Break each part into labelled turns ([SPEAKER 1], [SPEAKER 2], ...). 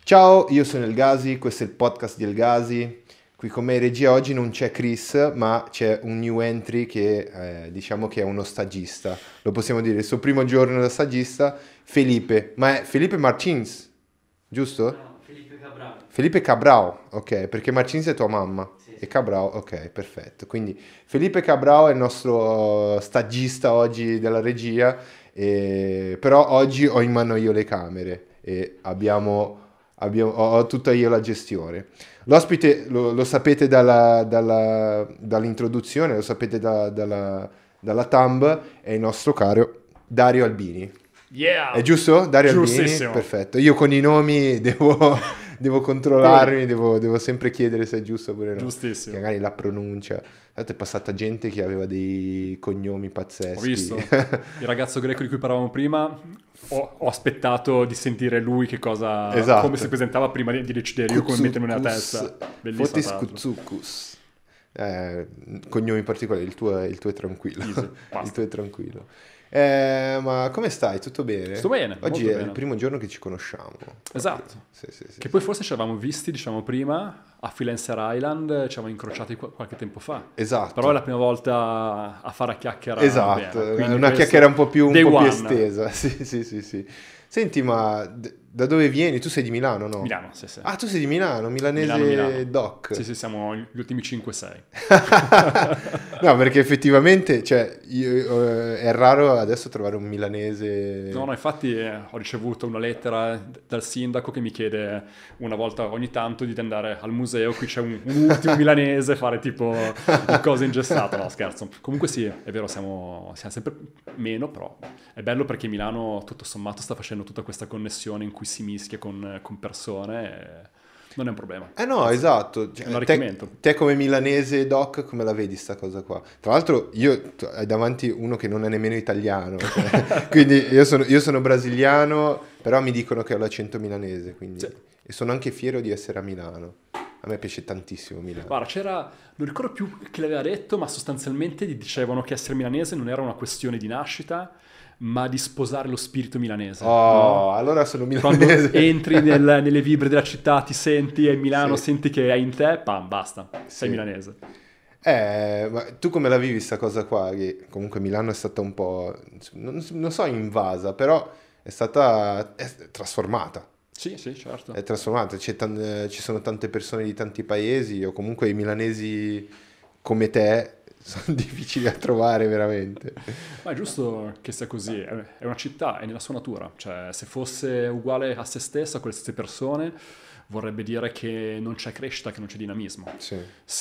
[SPEAKER 1] Ciao, io sono El Gasi, questo è il podcast di El Gasi. Qui con me in regia oggi non c'è Chris, ma c'è un new entry che diciamo che è uno stagista. Lo possiamo dire, il suo primo giorno da stagista, Felipe. Ma è Felipe Martins, giusto?
[SPEAKER 2] No, Felipe Cabral.
[SPEAKER 1] Felipe Cabral, ok, perché Martins è tua mamma.
[SPEAKER 2] Sì,
[SPEAKER 1] E
[SPEAKER 2] sì.
[SPEAKER 1] Cabral, ok, perfetto. Quindi Felipe Cabral è il nostro stagista oggi della regia, però oggi ho in mano io le camere e ho tutta io la gestione. L'ospite lo sapete dall'introduzione, lo sapete dalla thumb, è il nostro caro Dario Albini. È
[SPEAKER 2] Yeah!
[SPEAKER 1] giusto? Dario Albini?
[SPEAKER 2] Giustissimo.
[SPEAKER 1] Perfetto. Io con i nomi devo controllarmi, devo sempre chiedere se è giusto oppure no. Che
[SPEAKER 2] Giustissimo.
[SPEAKER 1] magari la pronuncia. Tanto è passata gente che aveva dei cognomi pazzeschi.
[SPEAKER 2] Ho visto il ragazzo greco di cui parlavamo prima. Ho aspettato di sentire lui
[SPEAKER 1] Esatto.
[SPEAKER 2] come si presentava prima di decidere io come mettermi nella
[SPEAKER 1] Kutsukus,
[SPEAKER 2] testa. Bellissimo.
[SPEAKER 1] Fotis
[SPEAKER 2] tra l'altro.
[SPEAKER 1] Kutsukus. Cognomi particolari, il tuo è tranquillo.
[SPEAKER 2] Easy,
[SPEAKER 1] Il
[SPEAKER 2] basta.
[SPEAKER 1] tuo è tranquillo. Ma come stai? Tutto bene?
[SPEAKER 2] Sto bene,
[SPEAKER 1] Oggi
[SPEAKER 2] molto
[SPEAKER 1] è
[SPEAKER 2] bene.
[SPEAKER 1] il primo giorno che ci conosciamo.
[SPEAKER 2] Esatto.
[SPEAKER 1] Sì, sì, sì.
[SPEAKER 2] Che poi forse ci eravamo visti, diciamo, prima a Philancer Island, ci eravamo incrociati qualche tempo fa.
[SPEAKER 1] Esatto.
[SPEAKER 2] Però è la prima volta a fare a chiacchiera
[SPEAKER 1] Esatto,
[SPEAKER 2] bene, quindi
[SPEAKER 1] una
[SPEAKER 2] questo-
[SPEAKER 1] chiacchiera un po' più
[SPEAKER 2] Day one.
[SPEAKER 1] estesa. Sì, sì, sì, sì. Senti, ma da dove vieni? Tu sei di Milano, no?
[SPEAKER 2] Milano, sì, sì.
[SPEAKER 1] Ah, tu sei di Milano, milanese
[SPEAKER 2] Milano.
[SPEAKER 1] doc.
[SPEAKER 2] Sì, sì, siamo gli ultimi 5-6.
[SPEAKER 1] No, perché effettivamente, cioè, è raro adesso trovare un milanese.
[SPEAKER 2] No, infatti ho ricevuto una lettera dal sindaco che mi chiede una volta ogni tanto di andare al museo, qui c'è un ultimo milanese, fare tipo le cose ingestate, no scherzo. Comunque sì, è vero, siamo sempre meno, però è bello perché Milano tutto sommato sta facendo tutta questa connessione in cui si mischia con persone e non è un problema.
[SPEAKER 1] Eh no,
[SPEAKER 2] Anzi,
[SPEAKER 1] esatto.
[SPEAKER 2] è un arricchimento.
[SPEAKER 1] Te come milanese doc, come la vedi sta cosa qua? Tra l'altro hai davanti uno che non è nemmeno italiano, cioè, quindi io sono brasiliano, però mi dicono che ho l'accento milanese, quindi,
[SPEAKER 2] Sì.
[SPEAKER 1] e sono anche fiero di essere a Milano. A me piace tantissimo Milano.
[SPEAKER 2] Guarda, non ricordo più chi l'aveva detto, ma sostanzialmente gli dicevano che essere milanese non era una questione di nascita, ma di sposare lo spirito milanese.
[SPEAKER 1] Oh,
[SPEAKER 2] No?
[SPEAKER 1] allora sono
[SPEAKER 2] Quando
[SPEAKER 1] milanese.
[SPEAKER 2] entri nelle vibre della città, ti senti e Milano,
[SPEAKER 1] Sì.
[SPEAKER 2] senti che è in te, pam, basta, sei
[SPEAKER 1] Sì.
[SPEAKER 2] milanese.
[SPEAKER 1] Ma tu come la vivi sta cosa qua? Che comunque Milano è stata un po', non so, invasa, però è trasformata.
[SPEAKER 2] Sì, sì, certo.
[SPEAKER 1] È trasformata, ci sono tante persone di tanti paesi, o comunque i milanesi come te sono difficili da trovare veramente.
[SPEAKER 2] Ma è giusto che sia così, è una città, è nella sua natura, cioè se fosse uguale a se stessa, con le stesse persone, vorrebbe dire che non c'è crescita, che non c'è dinamismo.
[SPEAKER 1] Sì,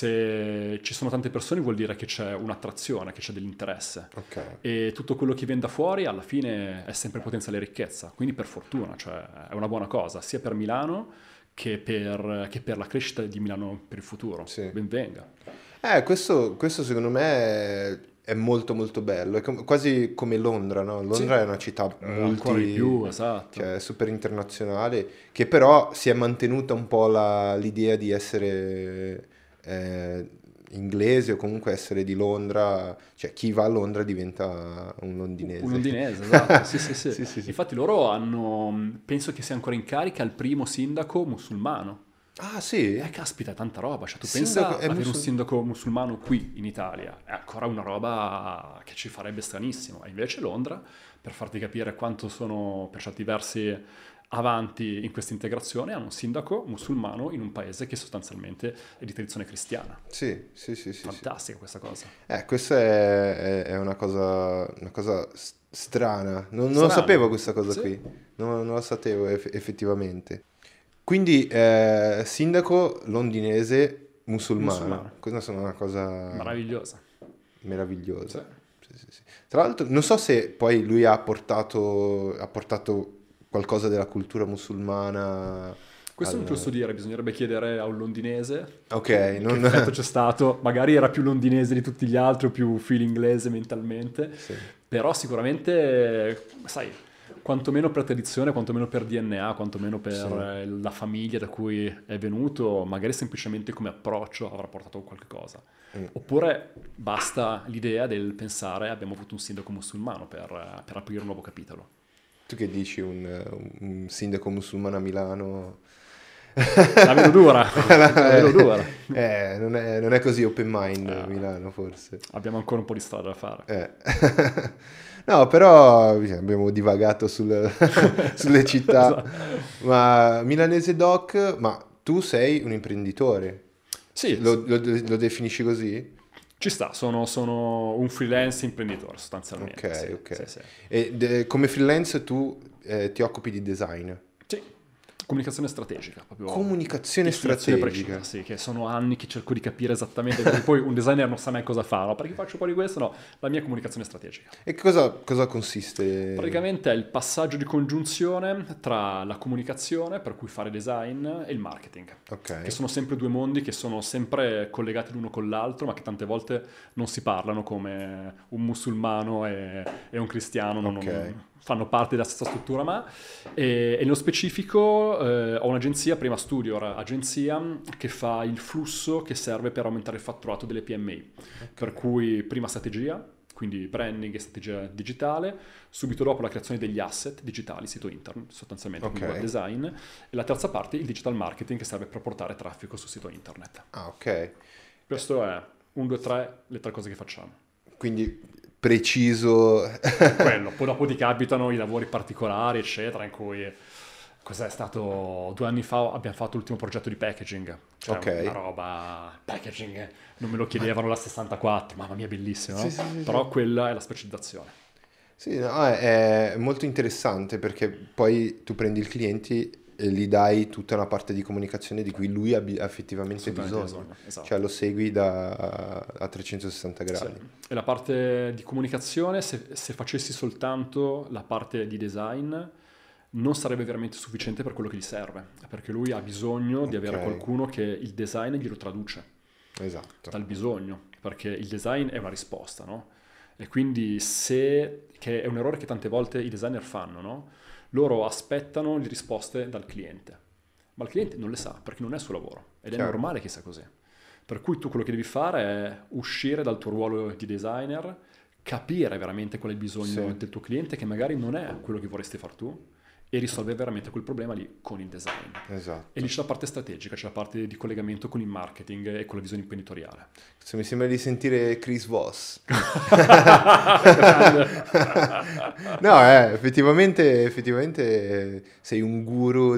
[SPEAKER 2] Se ci sono tante persone vuol dire che c'è un'attrazione, che c'è dell'interesse.
[SPEAKER 1] ok.
[SPEAKER 2] E tutto quello che viene da fuori alla fine è sempre potenziale ricchezza, quindi per fortuna, cioè è una buona cosa, sia per Milano che per la crescita di Milano per il futuro.
[SPEAKER 1] Sì.
[SPEAKER 2] Ben venga.
[SPEAKER 1] Questo secondo me è molto molto bello, è quasi come Londra, no? Londra
[SPEAKER 2] Sì.
[SPEAKER 1] è una città
[SPEAKER 2] Ancora di più, esatto.
[SPEAKER 1] cioè, super internazionale, che però si è mantenuta un po' l'idea di essere inglese o comunque essere di Londra, cioè chi va a Londra diventa un londinese.
[SPEAKER 2] Un londinese, esatto, sì, sì, sì.
[SPEAKER 1] Sì, sì, sì.
[SPEAKER 2] Infatti loro hanno, penso che sia ancora in carica il primo sindaco musulmano.
[SPEAKER 1] Ah, sì?
[SPEAKER 2] Caspita, è tanta roba, cioè tu
[SPEAKER 1] Sindaco
[SPEAKER 2] pensa
[SPEAKER 1] è
[SPEAKER 2] avere un
[SPEAKER 1] musul-
[SPEAKER 2] sindaco musulmano qui in Italia, è ancora una roba che ci farebbe stranissimo. E invece Londra, per farti capire quanto sono per certi versi avanti in questa integrazione, hanno un sindaco musulmano in un paese che sostanzialmente è di tradizione cristiana.
[SPEAKER 1] Sì, sì, sì, sì, sì.
[SPEAKER 2] Fantastica questa cosa.
[SPEAKER 1] Questa è una cosa strana. Non lo
[SPEAKER 2] Strano.
[SPEAKER 1] sapevo questa cosa
[SPEAKER 2] Sì.
[SPEAKER 1] qui. Non la sapevo effettivamente. Quindi, sindaco londinese musulmano.
[SPEAKER 2] Musulmano.
[SPEAKER 1] Questa è una cosa
[SPEAKER 2] Meravigliosa.
[SPEAKER 1] meravigliosa.
[SPEAKER 2] Sì.
[SPEAKER 1] Sì, sì, sì. Tra l'altro, non so se poi lui ha portato qualcosa della cultura musulmana.
[SPEAKER 2] Questo non te lo so dire, bisognerebbe chiedere a un londinese
[SPEAKER 1] Ok,
[SPEAKER 2] che effetto c'è stato. Magari era più londinese di tutti gli altri o più filo inglese mentalmente,
[SPEAKER 1] Sì.
[SPEAKER 2] però sicuramente, sai, quantomeno per tradizione, quantomeno per DNA, quantomeno per
[SPEAKER 1] Sì.
[SPEAKER 2] la famiglia da cui è venuto, magari semplicemente come approccio avrà portato qualche cosa. Oppure basta l'idea del pensare abbiamo avuto un sindaco musulmano per aprire un nuovo capitolo.
[SPEAKER 1] Tu che dici, un sindaco musulmano a Milano?
[SPEAKER 2] La vedo dura, la vedo dura.
[SPEAKER 1] Non è così open mind Milano, forse.
[SPEAKER 2] Abbiamo ancora un po' di strada da fare.
[SPEAKER 1] No, però abbiamo divagato sulle città.
[SPEAKER 2] Esatto.
[SPEAKER 1] Ma Milanese Doc, ma tu sei un imprenditore?
[SPEAKER 2] Sì,
[SPEAKER 1] Lo definisci così?
[SPEAKER 2] ci sta, sono un freelance imprenditore sostanzialmente.
[SPEAKER 1] Ok,
[SPEAKER 2] Sì,
[SPEAKER 1] ok.
[SPEAKER 2] sì, sì.
[SPEAKER 1] E come freelance tu ti occupi di design?
[SPEAKER 2] Sì, comunicazione strategica, proprio
[SPEAKER 1] Comunicazione
[SPEAKER 2] definizione
[SPEAKER 1] strategica.
[SPEAKER 2] precisa, sì, che sono anni che cerco di capire esattamente, perché poi un designer non sa mai cosa fa, no? Perché faccio un po' di questo? No, la mia comunicazione strategica.
[SPEAKER 1] E cosa consiste?
[SPEAKER 2] Praticamente è il passaggio di congiunzione tra la comunicazione, per cui fare design, e il marketing,
[SPEAKER 1] Ok.
[SPEAKER 2] che sono sempre due mondi che sono sempre collegati l'uno con l'altro, ma che tante volte non si parlano, come un musulmano e un cristiano,
[SPEAKER 1] Ok.
[SPEAKER 2] non fanno parte della stessa struttura, ma e nello specifico ho un'agenzia, Prima Studio, ora agenzia, che fa il flusso che serve per aumentare il fatturato delle PMI, per cui prima strategia, quindi branding e strategia digitale, subito dopo la creazione degli asset digitali, sito internet sostanzialmente, quindi
[SPEAKER 1] Ok.
[SPEAKER 2] web design, e la terza parte il digital marketing che serve per portare traffico sul sito internet.
[SPEAKER 1] Ah, ok.
[SPEAKER 2] Questo è 1, 2, 3, le tre cose che facciamo.
[SPEAKER 1] Quindi preciso.
[SPEAKER 2] Quello, poi dopo ti capitano i lavori particolari, eccetera, in cui... Cos'è stato 2 anni fa? Abbiamo fatto l'ultimo progetto di packaging. Cioè
[SPEAKER 1] Ok.
[SPEAKER 2] una roba packaging, non me lo chiedevano la 64, mamma mia, bellissimo, no?
[SPEAKER 1] Sì, sì, sì,
[SPEAKER 2] Però
[SPEAKER 1] sì.
[SPEAKER 2] quella è la specializzazione.
[SPEAKER 1] Sì, no, è molto interessante perché poi tu prendi il cliente e gli dai tutta una parte di comunicazione di cui lui ha effettivamente
[SPEAKER 2] Assolutamente
[SPEAKER 1] bisogno.
[SPEAKER 2] esatto.
[SPEAKER 1] Cioè lo segui a 360
[SPEAKER 2] Sì.
[SPEAKER 1] gradi.
[SPEAKER 2] E la parte di comunicazione, se facessi soltanto la parte di design, non sarebbe veramente sufficiente per quello che gli serve, perché lui ha bisogno di avere
[SPEAKER 1] Ok.
[SPEAKER 2] qualcuno che il design glielo traduce
[SPEAKER 1] Esatto.
[SPEAKER 2] dal bisogno, perché il design è una risposta, no? E quindi che è un errore che tante volte i designer fanno, no? Loro aspettano le risposte dal cliente, ma il cliente non le sa perché non è il suo lavoro ed è
[SPEAKER 1] Chiaro.
[SPEAKER 2] normale che sia così. Per cui tu quello che devi fare è uscire dal tuo ruolo di designer, capire veramente qual è il bisogno
[SPEAKER 1] Sì.
[SPEAKER 2] del tuo cliente, che magari non è quello che vorresti far tu, e risolvere veramente quel problema lì con il design.
[SPEAKER 1] Esatto.
[SPEAKER 2] E lì c'è la parte strategica, c'è la parte di collegamento con il marketing e con la visione imprenditoriale.
[SPEAKER 1] Mi sembra di sentire Chris Voss. No, effettivamente sei un guru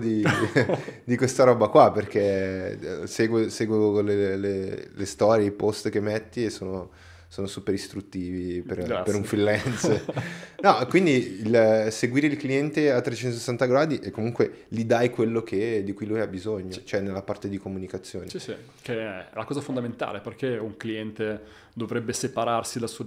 [SPEAKER 1] di questa roba qua perché seguo le storie, i post che metti e sono super istruttivi per
[SPEAKER 2] Grazie.
[SPEAKER 1] un freelance. No, quindi seguire il cliente a 360 gradi e comunque gli dai quello di cui lui ha bisogno, cioè nella parte di comunicazione.
[SPEAKER 2] Sì, sì, che è la cosa fondamentale, perché un cliente dovrebbe separarsi dal suo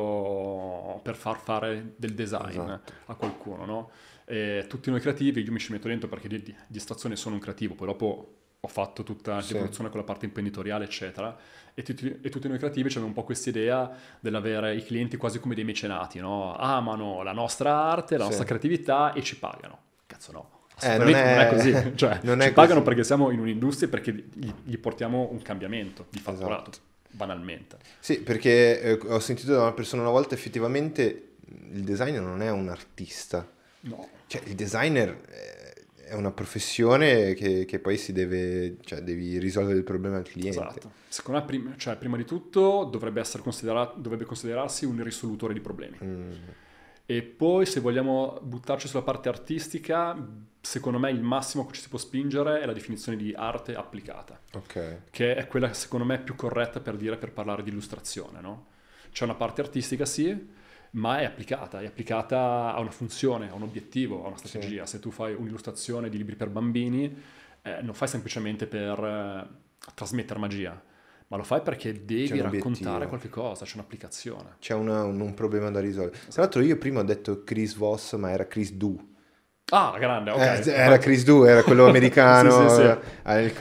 [SPEAKER 2] denaro per far fare del design
[SPEAKER 1] Esatto.
[SPEAKER 2] a qualcuno, no? E tutti noi creativi, io mi ci metto dentro perché di estrazione sono un creativo, poi dopo ho fatto tutta
[SPEAKER 1] Sì.
[SPEAKER 2] l'evoluzione con la parte imprenditoriale, eccetera, e tutti noi creativi abbiamo un po' questa idea dell'avere i clienti quasi come dei mecenati, no? Amano la nostra arte, la
[SPEAKER 1] Sì.
[SPEAKER 2] nostra creatività e ci pagano. Cazzo no.
[SPEAKER 1] Non
[SPEAKER 2] Assolutamente non è
[SPEAKER 1] è-
[SPEAKER 2] così, cioè
[SPEAKER 1] non è
[SPEAKER 2] ci pagano
[SPEAKER 1] così.
[SPEAKER 2] perché siamo in un'industria e perché gli portiamo un cambiamento di fatturato,
[SPEAKER 1] Esatto.
[SPEAKER 2] banalmente.
[SPEAKER 1] Sì, perché ho sentito da una persona una volta effettivamente il designer non è un artista,
[SPEAKER 2] No.
[SPEAKER 1] cioè il designer è una professione che poi cioè devi risolvere il problema al cliente.
[SPEAKER 2] Esatto. Secondo me, prima di tutto dovrebbe considerarsi un risolutore di problemi.
[SPEAKER 1] Mm,
[SPEAKER 2] E poi, se vogliamo buttarci sulla parte artistica, secondo me il massimo che ci si può spingere è la definizione di arte applicata,
[SPEAKER 1] ok,
[SPEAKER 2] che è quella, secondo me, più corretta per parlare di illustrazione, no? C'è una parte artistica, sì, ma è applicata a una funzione, a un obiettivo, a una strategia. Se tu fai un'illustrazione di libri per bambini, non fai semplicemente per trasmettere magia, ma lo fai perché
[SPEAKER 1] C'è
[SPEAKER 2] devi
[SPEAKER 1] un
[SPEAKER 2] raccontare
[SPEAKER 1] obiettivo.
[SPEAKER 2] qualche cosa, c'è un'applicazione.
[SPEAKER 1] c'è un problema da risolvere. Tra l'altro io prima ho detto Chris Voss, ma era Chris Du.
[SPEAKER 2] Ah, grande, ok.
[SPEAKER 1] Era Chris Du, era quello americano,
[SPEAKER 2] Sì, sì, sì.
[SPEAKER 1] il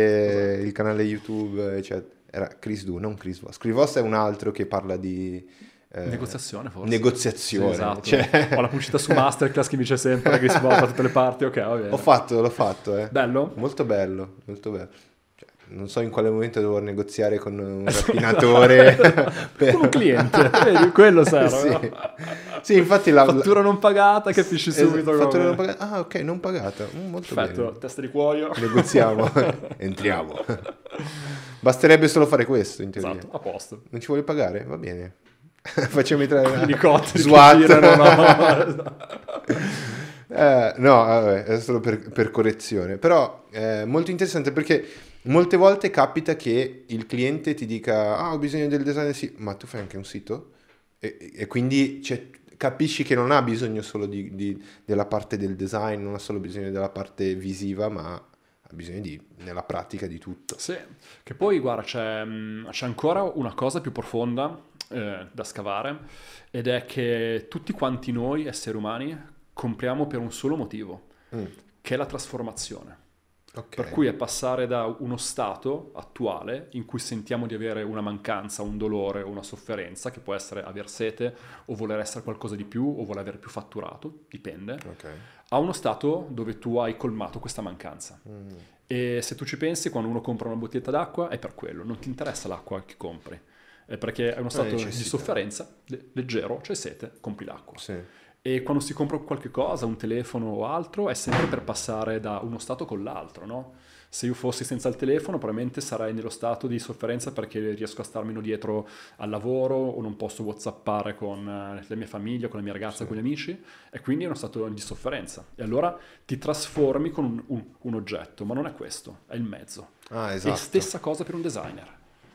[SPEAKER 1] canale YouTube, eccetera. Era Chris Du, non Chris Voss. Chris Voss è un altro che parla di
[SPEAKER 2] Negoziazione, forse.
[SPEAKER 1] negoziazione.
[SPEAKER 2] Sì, esatto.
[SPEAKER 1] Cioè,
[SPEAKER 2] Ho la pubblicità su Masterclass che mi dice sempre che si va da tutte le parti. Ok, va bene.
[SPEAKER 1] l'ho fatto,
[SPEAKER 2] Bello?
[SPEAKER 1] Molto bello, molto bello. Cioè, non so in quale momento devo negoziare con un rapinatore.
[SPEAKER 2] Con un cliente, vedi, quello serve.
[SPEAKER 1] Sì.
[SPEAKER 2] No?
[SPEAKER 1] Sì, infatti
[SPEAKER 2] fattura non pagata, capisci subito
[SPEAKER 1] fattura
[SPEAKER 2] come.
[SPEAKER 1] non pagata. Ah, ok, non pagata. Molto
[SPEAKER 2] Perfetto,
[SPEAKER 1] bene.
[SPEAKER 2] testa di cuoio.
[SPEAKER 1] Negoziamo, entriamo. Basterebbe solo fare questo, in teoria.
[SPEAKER 2] Esatto, a posto.
[SPEAKER 1] Non ci vuole pagare? Va bene. Facciamo entrare
[SPEAKER 2] Gli elicotteri
[SPEAKER 1] SWAT.
[SPEAKER 2] che girano,
[SPEAKER 1] No, vabbè, è solo per correzione. Però è molto interessante perché molte volte capita che il cliente ti dica: ah, ho bisogno del designer, sì, ma tu fai anche un sito? E quindi capisci che non ha bisogno solo della parte del design, non ha solo bisogno della parte visiva, ma ha bisogno nella pratica di tutto.
[SPEAKER 2] Sì, che poi guarda c'è ancora una cosa più profonda da scavare, ed è che tutti quanti noi esseri umani compriamo per un solo motivo, che è la trasformazione.
[SPEAKER 1] Ok.
[SPEAKER 2] Per cui è passare da uno stato attuale in cui sentiamo di avere una mancanza, un dolore o una sofferenza, che può essere aver sete o voler essere qualcosa di più o voler avere più fatturato, dipende,
[SPEAKER 1] Ok.
[SPEAKER 2] a uno stato dove tu hai colmato questa mancanza. E se tu ci pensi, quando uno compra una bottiglietta d'acqua è per quello, non ti interessa l'acqua che compri, è perché è uno stato di
[SPEAKER 1] necessità.
[SPEAKER 2] sofferenza, leggero, c'è sete, compri l'acqua.
[SPEAKER 1] Sì.
[SPEAKER 2] E quando si compra qualche cosa, un telefono o altro, è sempre per passare da uno stato con l'altro, no? Se io fossi senza il telefono, probabilmente sarei nello stato di sofferenza perché riesco a star meno dietro al lavoro o non posso whatsappare con la mia famiglia, con la mia ragazza, con gli amici, e quindi è uno stato di sofferenza. E allora ti trasformi con un oggetto, ma non è questo, è il mezzo.
[SPEAKER 1] Ah, esatto.
[SPEAKER 2] E stessa cosa per un designer.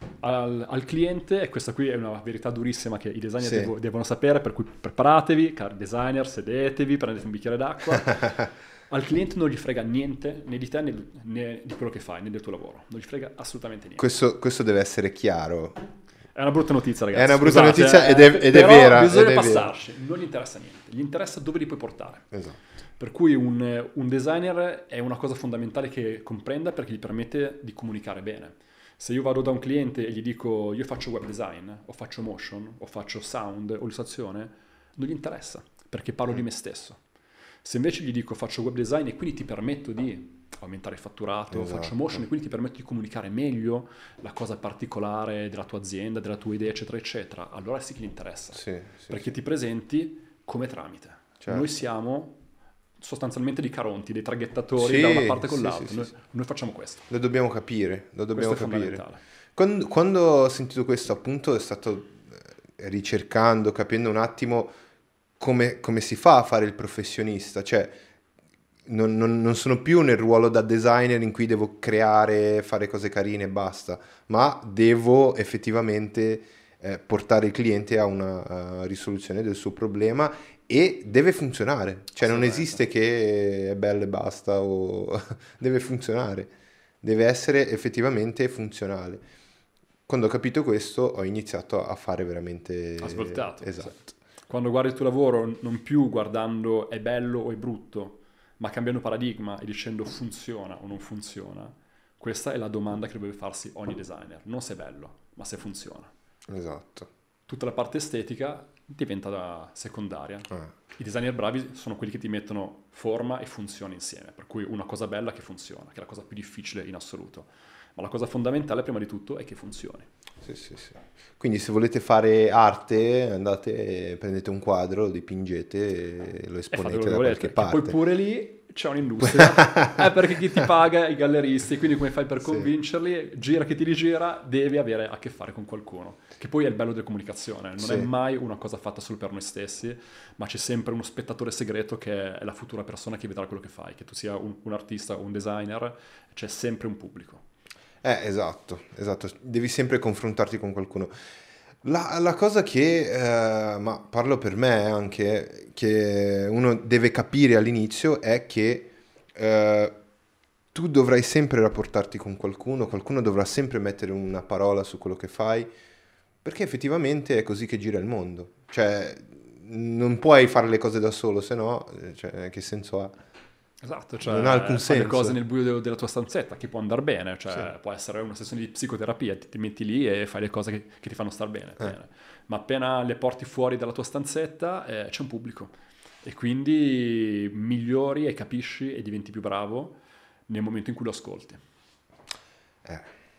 [SPEAKER 2] Al cliente, e questa qui è una verità durissima che i designer
[SPEAKER 1] Sì.
[SPEAKER 2] devono sapere, per cui preparatevi, cari designer, sedetevi, prendete un bicchiere d'acqua. Al cliente non gli frega niente né di te né di quello che fai, né del tuo lavoro, non gli frega assolutamente niente.
[SPEAKER 1] Questo deve essere chiaro.
[SPEAKER 2] È una brutta notizia, ragazzi.
[SPEAKER 1] È una brutta
[SPEAKER 2] Scusate,
[SPEAKER 1] notizia ed è
[SPEAKER 2] però
[SPEAKER 1] vera.
[SPEAKER 2] bisogna
[SPEAKER 1] ed è
[SPEAKER 2] passarci, non gli interessa niente, gli interessa dove li puoi portare.
[SPEAKER 1] vera. Esatto.
[SPEAKER 2] Per cui un designer è una cosa fondamentale che comprenda, perché gli permette di comunicare bene. Se io vado da un cliente e gli dico io faccio web design, o faccio motion, o faccio sound, o illustrazione, non gli interessa, perché parlo di me stesso. Se invece gli dico faccio web design e quindi ti permetto di aumentare il fatturato,
[SPEAKER 1] Esatto.
[SPEAKER 2] faccio motion e quindi ti permetto di comunicare meglio la cosa particolare della tua azienda, della tua idea, eccetera, eccetera, allora sì che gli interessa.
[SPEAKER 1] Sì,
[SPEAKER 2] Perché ti presenti come tramite.
[SPEAKER 1] Certo.
[SPEAKER 2] Noi siamo sostanzialmente dei caronti, dei traghettatori
[SPEAKER 1] Sì,
[SPEAKER 2] da una parte con
[SPEAKER 1] sì,
[SPEAKER 2] l'altra.
[SPEAKER 1] sì, sì.
[SPEAKER 2] Noi facciamo questo.
[SPEAKER 1] Lo dobbiamo capire, lo dobbiamo
[SPEAKER 2] Questo è
[SPEAKER 1] capire.
[SPEAKER 2] fondamentale.
[SPEAKER 1] Quando ho sentito questo, appunto, è stato ricercando, capendo un attimo come si fa a fare il professionista. Cioè, non sono più nel ruolo da designer in cui devo creare, fare cose carine e basta, ma devo effettivamente portare il cliente a una risoluzione del suo problema, e deve funzionare. Cioè, non esiste che è bello e basta, o deve funzionare, deve essere effettivamente funzionale. Quando ho capito questo, ho iniziato a fare veramente...
[SPEAKER 2] Ha svoltato.
[SPEAKER 1] Esatto.
[SPEAKER 2] Quando guardi il tuo lavoro, non più guardando è bello o è brutto, ma cambiando paradigma e dicendo funziona o non funziona, questa è la domanda che deve farsi ogni designer. Non se è bello, ma se funziona.
[SPEAKER 1] Esatto.
[SPEAKER 2] Tutta la parte estetica diventa secondaria. I designer bravi sono quelli che ti mettono forma e funzione insieme, per cui una cosa bella che funziona, che è la cosa più difficile in assoluto. Ma la cosa fondamentale prima di tutto è che funzioni.
[SPEAKER 1] Sì, sì, sì. Quindi se volete fare arte, andate, prendete un quadro, lo dipingete e lo
[SPEAKER 2] E fate
[SPEAKER 1] esponete
[SPEAKER 2] quello
[SPEAKER 1] da
[SPEAKER 2] che
[SPEAKER 1] qualche
[SPEAKER 2] volete, che
[SPEAKER 1] parte.
[SPEAKER 2] poi pure lì c'è un'industria. Perché chi ti paga? I galleristi, quindi come fai per convincerli? Gira che ti rigira, devi avere a che fare con qualcuno, che poi è il bello della comunicazione, non è mai una cosa fatta solo per noi stessi, ma c'è sempre uno spettatore segreto che è la futura persona che vedrà quello che fai, che tu sia un artista o un designer, c'è sempre un pubblico.
[SPEAKER 1] Esatto, devi sempre confrontarti con qualcuno. La cosa che, ma parlo per me anche, che uno deve capire all'inizio è che tu dovrai sempre rapportarti con qualcuno dovrà sempre mettere una parola su quello che fai, perché effettivamente è così che gira il mondo. Cioè, non puoi fare le cose da solo, se no, cioè, che senso ha?
[SPEAKER 2] Esatto, cioè
[SPEAKER 1] Non ha alcun
[SPEAKER 2] fai le
[SPEAKER 1] senso.
[SPEAKER 2] cose nel buio della tua stanzetta, che può andare bene, cioè può essere una sessione di psicoterapia, ti metti lì e fai le cose che ti fanno star bene, bene. Ma appena le porti fuori dalla tua stanzetta c'è un pubblico, e quindi migliori e capisci e diventi più bravo nel momento in cui lo ascolti.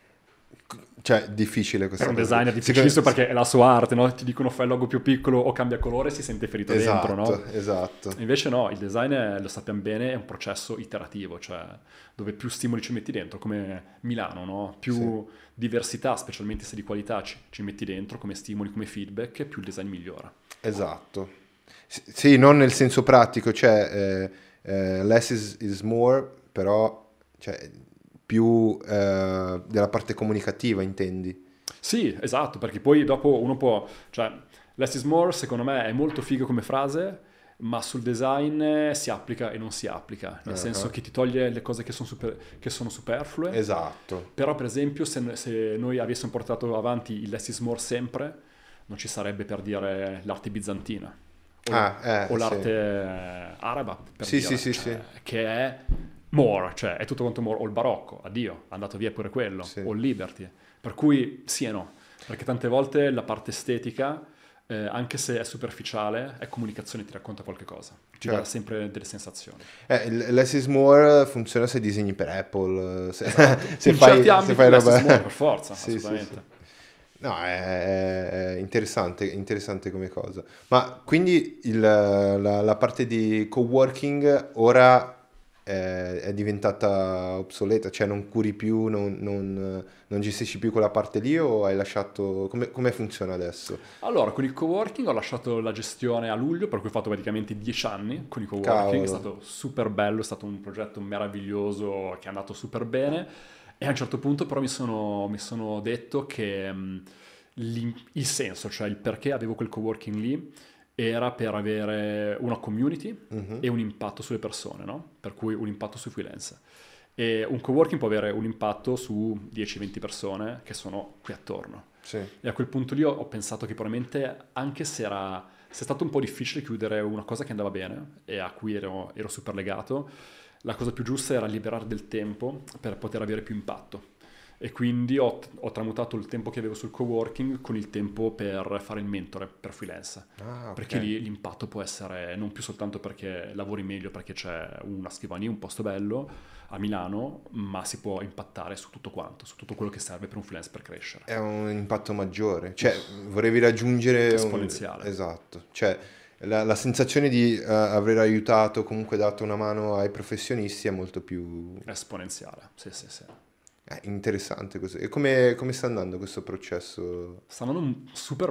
[SPEAKER 1] Cioè, difficile questa
[SPEAKER 2] Per un
[SPEAKER 1] cosa.
[SPEAKER 2] designer è difficilissimo perché è la sua arte, no? Ti dicono fai il logo più piccolo o cambia colore, si sente ferito
[SPEAKER 1] Esatto,
[SPEAKER 2] dentro, no?
[SPEAKER 1] esatto.
[SPEAKER 2] Invece no, il design, lo sappiamo bene, è un processo iterativo, cioè dove più stimoli ci metti dentro, come Milano, no? Più
[SPEAKER 1] Sì.
[SPEAKER 2] diversità, specialmente se di qualità, ci metti dentro come stimoli, come feedback, più il design migliora.
[SPEAKER 1] Esatto. Sì, non nel senso pratico, cioè less is more, però cioè, più della parte comunicativa, intendi?
[SPEAKER 2] Sì, esatto, perché poi dopo uno può, cioè, less is more secondo me è molto figo come frase, ma sul design si applica e non si applica, nel senso
[SPEAKER 1] Ah,
[SPEAKER 2] che ti toglie le cose che sono superflue,
[SPEAKER 1] esatto.
[SPEAKER 2] però per esempio se noi avessimo portato avanti il less is more sempre, non ci sarebbe per dire l'arte bizantina o
[SPEAKER 1] Sì.
[SPEAKER 2] l'arte araba, per
[SPEAKER 1] Sì, sì,
[SPEAKER 2] dire,
[SPEAKER 1] sì, sì,
[SPEAKER 2] cioè, che è more, cioè è tutto quanto more, o il barocco, addio, è andato via pure quello,
[SPEAKER 1] sì.
[SPEAKER 2] o il liberty. Per cui sì e no, perché tante volte la parte estetica, anche se è superficiale, è comunicazione, ti racconta qualche cosa, ti dà
[SPEAKER 1] Certo.
[SPEAKER 2] sempre delle sensazioni.
[SPEAKER 1] Il less is more funziona se disegni per Apple,
[SPEAKER 2] Esatto.
[SPEAKER 1] se
[SPEAKER 2] In certi
[SPEAKER 1] se
[SPEAKER 2] ambiti
[SPEAKER 1] fai
[SPEAKER 2] less is
[SPEAKER 1] roba...
[SPEAKER 2] more, per forza,
[SPEAKER 1] Sì, sì, sì.
[SPEAKER 2] assolutamente.
[SPEAKER 1] No, è interessante, interessante come cosa. Ma quindi la parte di coworking ora è diventata obsoleta, cioè non curi più, non gestisci più quella parte lì o hai lasciato... Come funziona adesso?
[SPEAKER 2] Allora, con il coworking ho lasciato la gestione a luglio, per cui ho fatto praticamente 10 anni con il coworking, è
[SPEAKER 1] Cavolo.
[SPEAKER 2] stato super bello, è stato un progetto meraviglioso che è andato super bene e a un certo punto però mi sono detto che il senso, cioè il perché avevo quel coworking lì, era per avere una community
[SPEAKER 1] Mhm.
[SPEAKER 2] e un impatto sulle persone, no? Per cui un impatto sui freelance. E un coworking può avere un impatto su 10-20 persone che sono qui attorno.
[SPEAKER 1] Sì.
[SPEAKER 2] E a quel punto lì ho pensato che probabilmente, anche se è stato un po' difficile chiudere una cosa che andava bene e a cui ero super legato, la cosa più giusta era liberare del tempo per poter avere più impatto. E quindi ho tramutato il tempo che avevo sul coworking con il tempo per fare il mentore per freelance.
[SPEAKER 1] Ah, ok.
[SPEAKER 2] Perché lì l'impatto può essere non più soltanto perché lavori meglio, perché c'è una scrivania, un posto bello a Milano, ma si può impattare su tutto quanto, su tutto quello che serve per un freelance per crescere.
[SPEAKER 1] È un impatto maggiore, cioè volevi raggiungere
[SPEAKER 2] Esponenziale.
[SPEAKER 1] esatto, cioè la sensazione di aver aiutato, comunque dato una mano ai professionisti è molto più
[SPEAKER 2] Esponenziale, sì, sì, sì.
[SPEAKER 1] interessante così. E come sta andando questo processo?
[SPEAKER 2] Sta andando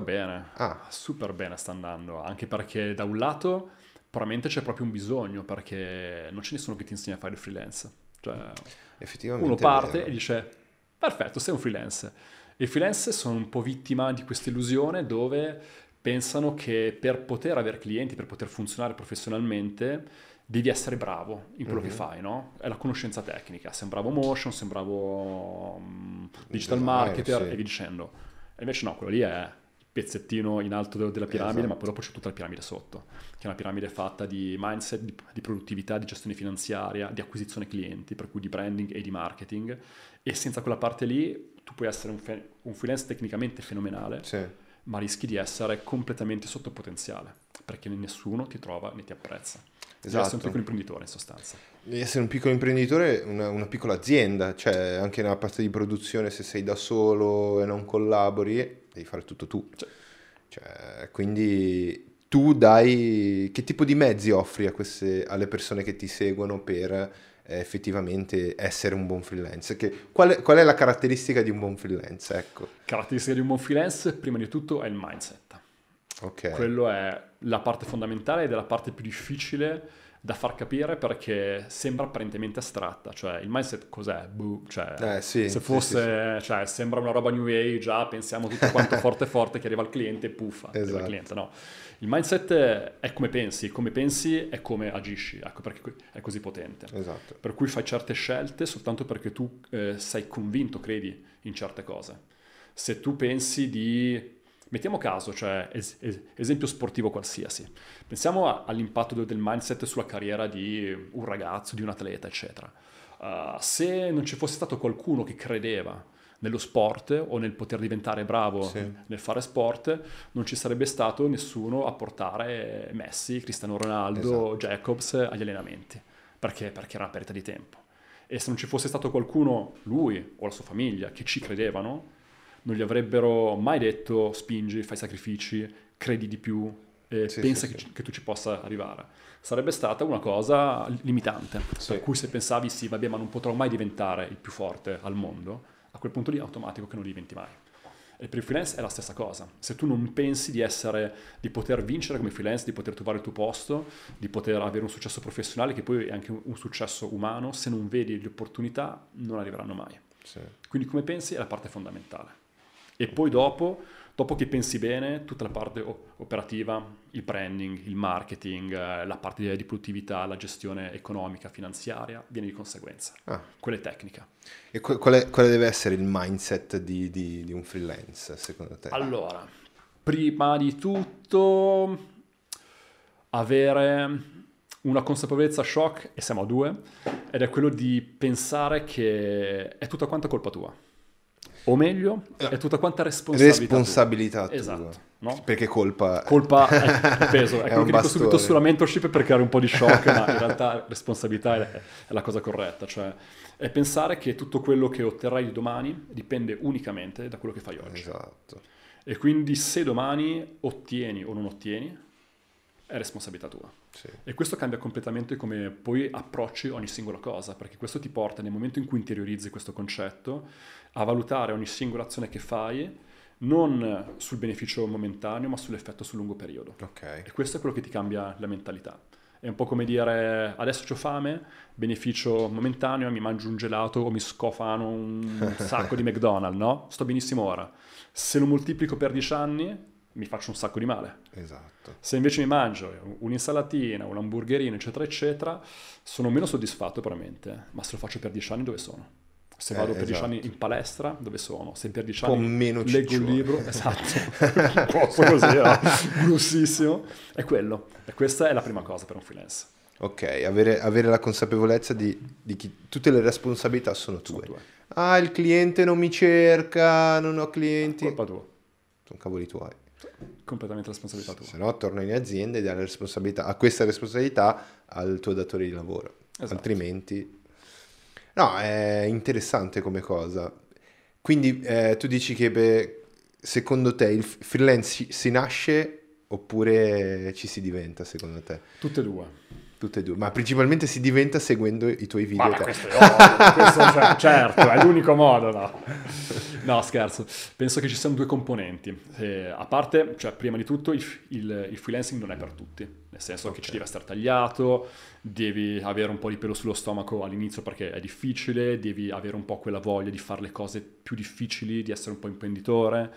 [SPEAKER 1] Ah,
[SPEAKER 2] super bene sta andando, anche perché da un lato probabilmente c'è proprio un bisogno, perché non c'è nessuno che ti insegna a fare il freelance. Cioè, uno
[SPEAKER 1] effettivamente è
[SPEAKER 2] parte e
[SPEAKER 1] vero.
[SPEAKER 2] dice, perfetto, sei un freelance. E i freelance sono un po' vittima di questa illusione dove pensano che per poter avere clienti, per poter funzionare professionalmente, devi essere bravo in quello che
[SPEAKER 1] Mhm.
[SPEAKER 2] fai, no? È la conoscenza tecnica. Sei un bravo motion, sei un bravo digital
[SPEAKER 1] Design,
[SPEAKER 2] marketer e
[SPEAKER 1] sì,
[SPEAKER 2] via dicendo. E invece no, quello lì è il pezzettino in alto della piramide, ma poi
[SPEAKER 1] esatto.
[SPEAKER 2] dopo c'è tutta la piramide sotto, che è una piramide fatta di mindset, di produttività, di gestione finanziaria, di acquisizione clienti, per cui di branding e di marketing. E senza quella parte lì tu puoi essere un freelance tecnicamente fenomenale,
[SPEAKER 1] Sì,
[SPEAKER 2] ma rischi di essere completamente sotto potenziale, perché nessuno ti trova né ti apprezza. Devi essere un
[SPEAKER 1] esatto.
[SPEAKER 2] piccolo imprenditore in sostanza.
[SPEAKER 1] Devi essere un piccolo imprenditore, una piccola azienda, cioè anche nella parte di produzione se sei da solo e non collabori, devi fare tutto tu.
[SPEAKER 2] Cioè,
[SPEAKER 1] Cioè, quindi tu dai, che tipo di mezzi offri alle persone che ti seguono per effettivamente essere un buon freelance? Qual è la caratteristica di un buon freelance? Ecco,
[SPEAKER 2] caratteristica di un buon freelance, prima di tutto, è il mindset.
[SPEAKER 1] ok,
[SPEAKER 2] Quello è la parte fondamentale ed è la parte più difficile da far capire perché sembra apparentemente astratta, cioè il mindset cos'è? Boh, cioè
[SPEAKER 1] sì,
[SPEAKER 2] se
[SPEAKER 1] sì, sì, sì,
[SPEAKER 2] fosse, cioè sembra una roba new age, già pensiamo tutto quanto forte forte che arriva al cliente e puffa, arriva il
[SPEAKER 1] esatto,
[SPEAKER 2] cliente, no. Il mindset è come pensi è come agisci, ecco perché è così potente.
[SPEAKER 1] esatto,
[SPEAKER 2] Per cui fai certe scelte soltanto perché tu sei convinto, credi in certe cose. Se tu pensi di... Mettiamo caso, cioè esempio sportivo qualsiasi. Pensiamo all'impatto del mindset sulla carriera di un ragazzo, di un atleta, eccetera. Se non ci fosse stato qualcuno che credeva nello sport o nel poter diventare bravo
[SPEAKER 1] sì,
[SPEAKER 2] nel fare sport, non ci sarebbe stato nessuno a portare Messi, Cristiano Ronaldo,
[SPEAKER 1] esatto,
[SPEAKER 2] Jacobs agli allenamenti. Perché? Perché era una perdita di tempo. E se non ci fosse stato qualcuno, lui o la sua famiglia, che ci credevano, non gli avrebbero mai detto spingi, fai sacrifici, credi di più,
[SPEAKER 1] Sì,
[SPEAKER 2] pensa
[SPEAKER 1] sì,
[SPEAKER 2] che,
[SPEAKER 1] sì.
[SPEAKER 2] che tu ci possa arrivare. Sarebbe stata una cosa limitante,
[SPEAKER 1] Sì.
[SPEAKER 2] per cui se pensavi sì, vabbè, ma non potrò mai diventare il più forte al mondo, a quel punto lì è automatico che non diventi mai. E per il freelance è la stessa cosa. Se tu non pensi di poter vincere come freelance, di poter trovare il tuo posto, di poter avere un successo professionale, che poi è anche un successo umano, se non vedi le opportunità, non arriveranno mai.
[SPEAKER 1] Sì.
[SPEAKER 2] Quindi come pensi è la parte fondamentale. E poi dopo che pensi bene, tutta la parte operativa, il branding, il marketing, la parte di produttività, la gestione economica, finanziaria, viene di conseguenza.
[SPEAKER 1] Ah.
[SPEAKER 2] Quella è tecnica.
[SPEAKER 1] E quale deve essere il mindset di un freelance, secondo te?
[SPEAKER 2] Allora, prima di tutto avere una consapevolezza shock, e siamo a due, ed è quello di pensare che è tutta quanta colpa tua. O meglio, è tutta quanta responsabilità tua. Esatto, no?
[SPEAKER 1] Perché colpa
[SPEAKER 2] È peso, è quello che dico
[SPEAKER 1] bastone.
[SPEAKER 2] subito sulla mentorship per creare un po' di shock, ma in realtà responsabilità è la cosa corretta, cioè è pensare che tutto quello che otterrai domani dipende unicamente da quello che fai oggi.
[SPEAKER 1] Esatto.
[SPEAKER 2] E quindi se domani ottieni o non ottieni, è responsabilità tua.
[SPEAKER 1] Sì.
[SPEAKER 2] E questo cambia completamente come poi approcci ogni singola cosa, perché questo ti porta, nel momento in cui interiorizzi questo concetto, a valutare ogni singola azione che fai, non sul beneficio momentaneo, ma sull'effetto sul lungo periodo.
[SPEAKER 1] Ok.
[SPEAKER 2] E questo è quello che ti cambia la mentalità. È un po' come dire, adesso ho fame, beneficio momentaneo, mi mangio un gelato o mi scofano un sacco di McDonald's, no? Sto benissimo ora. Se lo moltiplico per 10 anni, mi faccio un sacco di male.
[SPEAKER 1] Esatto.
[SPEAKER 2] Se invece mi mangio un'insalatina, un hamburgerino, eccetera, eccetera, sono meno soddisfatto probabilmente, ma se lo faccio per 10 anni dove sono? Se vado per 10
[SPEAKER 1] esatto.
[SPEAKER 2] anni in palestra, dove sono? Se per 10
[SPEAKER 1] Un po'
[SPEAKER 2] anni
[SPEAKER 1] meno
[SPEAKER 2] leggo un
[SPEAKER 1] ciccione.
[SPEAKER 2] libro, esatto, un posto così, grossissimo, è quello. E questa è la prima cosa per un freelance.
[SPEAKER 1] Ok, avere la consapevolezza di che tutte le responsabilità sono tue.
[SPEAKER 2] Sono tue.
[SPEAKER 1] Ah, il cliente non mi cerca, non ho clienti.
[SPEAKER 2] Colpa tua.
[SPEAKER 1] Sono cavoli tuoi.
[SPEAKER 2] Completamente responsabilità tua.
[SPEAKER 1] Se no torno in azienda e dai la responsabilità, a questa responsabilità al tuo datore di lavoro.
[SPEAKER 2] Esatto.
[SPEAKER 1] Altrimenti... No, è interessante come cosa. Quindi tu dici che secondo te il freelance si nasce oppure ci si diventa, secondo te?
[SPEAKER 2] Tutte e due.
[SPEAKER 1] Tutte e due, ma principalmente si diventa seguendo i tuoi video.
[SPEAKER 2] Ma questo è ovvio, questo, certo, è l'unico modo, no? No, scherzo. Penso che ci siano due componenti. A parte, cioè, prima di tutto, il freelancing non è per tutti. Nel senso che ci deve essere tagliato, devi avere un po' di pelo sullo stomaco all'inizio perché è difficile, devi avere un po' quella voglia di fare le cose più difficili, di essere un po' imprenditore,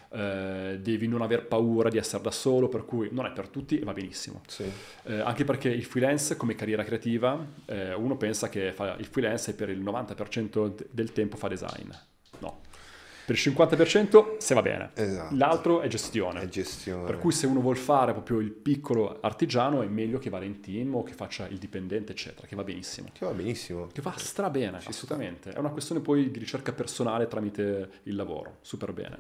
[SPEAKER 2] devi non aver paura di essere da solo, per cui non è per tutti e va benissimo.
[SPEAKER 1] Sì.
[SPEAKER 2] Anche perché il freelance come carriera creativa, uno pensa che il freelance per il 90% del tempo fa design. No. Per il 50% se va bene.
[SPEAKER 1] Esatto.
[SPEAKER 2] L'altro è gestione.
[SPEAKER 1] È gestione.
[SPEAKER 2] Per cui se uno vuol fare proprio il piccolo artigiano è meglio che vada in team o che faccia il dipendente, eccetera, che va benissimo.
[SPEAKER 1] Che va benissimo.
[SPEAKER 2] Che va strabene, assolutamente. È una questione poi di ricerca personale tramite il lavoro, super bene.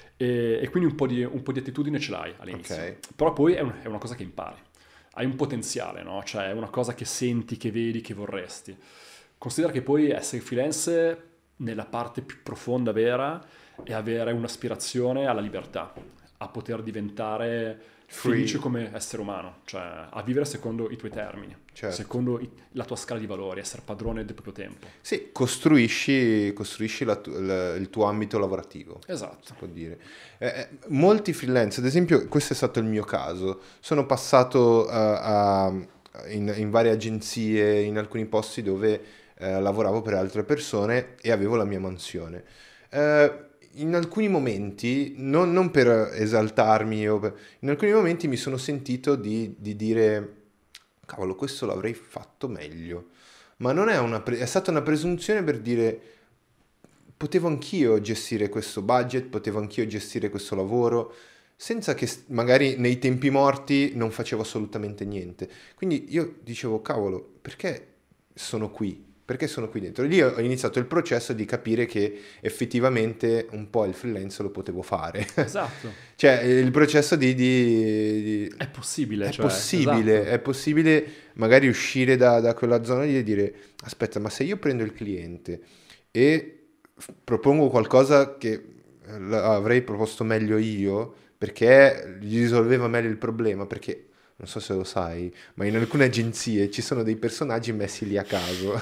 [SPEAKER 2] E quindi un po' di attitudine ce l'hai all'inizio.
[SPEAKER 1] Ok.
[SPEAKER 2] Però poi è una cosa che impari. Hai un potenziale, no? Cioè è una cosa che senti, che vedi, che vorresti. Considera che poi essere freelance nella parte più profonda vera è avere un'aspirazione alla libertà, a poter diventare felice come essere umano, cioè a vivere secondo i tuoi termini,
[SPEAKER 1] Certo.
[SPEAKER 2] secondo la tua scala di valori, essere padrone del proprio tempo.
[SPEAKER 1] Sì, costruisci il tuo ambito lavorativo.
[SPEAKER 2] Esatto.
[SPEAKER 1] Si può dire. Molti freelance, ad esempio, questo è stato il mio caso, sono passato in varie agenzie, in alcuni posti dove lavoravo per altre persone e avevo la mia mansione. In alcuni momenti, non per esaltarmi, in alcuni momenti mi sono sentito di dire, cavolo, questo l'avrei fatto meglio. Ma non è stata una presunzione per dire, potevo anch'io gestire questo budget, potevo anch'io gestire questo lavoro, senza che magari nei tempi morti non facevo assolutamente niente. Quindi io dicevo, cavolo, perché sono qui? Perché sono qui dentro. E lì ho iniziato il processo di capire che effettivamente un po' il freelance lo potevo fare.
[SPEAKER 2] Esatto.
[SPEAKER 1] Cioè, il processo
[SPEAKER 2] È possibile,
[SPEAKER 1] è
[SPEAKER 2] cioè,
[SPEAKER 1] possibile,
[SPEAKER 2] esatto.
[SPEAKER 1] è possibile magari uscire da quella zona lì e dire, aspetta, ma se io prendo il cliente e propongo qualcosa che avrei proposto meglio io, perché gli risolveva meglio il problema, perché non so se lo sai, ma in alcune agenzie ci sono dei personaggi messi lì a caso.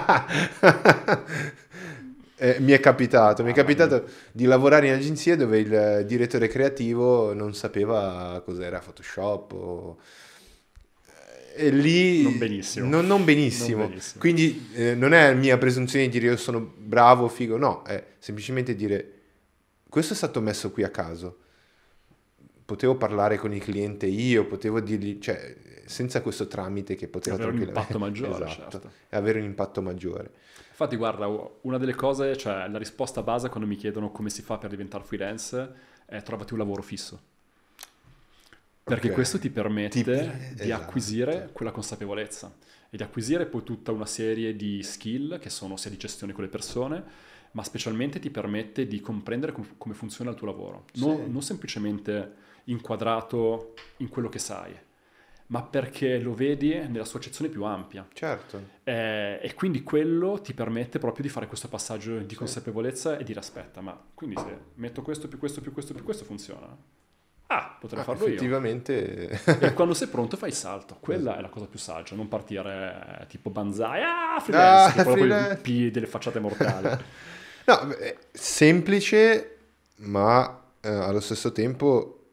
[SPEAKER 1] Mi è
[SPEAKER 2] Mamma mia.
[SPEAKER 1] capitato di lavorare in agenzie dove il direttore creativo non sapeva cos'era Photoshop e
[SPEAKER 2] Non
[SPEAKER 1] lì
[SPEAKER 2] benissimo.
[SPEAKER 1] non
[SPEAKER 2] Non
[SPEAKER 1] benissimo.
[SPEAKER 2] benissimo.
[SPEAKER 1] Quindi non è mia presunzione di dire io sono bravo, figo, no, è semplicemente dire questo è stato messo qui a caso. Potevo parlare con il cliente io, potevo dirgli, cioè, senza questo tramite che poteva
[SPEAKER 2] Avere un
[SPEAKER 1] tranquillamente,
[SPEAKER 2] impatto maggiore,
[SPEAKER 1] esatto,
[SPEAKER 2] certo.
[SPEAKER 1] e avere un impatto maggiore.
[SPEAKER 2] Infatti, guarda, una delle cose, cioè la risposta base quando mi chiedono come si fa per diventare freelance è trovati un lavoro fisso. Perché
[SPEAKER 1] Ok.
[SPEAKER 2] questo ti permette di acquisire
[SPEAKER 1] Esatto.
[SPEAKER 2] quella consapevolezza e di acquisire poi tutta una serie di skill che sono sia di gestione con le persone, ma specialmente ti permette di comprendere come funziona il tuo lavoro.
[SPEAKER 1] Sì,
[SPEAKER 2] Non semplicemente inquadrato in quello che sai, ma perché lo vedi nella sua accezione più ampia.
[SPEAKER 1] certo.
[SPEAKER 2] E quindi quello ti permette proprio di fare questo passaggio di
[SPEAKER 1] Sì.
[SPEAKER 2] consapevolezza e dire aspetta, ma quindi se metto questo più questo più questo più questo funziona? Ah, potrei farlo io.
[SPEAKER 1] Effettivamente,
[SPEAKER 2] E quando sei pronto fai il salto. Quella è la
[SPEAKER 1] esatto.
[SPEAKER 2] cosa più saggia, non partire tipo banzai, freelance,
[SPEAKER 1] Ah,
[SPEAKER 2] che poi
[SPEAKER 1] freelance.
[SPEAKER 2] pigli delle facciate mortali.
[SPEAKER 1] No, semplice, ma allo stesso tempo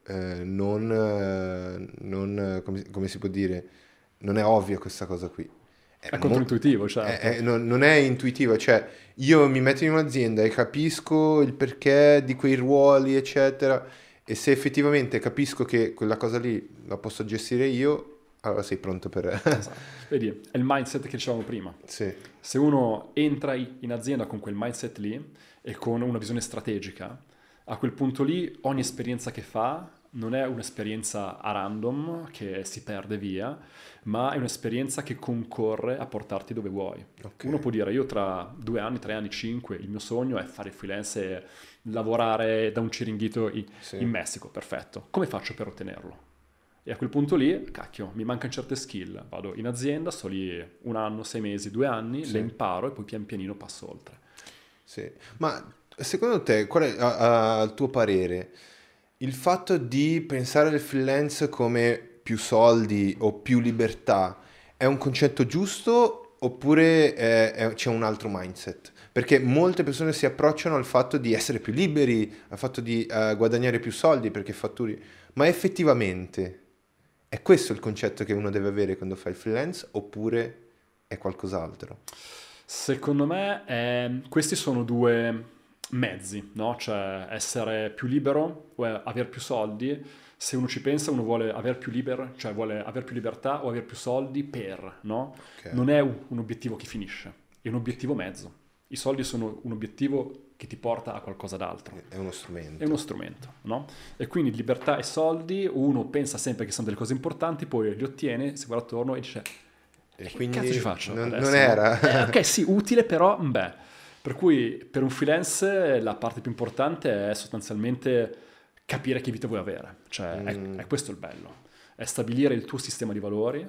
[SPEAKER 1] come si può dire, non è ovvia questa cosa qui. È
[SPEAKER 2] È
[SPEAKER 1] mo-
[SPEAKER 2] controintuitivo, certo.
[SPEAKER 1] non è intuitiva, cioè io mi metto in un'azienda e capisco il perché di quei ruoli, eccetera, e se effettivamente capisco che quella cosa lì la posso gestire io, allora sei pronto per...
[SPEAKER 2] Esatto. Vedi, è il mindset che dicevamo prima.
[SPEAKER 1] Sì,
[SPEAKER 2] Se uno entra in azienda con quel mindset lì e con una visione strategica, a quel punto lì ogni esperienza che fa non è un'esperienza a random che si perde via, ma è un'esperienza che concorre a portarti dove vuoi.
[SPEAKER 1] ok,
[SPEAKER 2] Uno può dire, io tra 2 anni, 3 anni, 5, il mio sogno è fare freelance e lavorare da un ciringhito in
[SPEAKER 1] sì,
[SPEAKER 2] Messico, perfetto. Come faccio per ottenerlo? E a quel punto lì, cacchio, mi mancano certe skill. Vado in azienda, sto lì 1 anno, 6 mesi, 2 anni, le
[SPEAKER 1] sì.
[SPEAKER 2] imparo e poi pian pianino passo oltre.
[SPEAKER 1] Sì, ma secondo te, qual è il tuo parere? Il fatto di pensare al freelance come più soldi o più libertà è un concetto giusto oppure c'è un altro mindset? Perché molte persone si approcciano al fatto di essere più liberi, al fatto di guadagnare più soldi perché fatturi, ma effettivamente è questo il concetto che uno deve avere quando fa il freelance oppure è qualcos'altro?
[SPEAKER 2] Secondo me questi sono due mezzi, no? Cioè essere più libero o avere più soldi. Se uno ci pensa, uno vuole avere più libero, cioè vuole avere più libertà o avere più soldi per, no?
[SPEAKER 1] Ok,
[SPEAKER 2] Non è un obiettivo che finisce, è un obiettivo mezzo. I soldi sono un obiettivo che ti porta a qualcosa d'altro.
[SPEAKER 1] è uno
[SPEAKER 2] È uno
[SPEAKER 1] strumento.
[SPEAKER 2] strumento, no? E quindi libertà e soldi, uno pensa sempre che sono delle cose importanti, poi li ottiene, si guarda attorno e dice,
[SPEAKER 1] E
[SPEAKER 2] che cazzo ci
[SPEAKER 1] quindi
[SPEAKER 2] faccio
[SPEAKER 1] non
[SPEAKER 2] adesso, no?
[SPEAKER 1] era.
[SPEAKER 2] Ok, sì, utile, però, beh. Per cui per un freelance la parte più importante è sostanzialmente capire che vita vuoi avere. Cioè,
[SPEAKER 1] Mm,
[SPEAKER 2] è questo il bello. È stabilire il tuo sistema di valori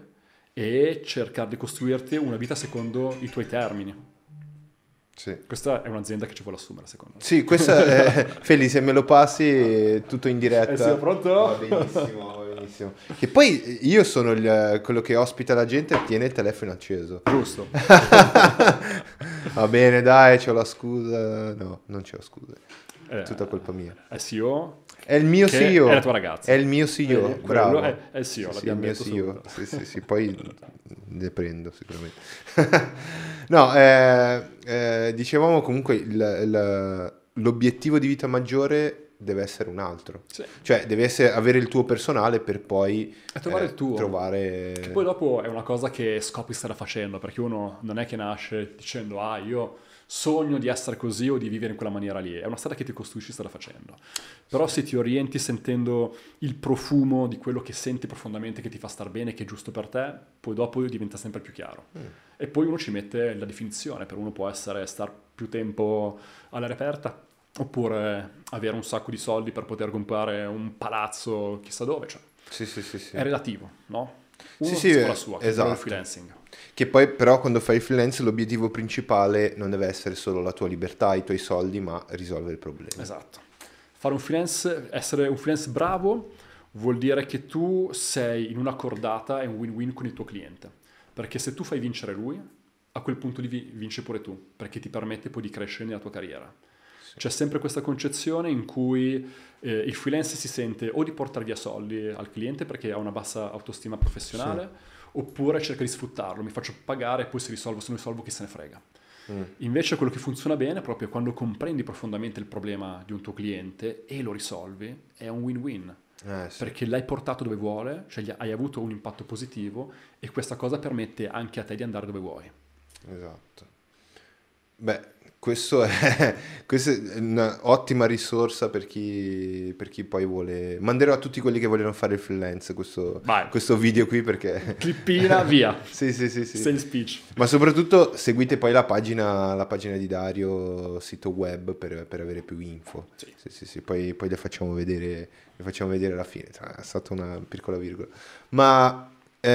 [SPEAKER 2] e cercare di costruirti una vita secondo i tuoi termini.
[SPEAKER 1] sì.
[SPEAKER 2] Questa è un'azienda che ci vuole assumere, secondo
[SPEAKER 1] Sì, questa è...
[SPEAKER 2] me.
[SPEAKER 1] Feli, se me lo passi tutto in
[SPEAKER 2] Sì,
[SPEAKER 1] diretta.
[SPEAKER 2] pronto?
[SPEAKER 1] Va benissimo, va benissimo. Che poi io sono quello che ospita la gente e tiene il telefono acceso.
[SPEAKER 2] Giusto.
[SPEAKER 1] Va bene, dai, c'ho la scusa. No, non c'ho scuse. È
[SPEAKER 2] Eh,
[SPEAKER 1] tutta colpa mia.
[SPEAKER 2] CEO,
[SPEAKER 1] È il mio
[SPEAKER 2] che è la
[SPEAKER 1] CEO.
[SPEAKER 2] tua
[SPEAKER 1] È
[SPEAKER 2] ragazza.
[SPEAKER 1] il mio CEO,
[SPEAKER 2] Vedi, quello
[SPEAKER 1] bravo.
[SPEAKER 2] è il CEO,
[SPEAKER 1] Sì, sì, il
[SPEAKER 2] l'abbiamo
[SPEAKER 1] mio
[SPEAKER 2] detto
[SPEAKER 1] CEO.
[SPEAKER 2] subito.
[SPEAKER 1] Sì, sì, sì, poi ne prendo sicuramente. No, dicevamo comunque l'obiettivo di vita maggiore deve essere un altro.
[SPEAKER 2] Sì.
[SPEAKER 1] Cioè, avere il tuo personale per poi
[SPEAKER 2] E trovare il tuo.
[SPEAKER 1] trovare...
[SPEAKER 2] Che poi dopo è una cosa che scopri strada facendo, perché uno non è che nasce dicendo io sogno di essere così o di vivere in quella maniera lì, è una strada che ti costruisci strada facendo. Però se ti orienti sentendo il profumo di quello che senti profondamente, che ti fa star bene, che è giusto per te, poi dopo diventa sempre più chiaro. E poi uno ci mette la definizione, per uno può essere star più tempo all'aria aperta, oppure avere un sacco di soldi per poter comprare un palazzo chissà dove, cioè
[SPEAKER 1] Sì.
[SPEAKER 2] è relativo, no? Uno
[SPEAKER 1] Sì,
[SPEAKER 2] fa la sua, che è
[SPEAKER 1] esatto.
[SPEAKER 2] il freelancing.
[SPEAKER 1] Che poi però quando fai il freelance l'obiettivo principale non deve essere solo la tua libertà, i tuoi soldi, ma risolvere il problema.
[SPEAKER 2] Esatto. Fare un freelance, essere un freelance bravo, vuol dire che tu sei in una cordata e un win-win con il tuo cliente. Perché se tu fai vincere lui, a quel punto lì vinci pure tu, perché ti permette poi di crescere nella tua carriera. C'è sempre questa concezione in cui il freelance si sente o di portare via soldi al cliente perché ha una bassa autostima professionale, oppure cerca di sfruttarlo, mi faccio pagare e poi se non risolvo chi se ne frega. Invece quello che funziona bene è proprio quando comprendi profondamente il problema di un tuo cliente e lo risolvi, è un win-win. Perché l'hai portato dove vuole, cioè hai avuto un impatto positivo e questa cosa permette anche a te di andare dove vuoi.
[SPEAKER 1] Esatto. Beh, questa è un'ottima risorsa per chi poi vuole... Manderò a tutti quelli che vogliono fare il freelance questo video qui perché...
[SPEAKER 2] Clippina, via.
[SPEAKER 1] Sì.
[SPEAKER 2] Sales speech.
[SPEAKER 1] Ma soprattutto seguite poi la pagina di Dario, sito web, per avere più info. Sì. Poi le facciamo vedere alla fine. È stata una piccola virgola. Ma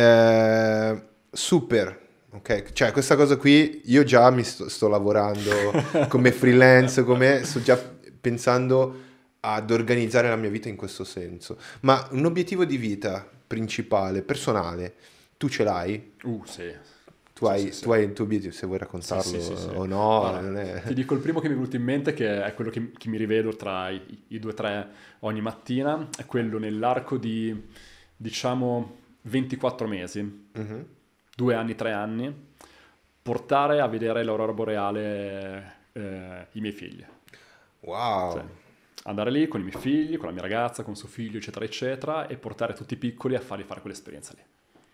[SPEAKER 1] super. Ok, cioè questa cosa qui io già mi sto lavorando come freelance, sto già pensando ad organizzare la mia vita in questo senso. Ma un obiettivo di vita principale, personale, tu ce l'hai?
[SPEAKER 2] Sì.
[SPEAKER 1] Tu hai il tuo obiettivo, se vuoi raccontarlo o no.
[SPEAKER 2] Guarda,
[SPEAKER 1] non è...
[SPEAKER 2] Ti dico il primo che mi è venuto in mente, che è quello che mi rivedo tra i 2 o 3 ogni mattina, è quello nell'arco di, diciamo, 24 mesi. 2 anni, 3 anni, portare a vedere l'aurora boreale i miei figli.
[SPEAKER 1] Wow!
[SPEAKER 2] Cioè, andare lì con i miei figli, con la mia ragazza, con suo figlio, eccetera, eccetera, e portare tutti i piccoli a fargli fare quell'esperienza lì.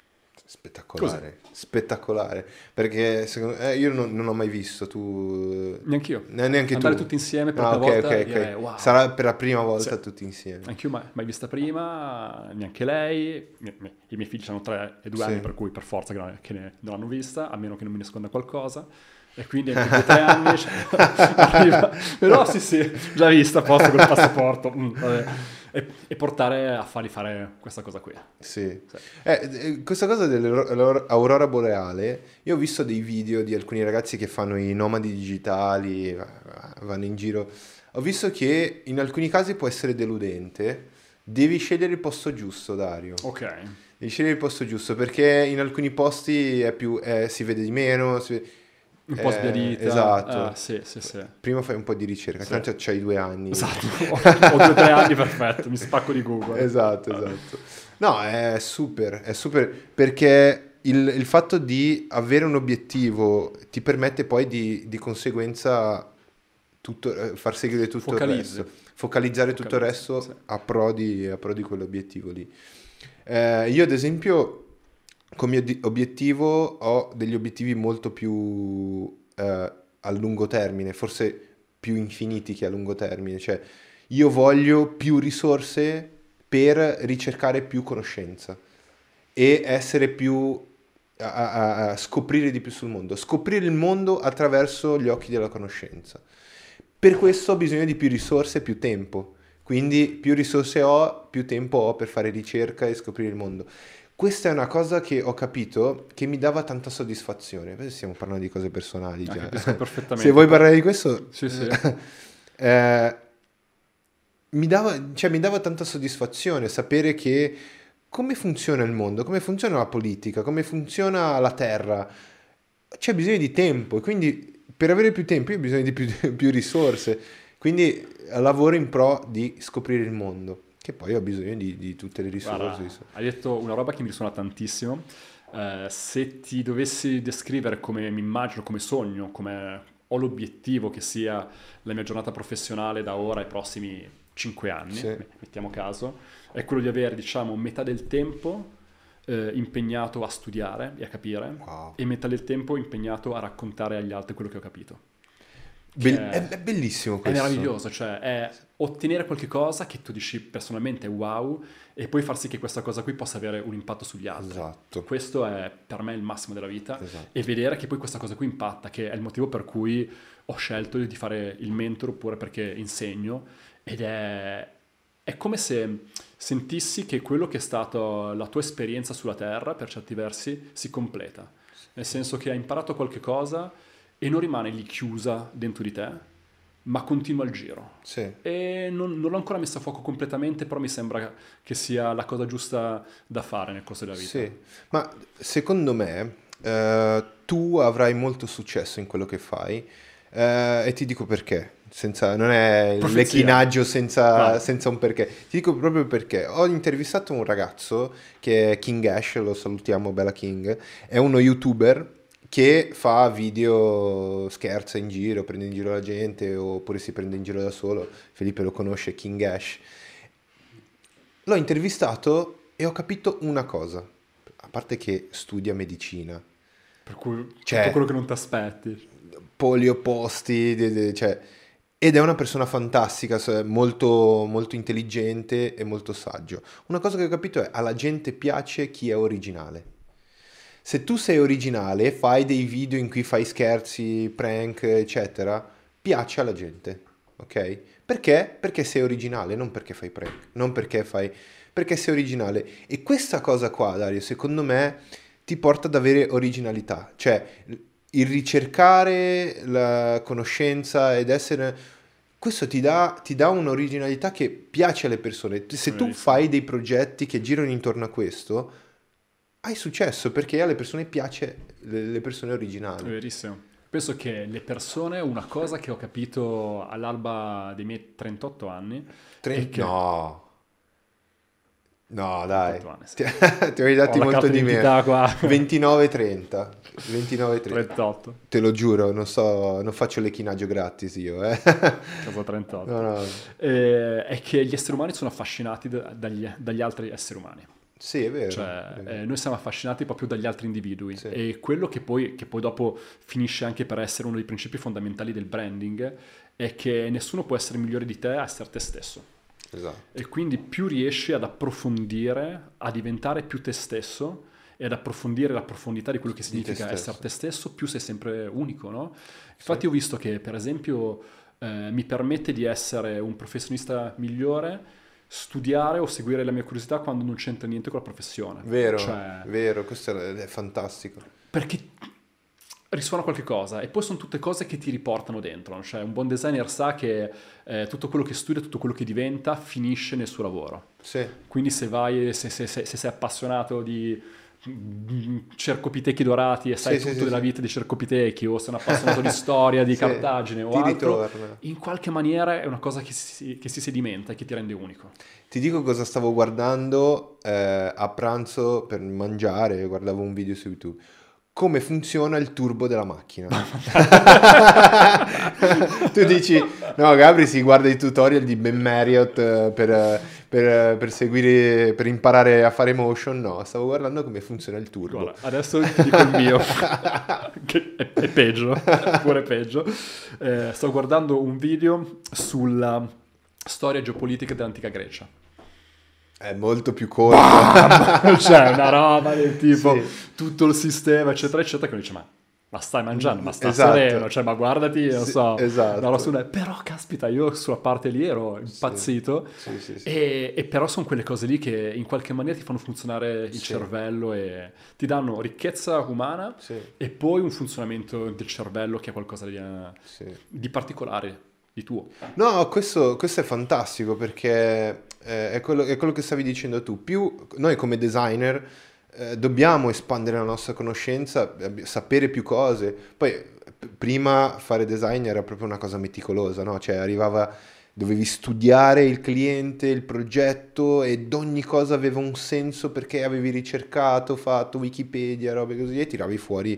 [SPEAKER 1] Spettacolare, perché secondo io non ho mai visto, tu...
[SPEAKER 2] Neanch'io.
[SPEAKER 1] Neanche
[SPEAKER 2] andare
[SPEAKER 1] tu.
[SPEAKER 2] tutti insieme per una volta e dire, wow.
[SPEAKER 1] Sarà per la prima volta tutti insieme.
[SPEAKER 2] Anch'io mai vista prima, neanche lei. I miei figli hanno 3 e 2 anni, per cui per forza che non l'hanno vista, a meno che non mi nasconda qualcosa. E quindi anche 2 o 3 anni arriva. Però sì, già vista, a posto col passaporto. Vabbè. E portare a fargli fare questa cosa qui.
[SPEAKER 1] Sì. Questa cosa dell'aurora boreale, io ho visto dei video di alcuni ragazzi che fanno i nomadi digitali, vanno in giro. Ho visto che in alcuni casi può essere deludente. Devi scegliere il posto giusto, Dario.
[SPEAKER 2] Ok.
[SPEAKER 1] Devi scegliere il posto giusto perché in alcuni posti si vede di meno,
[SPEAKER 2] un po' sbiadita.
[SPEAKER 1] Esatto.
[SPEAKER 2] Sì.
[SPEAKER 1] Prima fai un po' di ricerca, tanto c'hai 2 anni.
[SPEAKER 2] Esatto, ho 2 o 3 anni, perfetto, mi spacco di Google.
[SPEAKER 1] Esatto. No, è super perché il fatto di avere un obiettivo ti permette poi di conseguenza far seguire tutto il resto. Focalizzare tutto il resto
[SPEAKER 2] sì.
[SPEAKER 1] a pro di quell'obiettivo lì. Io ad esempio come obiettivo ho degli obiettivi molto più a lungo termine, forse più infiniti che a lungo termine, cioè io voglio più risorse per ricercare più conoscenza e essere più a scoprire di più sul mondo, scoprire il mondo attraverso gli occhi della conoscenza. Per questo ho bisogno di più risorse e più tempo, quindi più risorse ho, più tempo ho per fare ricerca e scoprire il mondo. Questa è una cosa che ho capito che mi dava tanta soddisfazione. Stiamo parlando di cose personali già.
[SPEAKER 2] Capisco perfettamente.
[SPEAKER 1] Se vuoi parlare di questo...
[SPEAKER 2] Sì.
[SPEAKER 1] mi dava tanta soddisfazione sapere che come funziona il mondo, come funziona la politica, come funziona la terra. C'è bisogno di tempo e quindi per avere più tempo io ho bisogno di più risorse. Quindi lavoro in pro di scoprire il mondo. Che poi ho bisogno di tutte le risorse.
[SPEAKER 2] Guarda, hai detto una roba che mi risuona tantissimo. Se ti dovessi descrivere come mi immagino, come sogno, come ho l'obiettivo che sia la mia giornata professionale da ora ai prossimi 5 anni,
[SPEAKER 1] Sì.
[SPEAKER 2] mettiamo caso, è quello di avere, diciamo, metà del tempo impegnato a studiare e a capire
[SPEAKER 1] Wow.
[SPEAKER 2] e metà del tempo impegnato a raccontare agli altri quello che ho capito.
[SPEAKER 1] È bellissimo
[SPEAKER 2] È
[SPEAKER 1] questo.
[SPEAKER 2] meraviglioso, cioè è ottenere qualche cosa che tu dici personalmente wow e poi far sì che questa cosa qui possa avere un impatto sugli altri.
[SPEAKER 1] Esatto.
[SPEAKER 2] Questo è per me il massimo della vita
[SPEAKER 1] Esatto.
[SPEAKER 2] e vedere che poi questa cosa qui impatta, che è il motivo per cui ho scelto di fare il mentor oppure perché insegno ed è come se sentissi che quello che è stato la tua esperienza sulla Terra per certi versi si completa, nel senso che hai imparato qualche cosa e non rimane lì chiusa dentro di te, ma continua il giro.
[SPEAKER 1] Sì.
[SPEAKER 2] E non l'ho ancora messa a fuoco completamente, però mi sembra che sia la cosa giusta da fare nel corso della vita.
[SPEAKER 1] Sì, ma secondo me tu avrai molto successo in quello che fai e ti dico perché. Non è il
[SPEAKER 2] Profezia.
[SPEAKER 1] lecchinaggio
[SPEAKER 2] Vai.
[SPEAKER 1] senza un perché. Ti dico proprio perché. Ho intervistato un ragazzo che è King Ash, lo salutiamo, Bella King. È uno YouTuber che fa video, scherza in giro, prende in giro la gente oppure si prende in giro da solo. Felipe lo conosce, King Ash. L'ho intervistato e ho capito una cosa, a parte che studia medicina,
[SPEAKER 2] Per cui
[SPEAKER 1] Cioè-
[SPEAKER 2] tutto quello che non ti aspetti.
[SPEAKER 1] poli opposti, cioè, ed è una persona fantastica, molto, molto intelligente e molto saggio. Una cosa che ho capito è alla gente piace chi è originale. Se tu sei originale, fai dei video in cui fai scherzi, prank, eccetera, piace alla gente, ok? Perché? Perché sei originale, non perché fai prank, non perché fai... perché sei originale. E questa cosa qua, Dario, secondo me ti porta ad avere originalità. Cioè, il ricercare la conoscenza ed essere... Questo ti dà un'originalità che piace alle persone. Se tu
[SPEAKER 2] Verissimo.
[SPEAKER 1] fai dei progetti che girano intorno a questo, hai successo perché alle persone piace le persone
[SPEAKER 2] È
[SPEAKER 1] originali.
[SPEAKER 2] verissimo. Penso che le persone, una cosa che ho capito all'alba dei miei 38 anni, è che...
[SPEAKER 1] No, dai.
[SPEAKER 2] 38 anni, sì.
[SPEAKER 1] Ti avevi dati
[SPEAKER 2] Ho la
[SPEAKER 1] molto
[SPEAKER 2] carta
[SPEAKER 1] di
[SPEAKER 2] d'identità
[SPEAKER 1] meno.
[SPEAKER 2] qua.
[SPEAKER 1] 29-30. 29-30.
[SPEAKER 2] 38.
[SPEAKER 1] Te lo giuro, non faccio lecchinaggio gratis io, eh.
[SPEAKER 2] Casa 38.
[SPEAKER 1] No, no.
[SPEAKER 2] È che gli esseri umani sono affascinati dagli altri esseri umani.
[SPEAKER 1] Sì, è vero.
[SPEAKER 2] Cioè,
[SPEAKER 1] è vero.
[SPEAKER 2] noi siamo affascinati proprio dagli altri individui
[SPEAKER 1] Sì.
[SPEAKER 2] e quello che poi dopo finisce anche per essere uno dei principi fondamentali del branding è che nessuno può essere migliore di te a essere te stesso.
[SPEAKER 1] Esatto.
[SPEAKER 2] E quindi più riesci ad approfondire, a diventare più te stesso e ad approfondire la profondità di quello che significa
[SPEAKER 1] te stesso.
[SPEAKER 2] essere te stesso, più sei sempre unico, no? Infatti ho visto che, per esempio, mi permette di essere un professionista migliore studiare o seguire la mia curiosità quando non c'entra niente con la professione.
[SPEAKER 1] Vero,
[SPEAKER 2] Cioè,
[SPEAKER 1] vero, questo è fantastico.
[SPEAKER 2] perché risuona qualche cosa e poi sono tutte cose che ti riportano dentro, cioè un buon designer sa che tutto quello che studia, tutto quello che diventa finisce nel suo lavoro.
[SPEAKER 1] Sì,
[SPEAKER 2] Quindi se sei appassionato di cercopitechi dorati e sai
[SPEAKER 1] Sì, sì,
[SPEAKER 2] tutto
[SPEAKER 1] sì,
[SPEAKER 2] della
[SPEAKER 1] sì.
[SPEAKER 2] vita di cercopitechi o sei un appassionato di storia, di
[SPEAKER 1] Sì,
[SPEAKER 2] Cartagine o
[SPEAKER 1] ti
[SPEAKER 2] altro,
[SPEAKER 1] ritorna.
[SPEAKER 2] in qualche maniera è una cosa che si sedimenta e che ti rende unico.
[SPEAKER 1] Ti dico cosa stavo guardando a pranzo per mangiare, guardavo un video su YouTube. Come funziona il turbo della macchina. Tu dici, no, Gabri si guarda i tutorial di Ben Marriott per seguire, per imparare a fare motion. No, stavo guardando come funziona il turbo.
[SPEAKER 2] Guarda, adesso ti dico il mio, che è peggio, pure peggio. Sto guardando un video sulla storia geopolitica dell'antica Grecia.
[SPEAKER 1] È molto più corto.
[SPEAKER 2] C'è una roba del tipo
[SPEAKER 1] Sì.
[SPEAKER 2] tutto il sistema, eccetera, eccetera, che uno dice, ma stai mangiando, ma sta
[SPEAKER 1] Esatto.
[SPEAKER 2] sereno, cioè, ma guardati, non
[SPEAKER 1] Sì,
[SPEAKER 2] so,
[SPEAKER 1] esatto.
[SPEAKER 2] una roba su- però caspita, io sulla parte lì ero impazzito,
[SPEAKER 1] Sì, sì, sì.
[SPEAKER 2] e però sono quelle cose lì che in qualche maniera ti fanno funzionare il
[SPEAKER 1] Sì.
[SPEAKER 2] cervello e ti danno ricchezza umana
[SPEAKER 1] Sì.
[SPEAKER 2] e poi un funzionamento del cervello che è qualcosa
[SPEAKER 1] Sì.
[SPEAKER 2] di particolare, di tuo.
[SPEAKER 1] No, questo è fantastico perché è quello che stavi dicendo tu. Più noi come designer dobbiamo espandere la nostra conoscenza, sapere più cose. Poi prima fare design era proprio una cosa meticolosa, no? Cioè dovevi studiare il cliente, il progetto ed ogni cosa aveva un senso perché avevi ricercato, fatto Wikipedia, robe così e tiravi fuori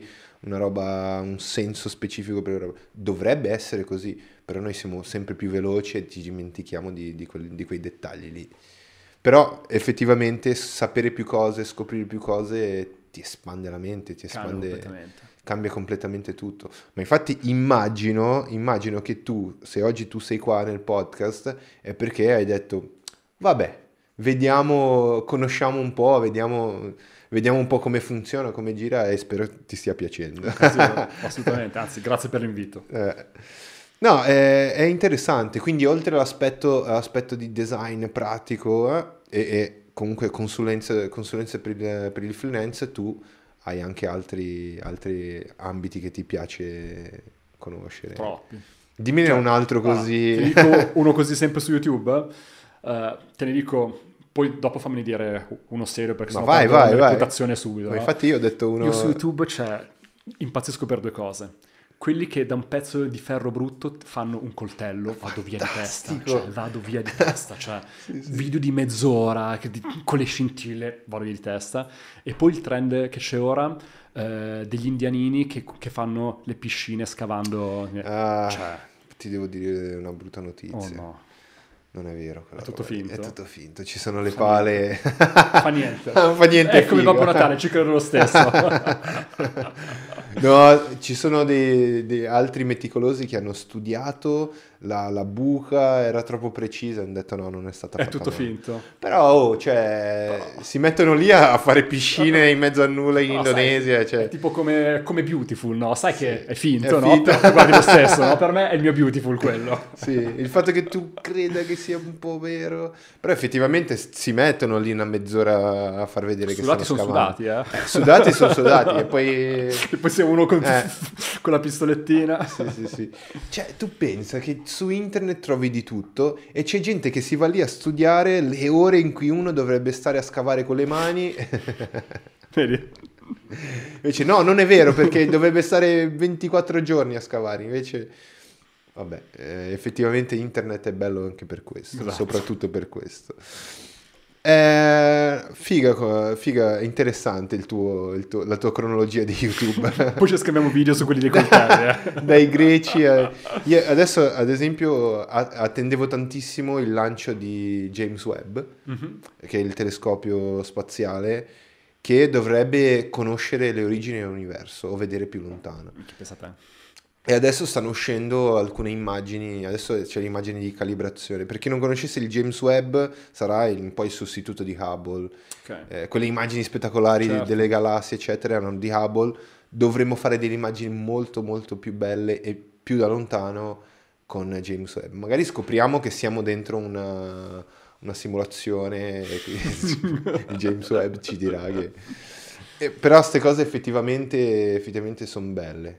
[SPEAKER 1] una roba, un senso specifico per la roba. Dovrebbe essere così, però noi siamo sempre più veloci e ci dimentichiamo di quei dettagli lì. Però effettivamente sapere più cose, scoprire più cose ti espande la mente, cambia completamente tutto. Ma infatti immagino che tu, se oggi tu sei qua nel podcast, è perché hai detto, vabbè, vediamo, conosciamo un po', vediamo un po' come funziona, come gira e spero ti stia piacendo.
[SPEAKER 2] Assolutamente, anzi, grazie per l'invito.
[SPEAKER 1] No, è interessante, quindi oltre all'aspetto di design pratico e comunque consulenze per il freelance, tu hai anche altri ambiti che ti piace conoscere.
[SPEAKER 2] Troppi.
[SPEAKER 1] Dimmene un altro così.
[SPEAKER 2] Ti dico uno così sempre su YouTube, te ne dico, poi dopo fammi dire uno serio perché sennò
[SPEAKER 1] vai,
[SPEAKER 2] perdo la mia
[SPEAKER 1] vai.
[SPEAKER 2] reputazione subito.
[SPEAKER 1] Ma infatti io ho detto uno...
[SPEAKER 2] Io su YouTube impazzisco per due cose. Quelli che da un pezzo di ferro brutto fanno un coltello, vado via di testa, cioè
[SPEAKER 1] sì.
[SPEAKER 2] Video di mezz'ora con le scintille, vado via di testa. E poi il trend che c'è ora degli indianini che fanno le piscine scavando.
[SPEAKER 1] Ti devo dire una brutta notizia.
[SPEAKER 2] Oh no.
[SPEAKER 1] Non è vero.
[SPEAKER 2] È tutto finto.
[SPEAKER 1] È tutto finto. Ci sono le pale.
[SPEAKER 2] Fa niente.
[SPEAKER 1] Non fa niente.
[SPEAKER 2] È come Babbo Natale, ci credo lo stesso.
[SPEAKER 1] No, ci sono dei altri meticolosi che hanno studiato la buca, era troppo precisa, hanno detto no, non è stata fatta
[SPEAKER 2] È tutto
[SPEAKER 1] male.
[SPEAKER 2] finto.
[SPEAKER 1] Però, si mettono lì a fare piscine in mezzo a nulla in Indonesia.
[SPEAKER 2] Sai,
[SPEAKER 1] cioè...
[SPEAKER 2] È tipo come Beautiful, no? Sai che è finto,
[SPEAKER 1] è
[SPEAKER 2] no?
[SPEAKER 1] finto.
[SPEAKER 2] Però guardi lo stesso, no? Per me è il mio Beautiful quello.
[SPEAKER 1] Sì, il fatto che tu creda che sia un po' vero, però effettivamente si mettono lì una mezz'ora a far vedere
[SPEAKER 2] Sudati
[SPEAKER 1] che stanno
[SPEAKER 2] sono
[SPEAKER 1] scavando.
[SPEAKER 2] sudati,
[SPEAKER 1] Sudati sono sudati e poi...
[SPEAKER 2] E poi sei uno con la pistolettina.
[SPEAKER 1] Sì. Cioè, tu pensa che su internet trovi di tutto e c'è gente che si va lì a studiare le ore in cui uno dovrebbe stare a scavare con le mani.
[SPEAKER 2] Vedi?
[SPEAKER 1] Invece no, non è vero, perché dovrebbe stare 24 giorni a scavare. Invece, vabbè, effettivamente internet è bello anche per questo,
[SPEAKER 2] esatto.
[SPEAKER 1] Soprattutto per questo. Figa, interessante la tua cronologia di YouTube.
[SPEAKER 2] Poi ci scriviamo video su quelli dei coltelli.
[SPEAKER 1] Dai greci io adesso, ad esempio, attendevo tantissimo il lancio di James Webb, che è il telescopio spaziale, che dovrebbe conoscere le origini dell'universo o vedere più lontano.
[SPEAKER 2] Che pensa te?
[SPEAKER 1] E adesso stanno uscendo alcune immagini, adesso c'è l'immagine di calibrazione. Per chi non conoscesse il James Webb sarà un po' il sostituto di Hubble.
[SPEAKER 2] Okay.
[SPEAKER 1] Quelle immagini spettacolari
[SPEAKER 2] certo.
[SPEAKER 1] delle galassie eccetera erano di Hubble. Dovremmo fare delle immagini molto molto più belle e più da lontano con James Webb. Magari scopriamo che siamo dentro una simulazione e il James Webb ci dirà che... però queste cose effettivamente sono belle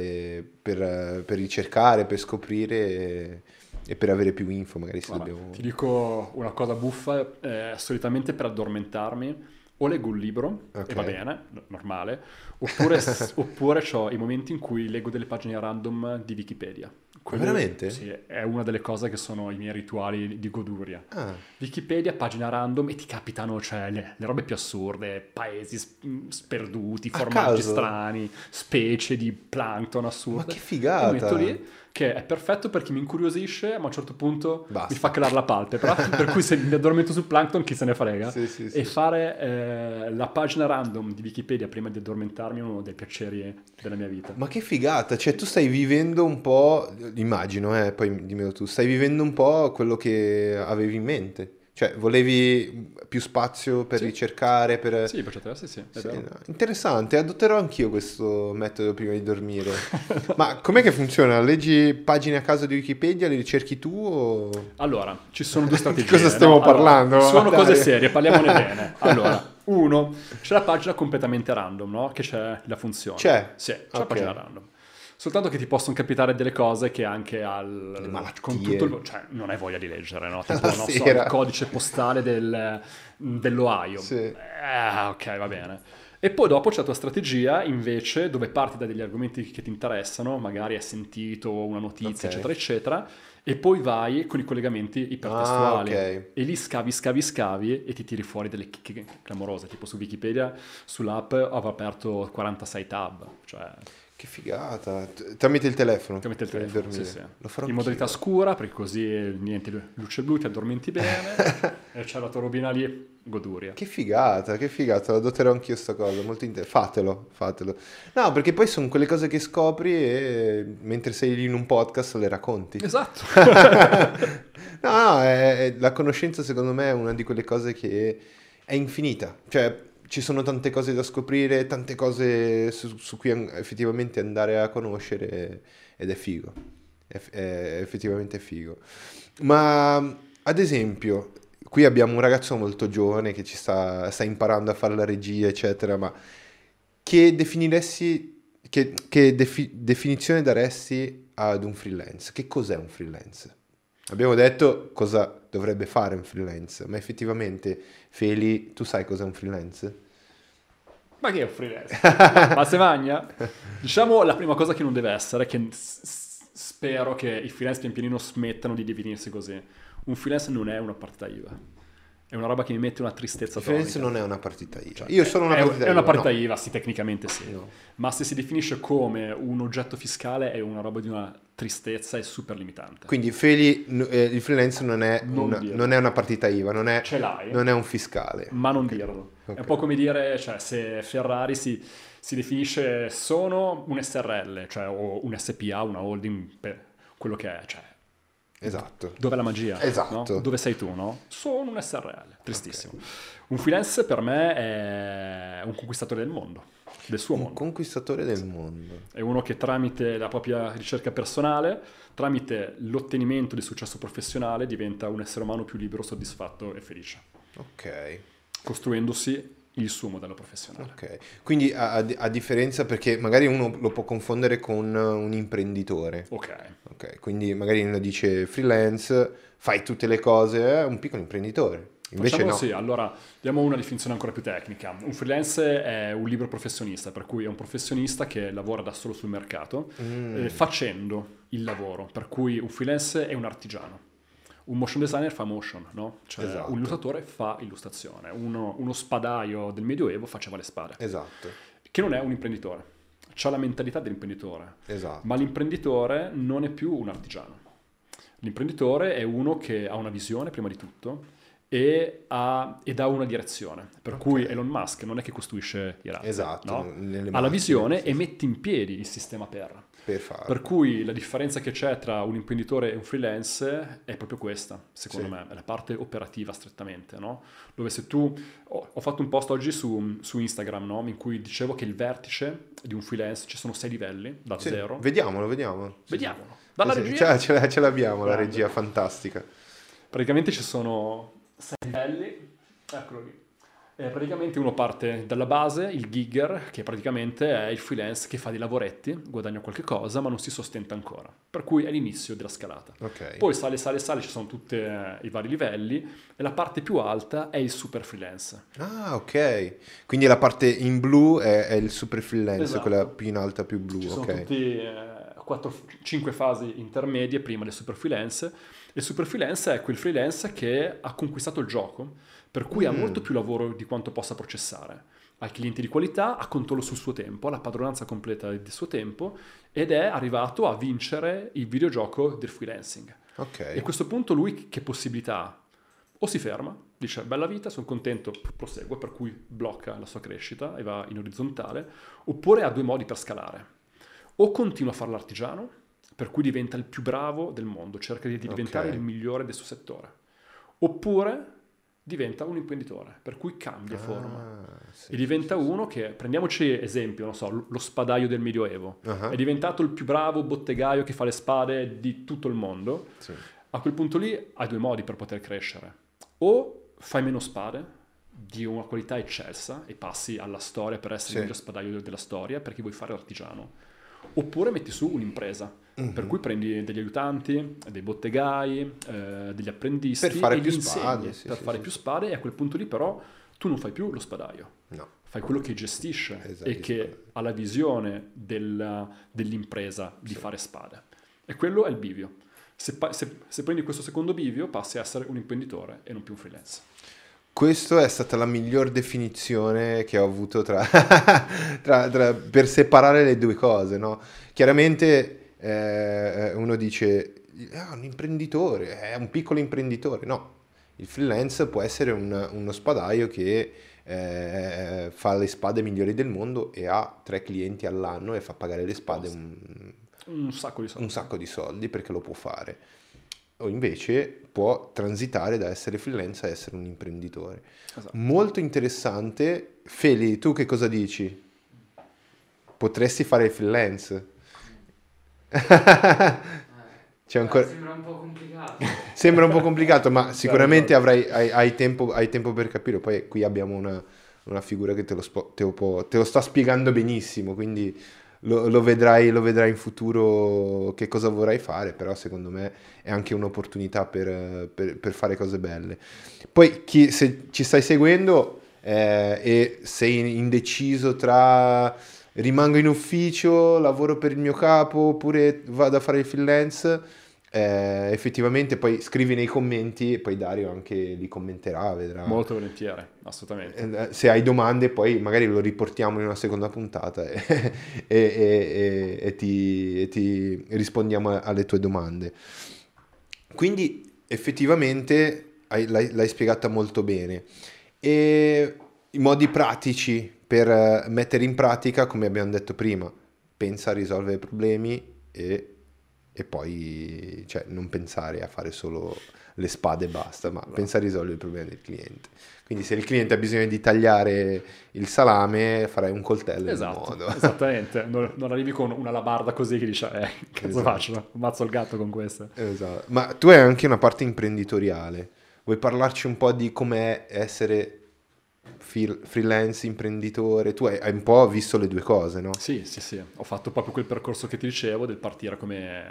[SPEAKER 1] per ricercare, per scoprire e per avere più info, magari se dobbiamo...
[SPEAKER 2] Ti dico una cosa buffa, solitamente per addormentarmi o leggo un libro, e va bene, normale, oppure ho i momenti in cui leggo delle pagine random di Wikipedia.
[SPEAKER 1] Veramente?
[SPEAKER 2] Sì, è una delle cose che sono i miei rituali di goduria.
[SPEAKER 1] Ah.
[SPEAKER 2] Wikipedia, pagina random, e ti capitano le robe più assurde, paesi sperduti, formaggi strani, specie di plankton assurde.
[SPEAKER 1] Ma che figata!
[SPEAKER 2] E metto lì, che è perfetto per chi mi incuriosisce, ma a un certo punto
[SPEAKER 1] basta.
[SPEAKER 2] mi fa calare la palpebra, per cui se mi addormento sul plankton chi se ne frega.
[SPEAKER 1] Sì.
[SPEAKER 2] E fare la pagina random di Wikipedia prima di addormentarmi è uno dei piaceri della mia vita.
[SPEAKER 1] Ma che figata, cioè tu stai vivendo un po', immagino, poi dimmelo tu, stai vivendo un po' quello che avevi in mente. Cioè, volevi più spazio per ricercare, per...
[SPEAKER 2] Sì, per certi versi sì, è vero.
[SPEAKER 1] No, interessante, adotterò anch'io questo metodo prima di dormire. Ma com'è che funziona? Leggi pagine a caso di Wikipedia, le ricerchi tu o...
[SPEAKER 2] Allora, ci sono due strategie.
[SPEAKER 1] Di cosa stiamo parlando?
[SPEAKER 2] Allora, sono cose serie, parliamone bene. Allora, uno, c'è la pagina completamente random, no? Che c'è la funzione.
[SPEAKER 1] C'è?
[SPEAKER 2] Sì, c'è la pagina random. Soltanto che ti possono capitare delle cose che anche
[SPEAKER 1] le malattie.
[SPEAKER 2] con tutto cioè non hai voglia di leggere, no? Tipo, non so, il codice postale dell'Ohio.
[SPEAKER 1] Sì.
[SPEAKER 2] Ok, va bene. E poi dopo c'è la tua strategia invece dove parti da degli argomenti che ti interessano, magari hai sentito una notizia,
[SPEAKER 1] Ok.
[SPEAKER 2] eccetera, eccetera, e poi vai con i collegamenti
[SPEAKER 1] Ah,
[SPEAKER 2] ipertestuali.
[SPEAKER 1] ok.
[SPEAKER 2] E lì scavi e ti tiri fuori delle chicche clamorose, tipo su Wikipedia, sull'app avevo aperto 46 tab, cioè
[SPEAKER 1] Che figata. Tramite il telefono.
[SPEAKER 2] tramite il
[SPEAKER 1] per
[SPEAKER 2] telefono, sì,
[SPEAKER 1] dormire.
[SPEAKER 2] sì.
[SPEAKER 1] Lo farò
[SPEAKER 2] In modalità
[SPEAKER 1] anch'io.
[SPEAKER 2] scura, perché così niente luce blu, ti addormenti bene, e c'è la tua robina lì, goduria.
[SPEAKER 1] Che figata, lo adotterò anch'io sta cosa, molto fatelo, fatelo. No, perché poi sono quelle cose che scopri e mentre sei lì in un podcast le racconti.
[SPEAKER 2] Esatto.
[SPEAKER 1] No, no, la conoscenza secondo me è una di quelle cose che è infinita. Cioè, ci sono tante cose da scoprire, tante cose su cui effettivamente andare a conoscere ed è figo. È effettivamente figo. Ma ad esempio, qui abbiamo un ragazzo molto giovane che sta imparando a fare la regia, eccetera, ma che definiresti, definizione daresti ad un freelance? Che cos'è un freelance? Abbiamo detto cosa dovrebbe fare un freelance, ma effettivamente, Feli, tu sai cos'è un freelance?
[SPEAKER 2] Ma che è un freelance? Ma se magna? Diciamo la prima cosa che non deve essere, che spero che i freelance pian pianino smettano di definirsi così. Un freelance non è una partita IVA. È una roba che mi mette una tristezza
[SPEAKER 1] Il freelance
[SPEAKER 2] tonica.
[SPEAKER 1] non è una partita IVA. Io sono una
[SPEAKER 2] È
[SPEAKER 1] partita
[SPEAKER 2] è una
[SPEAKER 1] IVA,
[SPEAKER 2] partita
[SPEAKER 1] no.
[SPEAKER 2] IVA, sì, tecnicamente sì.
[SPEAKER 1] No.
[SPEAKER 2] Ma se si definisce come un oggetto fiscale è una roba di una tristezza e super limitante.
[SPEAKER 1] Quindi Feli, il freelance non è,
[SPEAKER 2] Non dirlo.
[SPEAKER 1] non è una partita IVA,
[SPEAKER 2] Ce l'hai,
[SPEAKER 1] non è un fiscale.
[SPEAKER 2] ma non dirlo. È
[SPEAKER 1] Ok.
[SPEAKER 2] un po' come dire, cioè, se Ferrari si definisce sono un SRL, cioè o un SPA, una holding, per quello che è, cioè,
[SPEAKER 1] Esatto.
[SPEAKER 2] dov'è la magia?
[SPEAKER 1] Esatto.
[SPEAKER 2] No? Dove sei tu, no? Sono un SRL, tristissimo. Un freelance per me è un conquistatore del mondo, del suo
[SPEAKER 1] Un
[SPEAKER 2] mondo.
[SPEAKER 1] conquistatore del mondo.
[SPEAKER 2] È uno che tramite la propria ricerca personale, tramite l'ottenimento di successo professionale, diventa un essere umano più libero, soddisfatto e felice,
[SPEAKER 1] Ok.
[SPEAKER 2] costruendosi il suo modello professionale.
[SPEAKER 1] Ok, quindi a differenza, perché magari uno lo può confondere con un imprenditore,
[SPEAKER 2] Ok.
[SPEAKER 1] ok? Quindi magari uno dice freelance, fai tutte le cose, è un piccolo imprenditore, invece
[SPEAKER 2] Facciamolo
[SPEAKER 1] no.
[SPEAKER 2] sì, allora diamo una definizione ancora più tecnica. Un freelance è un libero professionista, per cui è un professionista che lavora da solo sul mercato, facendo il lavoro, per cui un freelance è un artigiano. Un motion designer fa motion, no? Cioè
[SPEAKER 1] Esatto.
[SPEAKER 2] un illustratore fa illustrazione, uno spadaio del Medioevo faceva le spade,
[SPEAKER 1] Esatto,
[SPEAKER 2] che non è un imprenditore. C'ha la mentalità dell'imprenditore,
[SPEAKER 1] esatto.
[SPEAKER 2] ma l'imprenditore non è più un artigiano. L'imprenditore è uno che ha una visione, prima di tutto, e ha una direzione. Per cui Elon Musk non è che costruisce i razzi,
[SPEAKER 1] Esatto,
[SPEAKER 2] no?
[SPEAKER 1] nelle
[SPEAKER 2] Ha la
[SPEAKER 1] macchine,
[SPEAKER 2] visione
[SPEAKER 1] sì,
[SPEAKER 2] e
[SPEAKER 1] sì.
[SPEAKER 2] mette in piedi il sistema per.
[SPEAKER 1] Per farlo.
[SPEAKER 2] Per cui la differenza che c'è tra un imprenditore e un freelance è proprio questa, secondo
[SPEAKER 1] Sì.
[SPEAKER 2] me, è la parte operativa strettamente, no? Dove se tu... Ho fatto un post oggi su Instagram, no? In cui dicevo che il vertice di un freelance, ci sono 6 livelli, da
[SPEAKER 1] Sì,
[SPEAKER 2] 0.
[SPEAKER 1] vediamolo. Sì,
[SPEAKER 2] Vediamolo.
[SPEAKER 1] sì.
[SPEAKER 2] Dalla
[SPEAKER 1] Sì, sì,
[SPEAKER 2] regia.
[SPEAKER 1] ce l'abbiamo, la
[SPEAKER 2] Grande.
[SPEAKER 1] regia fantastica.
[SPEAKER 2] Praticamente ci sono 6 livelli, eccolo lì. E praticamente uno parte dalla base, il gigger, che praticamente è il freelance che fa dei lavoretti, guadagna qualche cosa, ma non si sostenta ancora. Per cui è l'inizio della scalata.
[SPEAKER 1] Ok.
[SPEAKER 2] Poi sale, ci sono tutti i vari livelli, e la parte più alta è il super freelance.
[SPEAKER 1] Ah, ok. Quindi la parte in blu è il super freelance,
[SPEAKER 2] Esatto.
[SPEAKER 1] quella più in alta, più blu,
[SPEAKER 2] Ci sono
[SPEAKER 1] ok.
[SPEAKER 2] tutti 5 fasi intermedie prima del super freelance. Il super freelance è quel freelance che ha conquistato il gioco, per cui ha molto più lavoro di quanto possa processare. Ha clienti di qualità, ha controllo sul suo tempo, ha la padronanza completa del suo tempo ed è arrivato a vincere il videogioco del freelancing.
[SPEAKER 1] Ok.
[SPEAKER 2] E a questo punto lui che possibilità ha? O si ferma, dice bella vita, sono contento, prosegue, per cui blocca la sua crescita e va in orizzontale, oppure ha 2 modi per scalare. O continua a fare l'artigiano, per cui diventa il più bravo del mondo, cerca di diventare
[SPEAKER 1] Ok.
[SPEAKER 2] il migliore del suo settore. Oppure diventa un imprenditore, per cui cambia forma.
[SPEAKER 1] Sì,
[SPEAKER 2] E diventa uno che, prendiamoci esempio, non so, lo spadaio del Medioevo.
[SPEAKER 1] Ah.
[SPEAKER 2] È diventato il più bravo bottegaio che fa le spade di tutto il mondo.
[SPEAKER 1] Sì.
[SPEAKER 2] A quel punto lì hai 2 modi per poter crescere. O fai meno spade, di una qualità eccelsa, e passi alla storia per essere
[SPEAKER 1] Sì.
[SPEAKER 2] il miglior spadaio della storia, perché vuoi fare l'artigiano. Oppure metti su un'impresa, per cui prendi degli aiutanti, dei bottegai, degli apprendisti
[SPEAKER 1] Per fare
[SPEAKER 2] e
[SPEAKER 1] più
[SPEAKER 2] gli
[SPEAKER 1] spade,
[SPEAKER 2] insegni
[SPEAKER 1] sì,
[SPEAKER 2] per
[SPEAKER 1] sì,
[SPEAKER 2] fare
[SPEAKER 1] sì.
[SPEAKER 2] più spade, e a quel punto lì però tu non fai più lo spadaio.
[SPEAKER 1] No.
[SPEAKER 2] fai quello che gestisce
[SPEAKER 1] Esatto,
[SPEAKER 2] e che ha la visione dell'impresa di
[SPEAKER 1] Sì.
[SPEAKER 2] fare spade. E quello è il bivio. Se prendi questo secondo bivio, passi a essere un imprenditore e non più un freelance.
[SPEAKER 1] Questa è stata la miglior definizione che ho avuto per separare le due cose, no? Chiaramente uno dice, un imprenditore, è un piccolo imprenditore. No, il freelance può essere uno spadaio che fa le spade migliori del mondo e ha 3 clienti all'anno e fa pagare le spade
[SPEAKER 2] Un sacco di soldi.
[SPEAKER 1] un sacco di soldi perché lo può fare. O invece può transitare da essere freelance a essere un imprenditore.
[SPEAKER 2] Esatto.
[SPEAKER 1] Molto interessante. Feli, tu che cosa dici? Potresti fare il freelance? C'è ancora...
[SPEAKER 3] Sembra un po' complicato.
[SPEAKER 1] Sembra un po' complicato, ma sicuramente hai tempo per capire. Poi qui abbiamo una figura che te lo sta spiegando benissimo, quindi lo vedrai in futuro che cosa vorrai fare, però secondo me è anche un'opportunità per fare cose belle. Poi se ci stai seguendo e sei indeciso tra rimango in ufficio, lavoro per il mio capo oppure vado a fare il freelance, effettivamente poi scrivi nei commenti e poi Dario anche li commenterà, vedrà.
[SPEAKER 2] Molto volentieri, assolutamente.
[SPEAKER 1] Se hai domande poi magari lo riportiamo in una seconda puntata e ti rispondiamo alle tue domande. Quindi effettivamente l'hai spiegata molto bene. E i modi pratici per mettere in pratica, come abbiamo detto prima, pensa a risolvere i problemi e poi cioè, non pensare a fare solo le spade e basta, ma pensa a risolvere il problema del cliente. Quindi se il cliente ha bisogno di tagliare il salame, farai un coltello in modo.
[SPEAKER 2] Esattamente. Non arrivi con una alabarda così che dici, cazzo
[SPEAKER 1] Esatto.
[SPEAKER 2] faccio? Ammazzo il gatto con questa.
[SPEAKER 1] Esatto. Ma tu hai anche una parte imprenditoriale. Vuoi parlarci un po' di com'è essere freelance, imprenditore? Tu hai un po' visto le due cose, no?
[SPEAKER 2] Sì. Ho fatto proprio quel percorso che ti dicevo del partire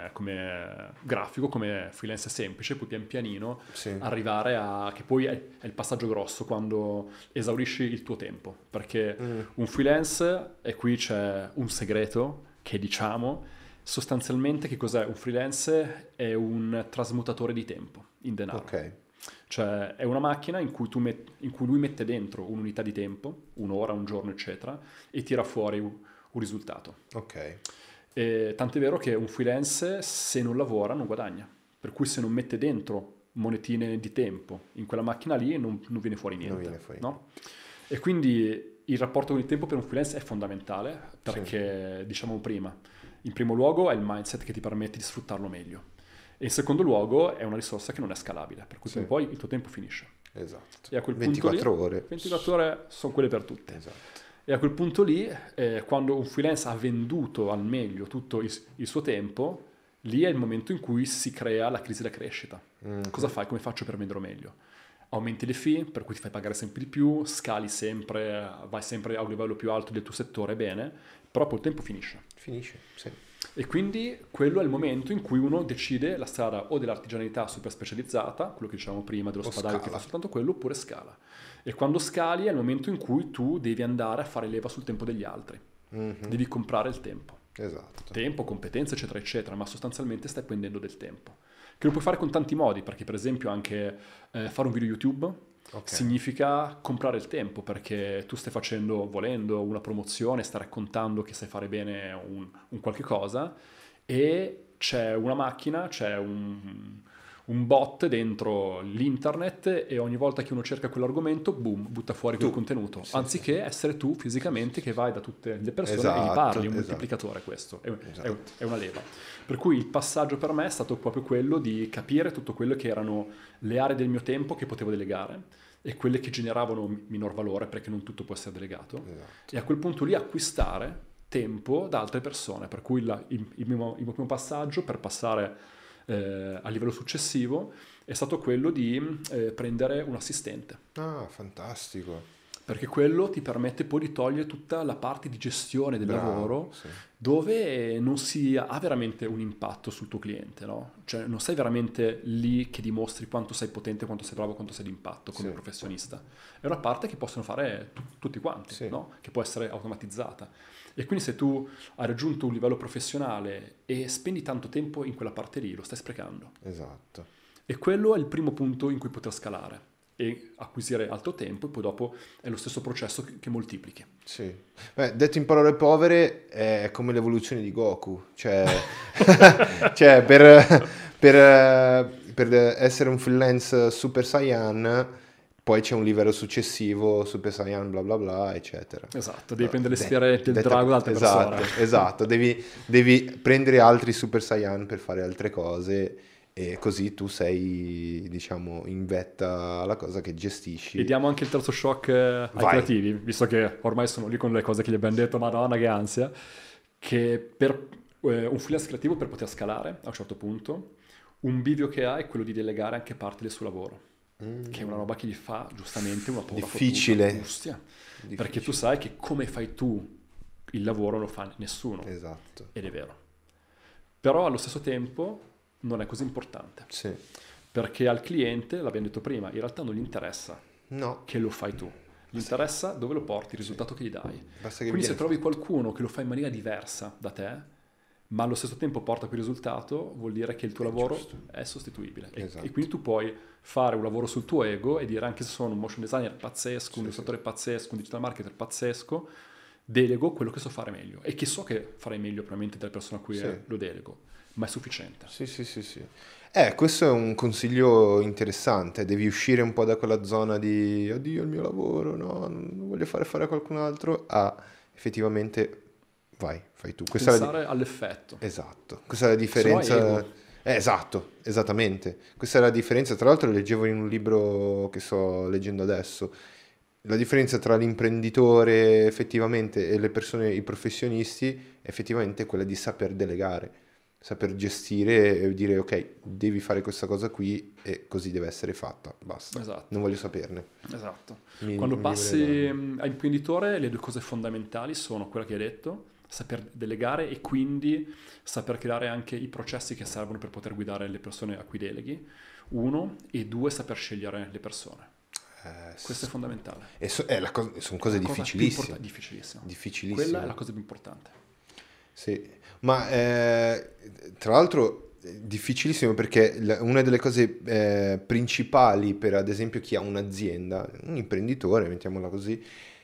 [SPEAKER 2] come grafico, come freelance semplice, poi pian pianino
[SPEAKER 1] Sì.
[SPEAKER 2] arrivare a... che poi è il passaggio grosso quando esaurisci il tuo tempo. Perché un freelance, e qui c'è un segreto che diciamo, sostanzialmente che cos'è? Un freelance è un trasmutatore di tempo in denaro.
[SPEAKER 1] Ok.
[SPEAKER 2] Cioè è una macchina in cui lui mette dentro un'unità di tempo, un'ora, un giorno, eccetera, e tira fuori un risultato.
[SPEAKER 1] Ok.
[SPEAKER 2] E tant'è vero che un freelance, se non lavora, non guadagna. Per cui se non mette dentro monetine di tempo in quella macchina lì, non viene fuori niente.
[SPEAKER 1] Non viene fuori
[SPEAKER 2] no? E quindi il rapporto con il tempo per un freelance è fondamentale perché, diciamo prima, in primo luogo è il mindset che ti permette di sfruttarlo meglio. E in secondo luogo è una risorsa che non è scalabile, per cui poi il tuo tempo finisce.
[SPEAKER 1] Esatto.
[SPEAKER 2] E a quel
[SPEAKER 1] 24
[SPEAKER 2] punto lì,
[SPEAKER 1] ore.
[SPEAKER 2] 24 ore sono quelle per tutte.
[SPEAKER 1] Esatto.
[SPEAKER 2] E a quel punto lì, quando un freelance ha venduto al meglio tutto il suo tempo, lì è il momento in cui si crea la crisi della crescita. Cosa fai? Come faccio per venderlo meglio? Aumenti le fee, per cui ti fai pagare sempre di più, scali sempre, vai sempre a un livello più alto del tuo settore, bene, però poi il tempo finisce.
[SPEAKER 1] Finisce, sì.
[SPEAKER 2] E quindi quello è il momento in cui uno decide la strada o dell'artigianalità super specializzata, quello che dicevamo prima dello spadaio che fa soltanto quello, oppure scala. E quando scali è il momento in cui tu devi andare a fare leva sul tempo degli altri. Devi comprare il tempo.
[SPEAKER 1] Esatto.
[SPEAKER 2] Tempo, competenze, eccetera, eccetera, ma sostanzialmente stai prendendo del tempo. Che lo puoi fare con tanti modi, perché per esempio anche fare un video YouTube significa comprare il tempo, perché tu stai facendo, volendo, una promozione, stai raccontando che sai fare bene un qualche cosa e c'è una macchina, c'è un bot dentro l'internet e ogni volta che uno cerca quell'argomento, boom, butta fuori quel contenuto, anziché essere tu fisicamente che vai da tutte le persone e gli parli, è un moltiplicatore questo, è una leva. Per cui il passaggio per me è stato proprio quello di capire tutto quello che erano le aree del mio tempo che potevo delegare e quelle che generavano minor valore perché non tutto può essere delegato e a quel punto lì acquistare tempo da altre persone, per cui il mio primo passaggio per passare a livello successivo è stato quello di prendere un assistente.
[SPEAKER 1] Ah, fantastico.
[SPEAKER 2] Perché quello ti permette poi di togliere tutta la parte di gestione del
[SPEAKER 1] Bravo,
[SPEAKER 2] lavoro
[SPEAKER 1] sì.
[SPEAKER 2] dove non si ha veramente un impatto sul tuo cliente, no? Cioè non sei veramente lì che dimostri quanto sei potente, quanto sei bravo, quanto sei d'impatto come
[SPEAKER 1] Sì.
[SPEAKER 2] professionista. È una parte che possono fare tutti quanti,
[SPEAKER 1] Sì.
[SPEAKER 2] no? Che può essere automatizzata. E quindi se tu hai raggiunto un livello professionale e spendi tanto tempo in quella parte lì, lo stai sprecando.
[SPEAKER 1] Esatto.
[SPEAKER 2] E quello è il primo punto in cui poter scalare e acquisire altro tempo, e poi dopo è lo stesso processo che moltiplichi.
[SPEAKER 1] Sì. Beh, detto in parole povere, è come l'evoluzione di Goku. Cioè, cioè per essere un freelance Super Saiyan, poi c'è un livello successivo, Super Saiyan, bla bla bla, eccetera.
[SPEAKER 2] Esatto, devi
[SPEAKER 1] No,
[SPEAKER 2] prendere le sfere del drago da altre
[SPEAKER 1] esatto,
[SPEAKER 2] persone.
[SPEAKER 1] esatto. Devi prendere altri Super Saiyan per fare altre cose e così tu sei, diciamo, in vetta alla cosa che
[SPEAKER 2] E
[SPEAKER 1] gestisci.
[SPEAKER 2] diamo anche il terzo shock ai
[SPEAKER 1] Vai.
[SPEAKER 2] creativi, visto che ormai sono lì con le cose che gli abbiamo detto, madonna che ansia, che per un freelance creativo per poter scalare a un certo punto, un bivio che ha è quello di delegare anche parte del suo lavoro, che è una roba che gli fa giustamente una paura
[SPEAKER 1] Difficile.
[SPEAKER 2] angustia, perché
[SPEAKER 1] Difficile.
[SPEAKER 2] tu sai che come fai tu il lavoro lo fa nessuno,
[SPEAKER 1] Esatto.
[SPEAKER 2] ed è vero. Però allo stesso tempo non è così importante,
[SPEAKER 1] Sì.
[SPEAKER 2] perché al cliente, l'abbiamo detto prima, in realtà non gli interessa
[SPEAKER 1] No,
[SPEAKER 2] che lo fai tu, gli interessa dove lo porti, il risultato che gli dai.
[SPEAKER 1] basta che
[SPEAKER 2] Quindi se
[SPEAKER 1] viene
[SPEAKER 2] trovi qualcuno che lo fa in maniera diversa da te, ma allo stesso tempo porta quel risultato, vuol dire che il tuo
[SPEAKER 1] È
[SPEAKER 2] lavoro
[SPEAKER 1] giusto.
[SPEAKER 2] è sostituibile.
[SPEAKER 1] Esatto.
[SPEAKER 2] E quindi tu puoi fare un lavoro sul tuo ego e dire, anche se sono un motion designer pazzesco, un
[SPEAKER 1] Sì,
[SPEAKER 2] illustratore pazzesco, un digital marketer pazzesco, delego quello che so fare meglio. E che so che farei meglio probabilmente della persona a cui
[SPEAKER 1] Sì.
[SPEAKER 2] lo delego, ma è sufficiente.
[SPEAKER 1] Sì, sì, sì, sì. Questo è un consiglio interessante. Devi uscire un po' da quella zona di oddio, il mio lavoro, no, non voglio fare a qualcun altro. Effettivamente, vai, fai tu. Questa è la
[SPEAKER 2] Pensare all'effetto.
[SPEAKER 1] Esatto, questa è la
[SPEAKER 2] Se no è
[SPEAKER 1] differenza.
[SPEAKER 2] ego.
[SPEAKER 1] Esatto, esattamente. Questa è la differenza. Tra l'altro, lo leggevo in un libro che sto leggendo adesso. La differenza tra l'imprenditore effettivamente e le persone, i professionisti, effettivamente è quella di saper delegare, saper gestire e dire ok, devi fare questa cosa qui e così deve essere fatta, basta,
[SPEAKER 2] Esatto.
[SPEAKER 1] non voglio saperne.
[SPEAKER 2] Esatto.
[SPEAKER 1] Mi
[SPEAKER 2] Quando
[SPEAKER 1] viene
[SPEAKER 2] passi
[SPEAKER 1] da-
[SPEAKER 2] a imprenditore, le due cose fondamentali sono quella che hai detto, saper delegare e quindi saper creare anche i processi che servono per poter guidare le persone a cui deleghi, uno, e due, saper scegliere le persone. Questo è fondamentale.
[SPEAKER 1] Sono cose
[SPEAKER 2] La cosa più
[SPEAKER 1] difficilissime.
[SPEAKER 2] difficilissima.
[SPEAKER 1] Difficilissime.
[SPEAKER 2] Quella è la cosa più importante.
[SPEAKER 1] Sì, ma tra l'altro è difficilissimo perché una delle cose principali per ad esempio chi ha un'azienda, un imprenditore, mettiamola così,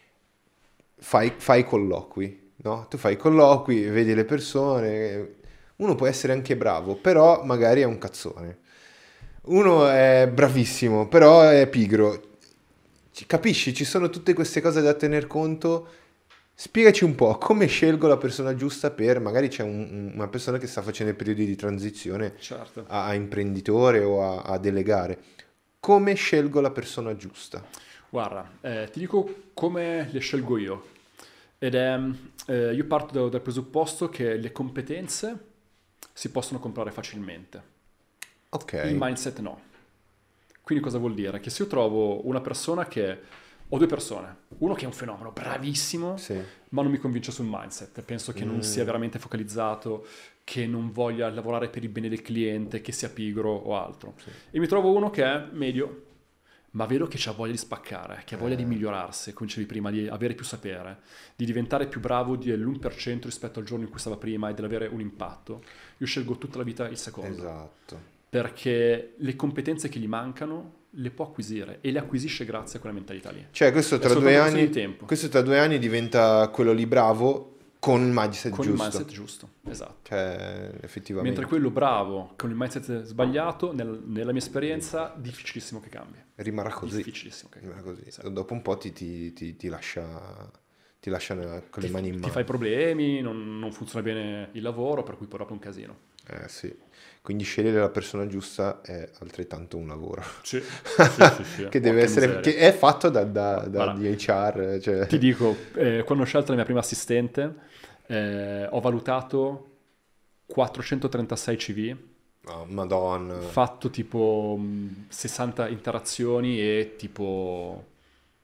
[SPEAKER 1] fai colloqui, no? Tu fai colloqui, vedi le persone, uno può essere anche bravo, però magari è un cazzone. Uno è bravissimo, però è pigro. Capisci? Ci sono tutte queste cose da tener conto. Spiegaci un po' come scelgo la persona giusta per, magari c'è una persona che sta facendo i periodi di transizione
[SPEAKER 2] Certo.
[SPEAKER 1] a imprenditore o a delegare. Come scelgo la persona giusta?
[SPEAKER 2] Guarda, ti dico come le scelgo io. Ed è, io parto dal presupposto che le competenze si possono comprare facilmente,
[SPEAKER 1] Ok,
[SPEAKER 2] il mindset no. Quindi cosa vuol dire? Che se io trovo una persona che... Ho due persone, uno che è un fenomeno bravissimo,
[SPEAKER 1] sì.
[SPEAKER 2] ma non mi convince sul mindset, penso che non sia veramente focalizzato, che non voglia lavorare per il bene del cliente, che sia pigro o altro. E mi trovo uno che è medio, ma vedo che ha voglia di spaccare, che ha voglia di migliorarsi, come dicevi prima, di avere più sapere, di diventare più bravo dell'1% rispetto al giorno in cui stava prima e dell'avere un impatto. Io scelgo tutta la vita il secondo,
[SPEAKER 1] Esatto.
[SPEAKER 2] perché le competenze che gli mancano le può acquisire e le acquisisce grazie a quella mentalità lì.
[SPEAKER 1] Cioè, questo
[SPEAKER 2] È
[SPEAKER 1] tra
[SPEAKER 2] soltanto
[SPEAKER 1] 2
[SPEAKER 2] questione
[SPEAKER 1] anni,
[SPEAKER 2] di tempo,
[SPEAKER 1] questo tra 2 anni diventa quello lì bravo con il mindset
[SPEAKER 2] con il
[SPEAKER 1] giusto.
[SPEAKER 2] mindset giusto, esatto.
[SPEAKER 1] Cioè, effettivamente.
[SPEAKER 2] Mentre quello bravo con il mindset sbagliato, nella mia esperienza, difficilissimo che cambi.
[SPEAKER 1] Rimarrà così.
[SPEAKER 2] Difficilissimo che
[SPEAKER 1] Rimarrà
[SPEAKER 2] cambi.
[SPEAKER 1] così.
[SPEAKER 2] Sì.
[SPEAKER 1] Dopo un po' ti lascia con le mani in
[SPEAKER 2] Ti
[SPEAKER 1] mano.
[SPEAKER 2] fai problemi, non funziona bene il lavoro, per cui poi proprio un casino.
[SPEAKER 1] Sì. Quindi scegliere la persona giusta è altrettanto un lavoro.
[SPEAKER 2] Sì, sì.
[SPEAKER 1] Che deve
[SPEAKER 2] Porca
[SPEAKER 1] essere,
[SPEAKER 2] miseria.
[SPEAKER 1] che è fatto da
[SPEAKER 2] Guarda,
[SPEAKER 1] di HR. Cioè.
[SPEAKER 2] ti dico, quando ho scelto la mia prima assistente, ho valutato 436 CV,
[SPEAKER 1] Oh, Madonna.
[SPEAKER 2] fatto tipo 60 interazioni e tipo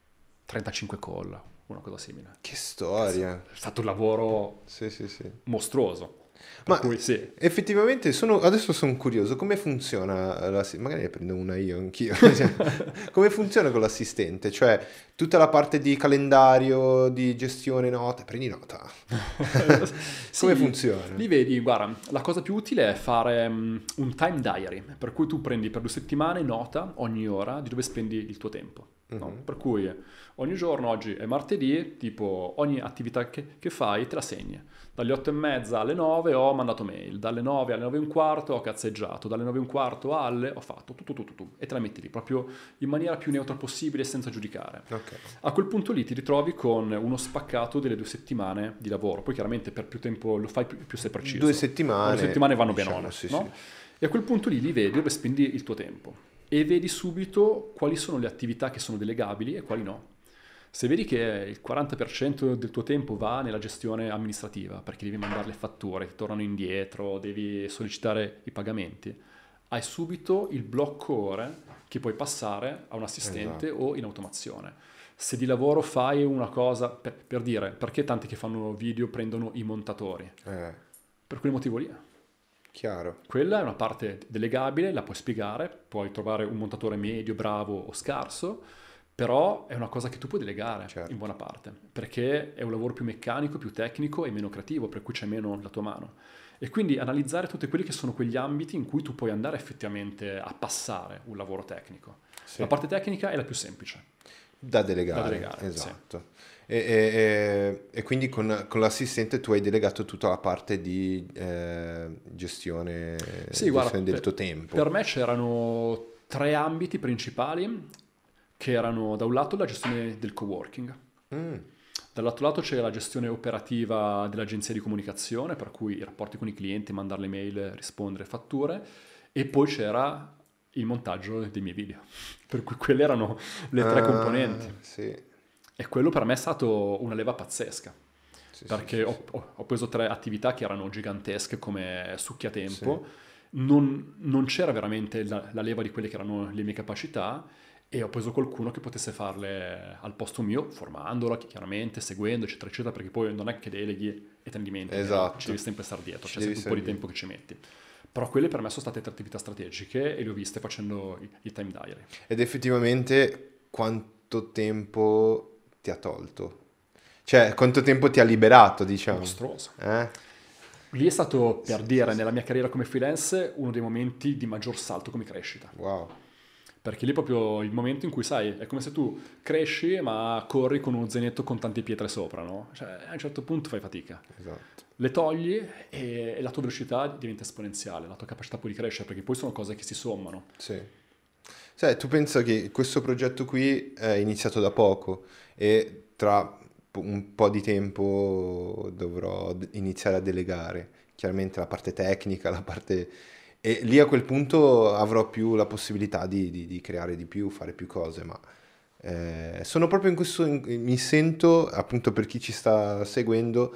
[SPEAKER 2] 35 call, una cosa simile.
[SPEAKER 1] Che storia.
[SPEAKER 2] È stato un lavoro
[SPEAKER 1] Sì, sì, sì.
[SPEAKER 2] mostruoso.
[SPEAKER 1] Ma
[SPEAKER 2] Per cui sì.
[SPEAKER 1] effettivamente adesso sono curioso, come funziona magari ne prendo una io anch'io. Cioè, come funziona con l'assistente? Cioè, tutta la parte di calendario, di gestione note, prendi nota. Come
[SPEAKER 2] Sì,
[SPEAKER 1] funziona?
[SPEAKER 2] lì vedi, guarda, la cosa più utile è fare un time diary, per cui tu prendi per 2 settimane nota ogni ora di dove spendi il tuo tempo. No? Per cui ogni giorno, oggi è martedì, tipo ogni attività che fai te la segni. Dalle 8:30 alle 9 ho mandato mail, dalle 9 alle 9:15 ho cazzeggiato, dalle 9:15 alle ho fatto tu, e te la metti lì proprio in maniera più neutra possibile senza giudicare.
[SPEAKER 1] Ok.
[SPEAKER 2] A quel punto lì ti ritrovi con uno spaccato delle 2 settimane di lavoro, poi chiaramente per più tempo lo fai più sei preciso.
[SPEAKER 1] 2 settimane.
[SPEAKER 2] 2 settimane vanno
[SPEAKER 1] diciamo,
[SPEAKER 2] benone,
[SPEAKER 1] sì,
[SPEAKER 2] no?
[SPEAKER 1] sì.
[SPEAKER 2] E a quel punto lì li vedi dove spendi il tuo tempo e vedi subito quali sono le attività che sono delegabili e quali no. Se vedi che il 40% del tuo tempo va nella gestione amministrativa, perché devi mandare le fatture, ti tornano indietro, devi sollecitare i pagamenti, hai subito il blocco ore che puoi passare a un assistente o in automazione. Se di lavoro fai una cosa, per dire, perché tanti che fanno video prendono i montatori? Per quel motivo lì.
[SPEAKER 1] Chiaro.
[SPEAKER 2] Quella è una parte delegabile, la puoi spiegare, puoi trovare un montatore medio, bravo o scarso, però è una cosa che tu puoi delegare
[SPEAKER 1] Certo.
[SPEAKER 2] in buona parte, perché è un lavoro più meccanico, più tecnico e meno creativo, per cui c'è meno la tua mano. E quindi analizzare tutti quelli che sono quegli ambiti in cui tu puoi andare effettivamente a passare un lavoro tecnico.
[SPEAKER 1] Sì.
[SPEAKER 2] La parte tecnica è la più semplice.
[SPEAKER 1] Da delegare,
[SPEAKER 2] Da delegare,
[SPEAKER 1] esatto. E quindi con l'assistente tu hai delegato tutta la parte di gestione,
[SPEAKER 2] Sì, guarda,
[SPEAKER 1] gestione del tuo tempo.
[SPEAKER 2] per me c'erano 3 ambiti principali che erano da un lato la gestione del coworking, dall'altro lato c'è la gestione operativa dell'agenzia di comunicazione, per cui i rapporti con i clienti, mandare le mail, rispondere, fatture, e poi c'era il montaggio dei miei video, per cui quelle erano le 3 componenti.
[SPEAKER 1] Sì.
[SPEAKER 2] E quello per me è stato una leva pazzesca,
[SPEAKER 1] Sì,
[SPEAKER 2] perché
[SPEAKER 1] sì,
[SPEAKER 2] ho preso 3 attività che erano gigantesche come succhiatempo, non c'era veramente la leva di quelle che erano le mie capacità, e ho preso qualcuno che potesse farle al posto mio, formandolo chiaramente, seguendo, eccetera, eccetera, perché poi non è che deleghi e te ne dimentichi,
[SPEAKER 1] Esatto.
[SPEAKER 2] ci devi sempre stare dietro,
[SPEAKER 1] Ci
[SPEAKER 2] c'è
[SPEAKER 1] devi
[SPEAKER 2] sempre un po' di
[SPEAKER 1] stare
[SPEAKER 2] tempo che ci metti. Però quelle per me sono state 3 attività strategiche e le ho viste facendo il time diary.
[SPEAKER 1] Ed effettivamente quanto tempo ti ha tolto? Cioè, quanto tempo ti ha liberato, diciamo?
[SPEAKER 2] Mostruoso.
[SPEAKER 1] Eh?
[SPEAKER 2] Lì è stato, per
[SPEAKER 1] Sì,
[SPEAKER 2] dire,
[SPEAKER 1] sì,
[SPEAKER 2] nella mia carriera come freelance, uno dei momenti di maggior salto come crescita.
[SPEAKER 1] Wow.
[SPEAKER 2] Perché lì è proprio il momento in cui, sai, è come se tu cresci ma corri con uno zainetto con tante pietre sopra, no? Cioè, a un certo punto fai fatica.
[SPEAKER 1] Esatto.
[SPEAKER 2] Le togli e la tua velocità diventa esponenziale, la tua capacità poi di crescere, perché poi sono cose che si sommano.
[SPEAKER 1] Sì. Sai, tu pensa che questo progetto qui è iniziato da poco e tra un po' di tempo dovrò iniziare a delegare. Chiaramente la parte tecnica, la parte... E lì a quel punto avrò più la possibilità di creare di più, fare più cose, ma sono proprio in questo... mi sento, appunto per chi ci sta seguendo,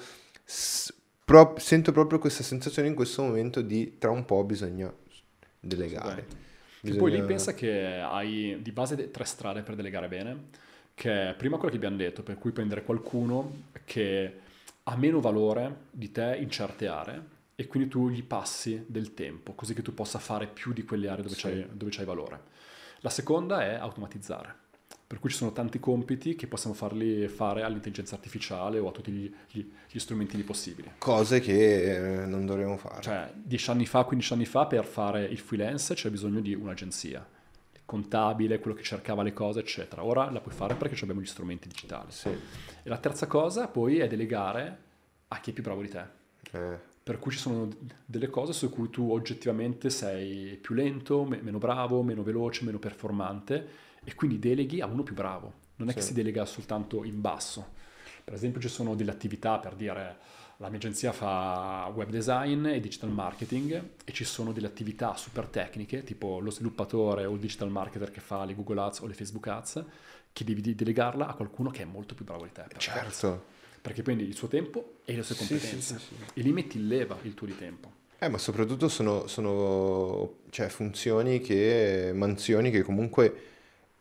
[SPEAKER 1] sento proprio questa sensazione in questo momento di tra un po' bisogna delegare.
[SPEAKER 2] Che poi lì pensa che hai di base 3 strade per delegare bene, che è prima quella che abbiamo detto, per cui prendere qualcuno che ha meno valore di te in certe aree e quindi tu gli passi del tempo, così che tu possa fare più di quelle aree dove c'hai valore. La seconda è automatizzare, per cui ci sono tanti compiti che possiamo farli fare all'intelligenza artificiale o a tutti gli strumenti lì possibili.
[SPEAKER 1] Cose che non dovremmo fare.
[SPEAKER 2] Cioè, 10 anni fa, 15 anni fa, per fare il freelance c'è bisogno di un'agenzia, il contabile, quello che cercava le cose, eccetera. Ora la puoi fare perché abbiamo gli strumenti digitali.
[SPEAKER 1] Sì.
[SPEAKER 2] E la terza cosa poi è delegare a chi è più bravo di te. Per cui ci sono delle cose su cui tu oggettivamente sei più lento, meno bravo, meno veloce, meno performante, e quindi deleghi a uno più bravo. Non è che si delega soltanto in basso. Per esempio ci sono delle attività, per dire, la mia agenzia fa web design e digital marketing, e ci sono delle attività super tecniche, tipo lo sviluppatore o il digital marketer che fa le Google Ads o le Facebook Ads, che devi delegarla a qualcuno che è molto più bravo di te.
[SPEAKER 1] Certo.
[SPEAKER 2] Perché prendi il suo tempo e le sue competenze,
[SPEAKER 1] sì.
[SPEAKER 2] e lì metti in leva il tuo di tempo.
[SPEAKER 1] Ma soprattutto sono cioè, funzioni mansioni che comunque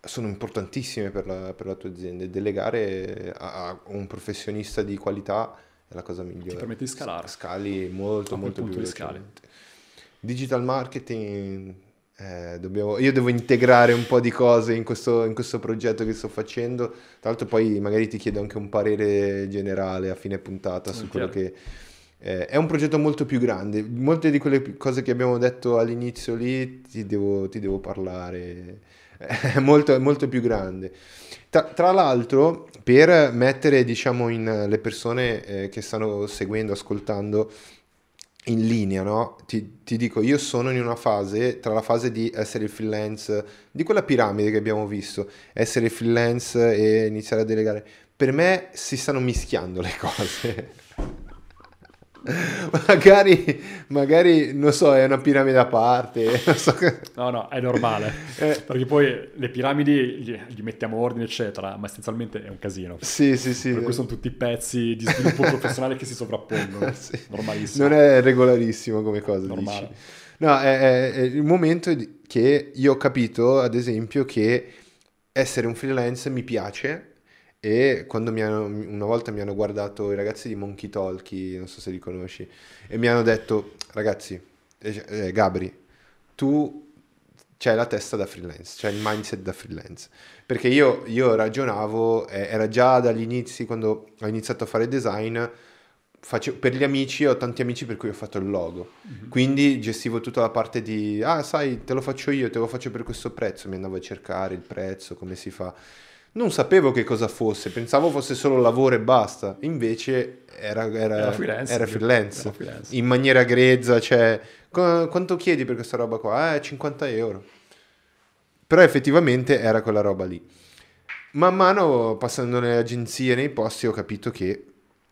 [SPEAKER 1] sono importantissime per la tua azienda. E delegare a un professionista di qualità è la cosa migliore.
[SPEAKER 2] Ti permette di scalare.
[SPEAKER 1] Scali molto,
[SPEAKER 2] A quel
[SPEAKER 1] molto più
[SPEAKER 2] punto di scali.
[SPEAKER 1] velocemente. Digital marketing, io devo integrare un po' di cose in questo progetto che sto facendo. Tra l'altro poi magari ti chiedo anche un parere generale a fine puntata su quello che... è un progetto molto più grande. Molte di quelle cose che abbiamo detto all'inizio lì ti devo parlare. È molto più grande. Tra l'altro, per mettere, diciamo, le persone che stanno seguendo, ascoltando in linea, no? Ti dico, io sono in una fase, tra la fase di essere freelance, di quella piramide che abbiamo visto, essere freelance e iniziare a delegare. Per me si stanno mischiando le cose. Magari, non so, è una piramide a parte. Non so
[SPEAKER 2] No, è normale. Perché poi le piramidi gli mettiamo ordine, eccetera, ma essenzialmente è un casino.
[SPEAKER 1] Sì.
[SPEAKER 2] Per cui sono tutti pezzi di sviluppo professionale che si sovrappongono.
[SPEAKER 1] Sì.
[SPEAKER 2] Normalissimo.
[SPEAKER 1] Non è regolarissimo come cosa,
[SPEAKER 2] Normale.
[SPEAKER 1] dici. No, è il momento che io ho capito, ad esempio, che essere un freelance mi piace. E quando una volta mi hanno guardato i ragazzi di Monkey Talkie, non so se li conosci, e mi hanno detto, ragazzi, Gabri, tu c'hai la testa da freelance, c'hai il mindset da freelance. Perché io ragionavo, era già dagli inizi, quando ho iniziato a fare design, per gli amici, ho tanti amici per cui ho fatto il logo. Quindi gestivo tutta la parte di, sai, te lo faccio io, te lo faccio per questo prezzo, mi andavo a cercare il prezzo, come si fa. Non sapevo che cosa fosse, pensavo fosse solo lavoro e basta. Invece era freelance.
[SPEAKER 2] Era freelance.
[SPEAKER 1] In maniera grezza, cioè, quanto chiedi per questa roba qua? 50 euro. Però effettivamente era quella roba lì. Man mano, passando nelle agenzie, nei posti, ho capito che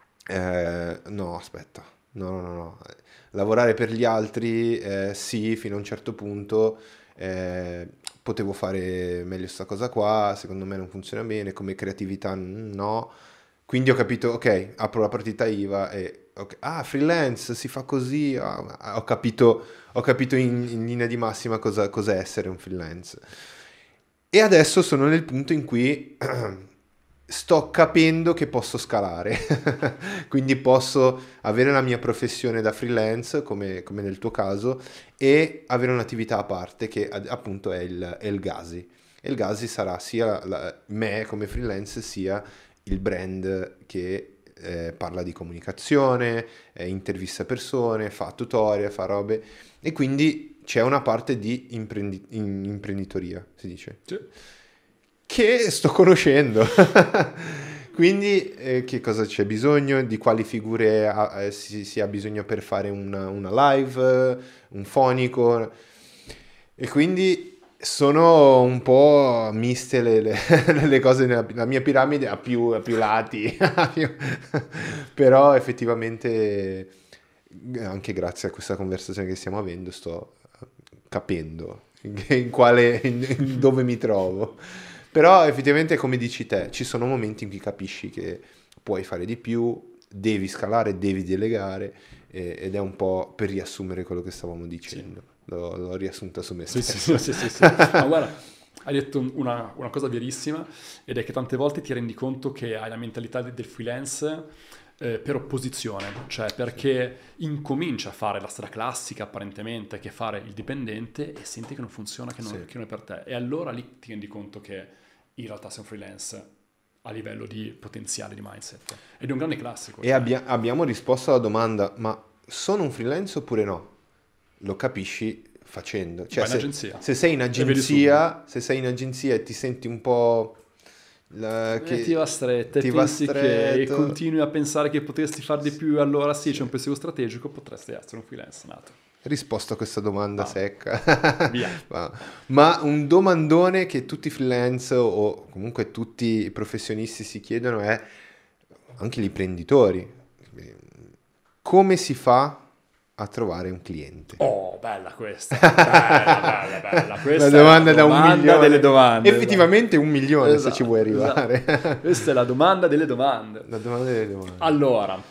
[SPEAKER 1] no, aspetta, no. Lavorare per gli altri, sì, fino a un certo punto. Potevo fare meglio sta cosa qua, secondo me non funziona bene, come creatività no. Quindi ho capito, ok, apro la partita IVA e freelance si fa così. Ho capito in linea di massima cosa è essere un freelance. E adesso sono nel punto in cui sto capendo che posso scalare. Quindi posso avere la mia professione da freelance, come nel tuo caso, e avere un'attività a parte che appunto è il Gazi. E il Gazi sarà sia me come freelance, sia il brand che parla di comunicazione, intervista persone, fa tutorial, fa robe, e quindi c'è una parte di imprenditoria, si dice, che sto conoscendo. Quindi che cosa c'è bisogno, di quali figure si ha bisogno per fare una live, un fonico, e quindi sono un po' miste le cose. La mia piramide ha più lati. Però effettivamente, anche grazie a questa conversazione che stiamo avendo, sto capendo in dove mi trovo. Però effettivamente, come dici te, ci sono momenti in cui capisci che puoi fare di più, devi scalare, devi delegare, ed è un po' per riassumere quello che stavamo dicendo. Sì. L'ho riassunta su me stesso.
[SPEAKER 2] Sì. Ma guarda, hai detto una cosa verissima, ed è che tante volte ti rendi conto che hai la mentalità del freelance per opposizione, cioè perché incomincia a fare la strada classica apparentemente, che è fare il dipendente, e senti che non funziona, che non è per te, e allora lì ti rendi conto che in realtà sei un freelance a livello di potenziale, di mindset, ed è un grande classico.
[SPEAKER 1] E abbiamo risposto alla domanda, ma sono un freelance oppure no? Lo capisci facendo. Cioè, se sei in agenzia e ti senti un po'...
[SPEAKER 2] ti va stretta, e continui a pensare che potresti fare di più, allora sì, c'è un pensiero strategico, potresti essere un freelance nato.
[SPEAKER 1] Risposto a questa domanda secca. Via. Ma un domandone che tutti i freelance o comunque tutti i professionisti si chiedono è, anche gli imprenditori, come si fa a trovare un cliente?
[SPEAKER 2] Oh, bella questa. Bella. Questa
[SPEAKER 1] la domanda da 1 milione
[SPEAKER 2] delle domande.
[SPEAKER 1] Effettivamente 1 milione, se ci vuoi arrivare.
[SPEAKER 2] Questa è la domanda delle domande.
[SPEAKER 1] La domanda delle domande.
[SPEAKER 2] Allora,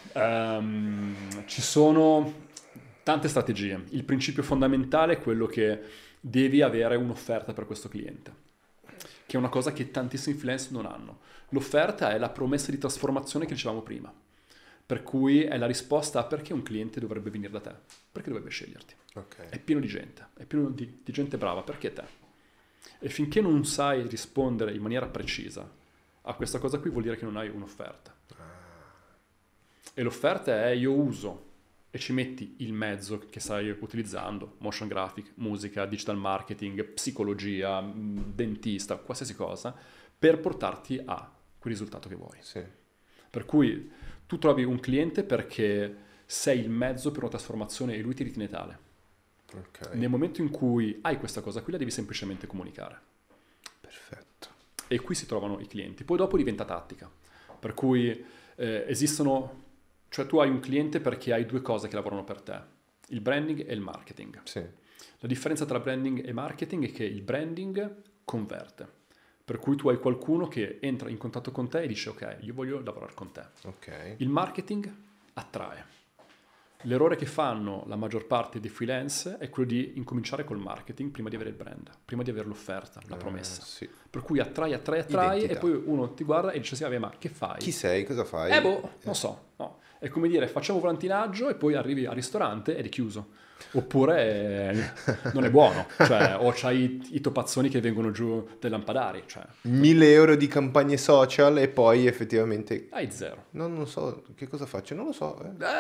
[SPEAKER 2] ci sono tante strategie. Il principio fondamentale è quello che devi avere un'offerta per questo cliente. che è una cosa che tantissimi freelance non hanno. L'offerta è la promessa di trasformazione che dicevamo prima, per cui è la risposta a perché un cliente dovrebbe venire da te, perché dovrebbe sceglierti.
[SPEAKER 1] Ok.
[SPEAKER 2] È pieno di gente, è pieno di gente brava, perché te? E finché non sai rispondere in maniera precisa a questa cosa qui vuol dire che non hai un'offerta. E l'offerta è io uso e ci metti il mezzo che stai utilizzando, motion graphic, musica, digital marketing, psicologia, dentista, qualsiasi cosa, per portarti a quel risultato che vuoi.
[SPEAKER 1] Sì.
[SPEAKER 2] Per cui tu trovi un cliente perché sei il mezzo per una trasformazione e lui ti ritiene tale.
[SPEAKER 1] Ok.
[SPEAKER 2] Nel momento in cui hai questa cosa qui la devi semplicemente comunicare.
[SPEAKER 1] Perfetto.
[SPEAKER 2] E qui si trovano i clienti. Poi dopo diventa tattica. Per cui esistono... Cioè tu hai un cliente perché hai due cose che lavorano per te. Il branding e il marketing.
[SPEAKER 1] Sì.
[SPEAKER 2] La differenza tra branding e marketing è che il branding converte. Per cui tu hai qualcuno che entra in contatto con te e dice ok, io voglio lavorare con te.
[SPEAKER 1] Ok.
[SPEAKER 2] Il marketing attrae. L'errore che fanno la maggior parte dei freelance è quello di incominciare col marketing prima di avere il brand, prima di avere l'offerta, la promessa.
[SPEAKER 1] Sì.
[SPEAKER 2] Per cui attrai
[SPEAKER 1] Identità.
[SPEAKER 2] e poi uno ti guarda e dice sì, vabbè, ma che fai?
[SPEAKER 1] Chi sei? Cosa fai?
[SPEAKER 2] Non so, no. È come dire facciamo volantinaggio e poi arrivi al ristorante ed è chiuso. Oppure non è buono, cioè, o c'hai i topazzoni che vengono giù dai lampadari, cioè
[SPEAKER 1] 1.000 euro di campagne social e poi effettivamente...
[SPEAKER 2] hai zero.
[SPEAKER 1] Non so, che cosa faccio? Non lo so.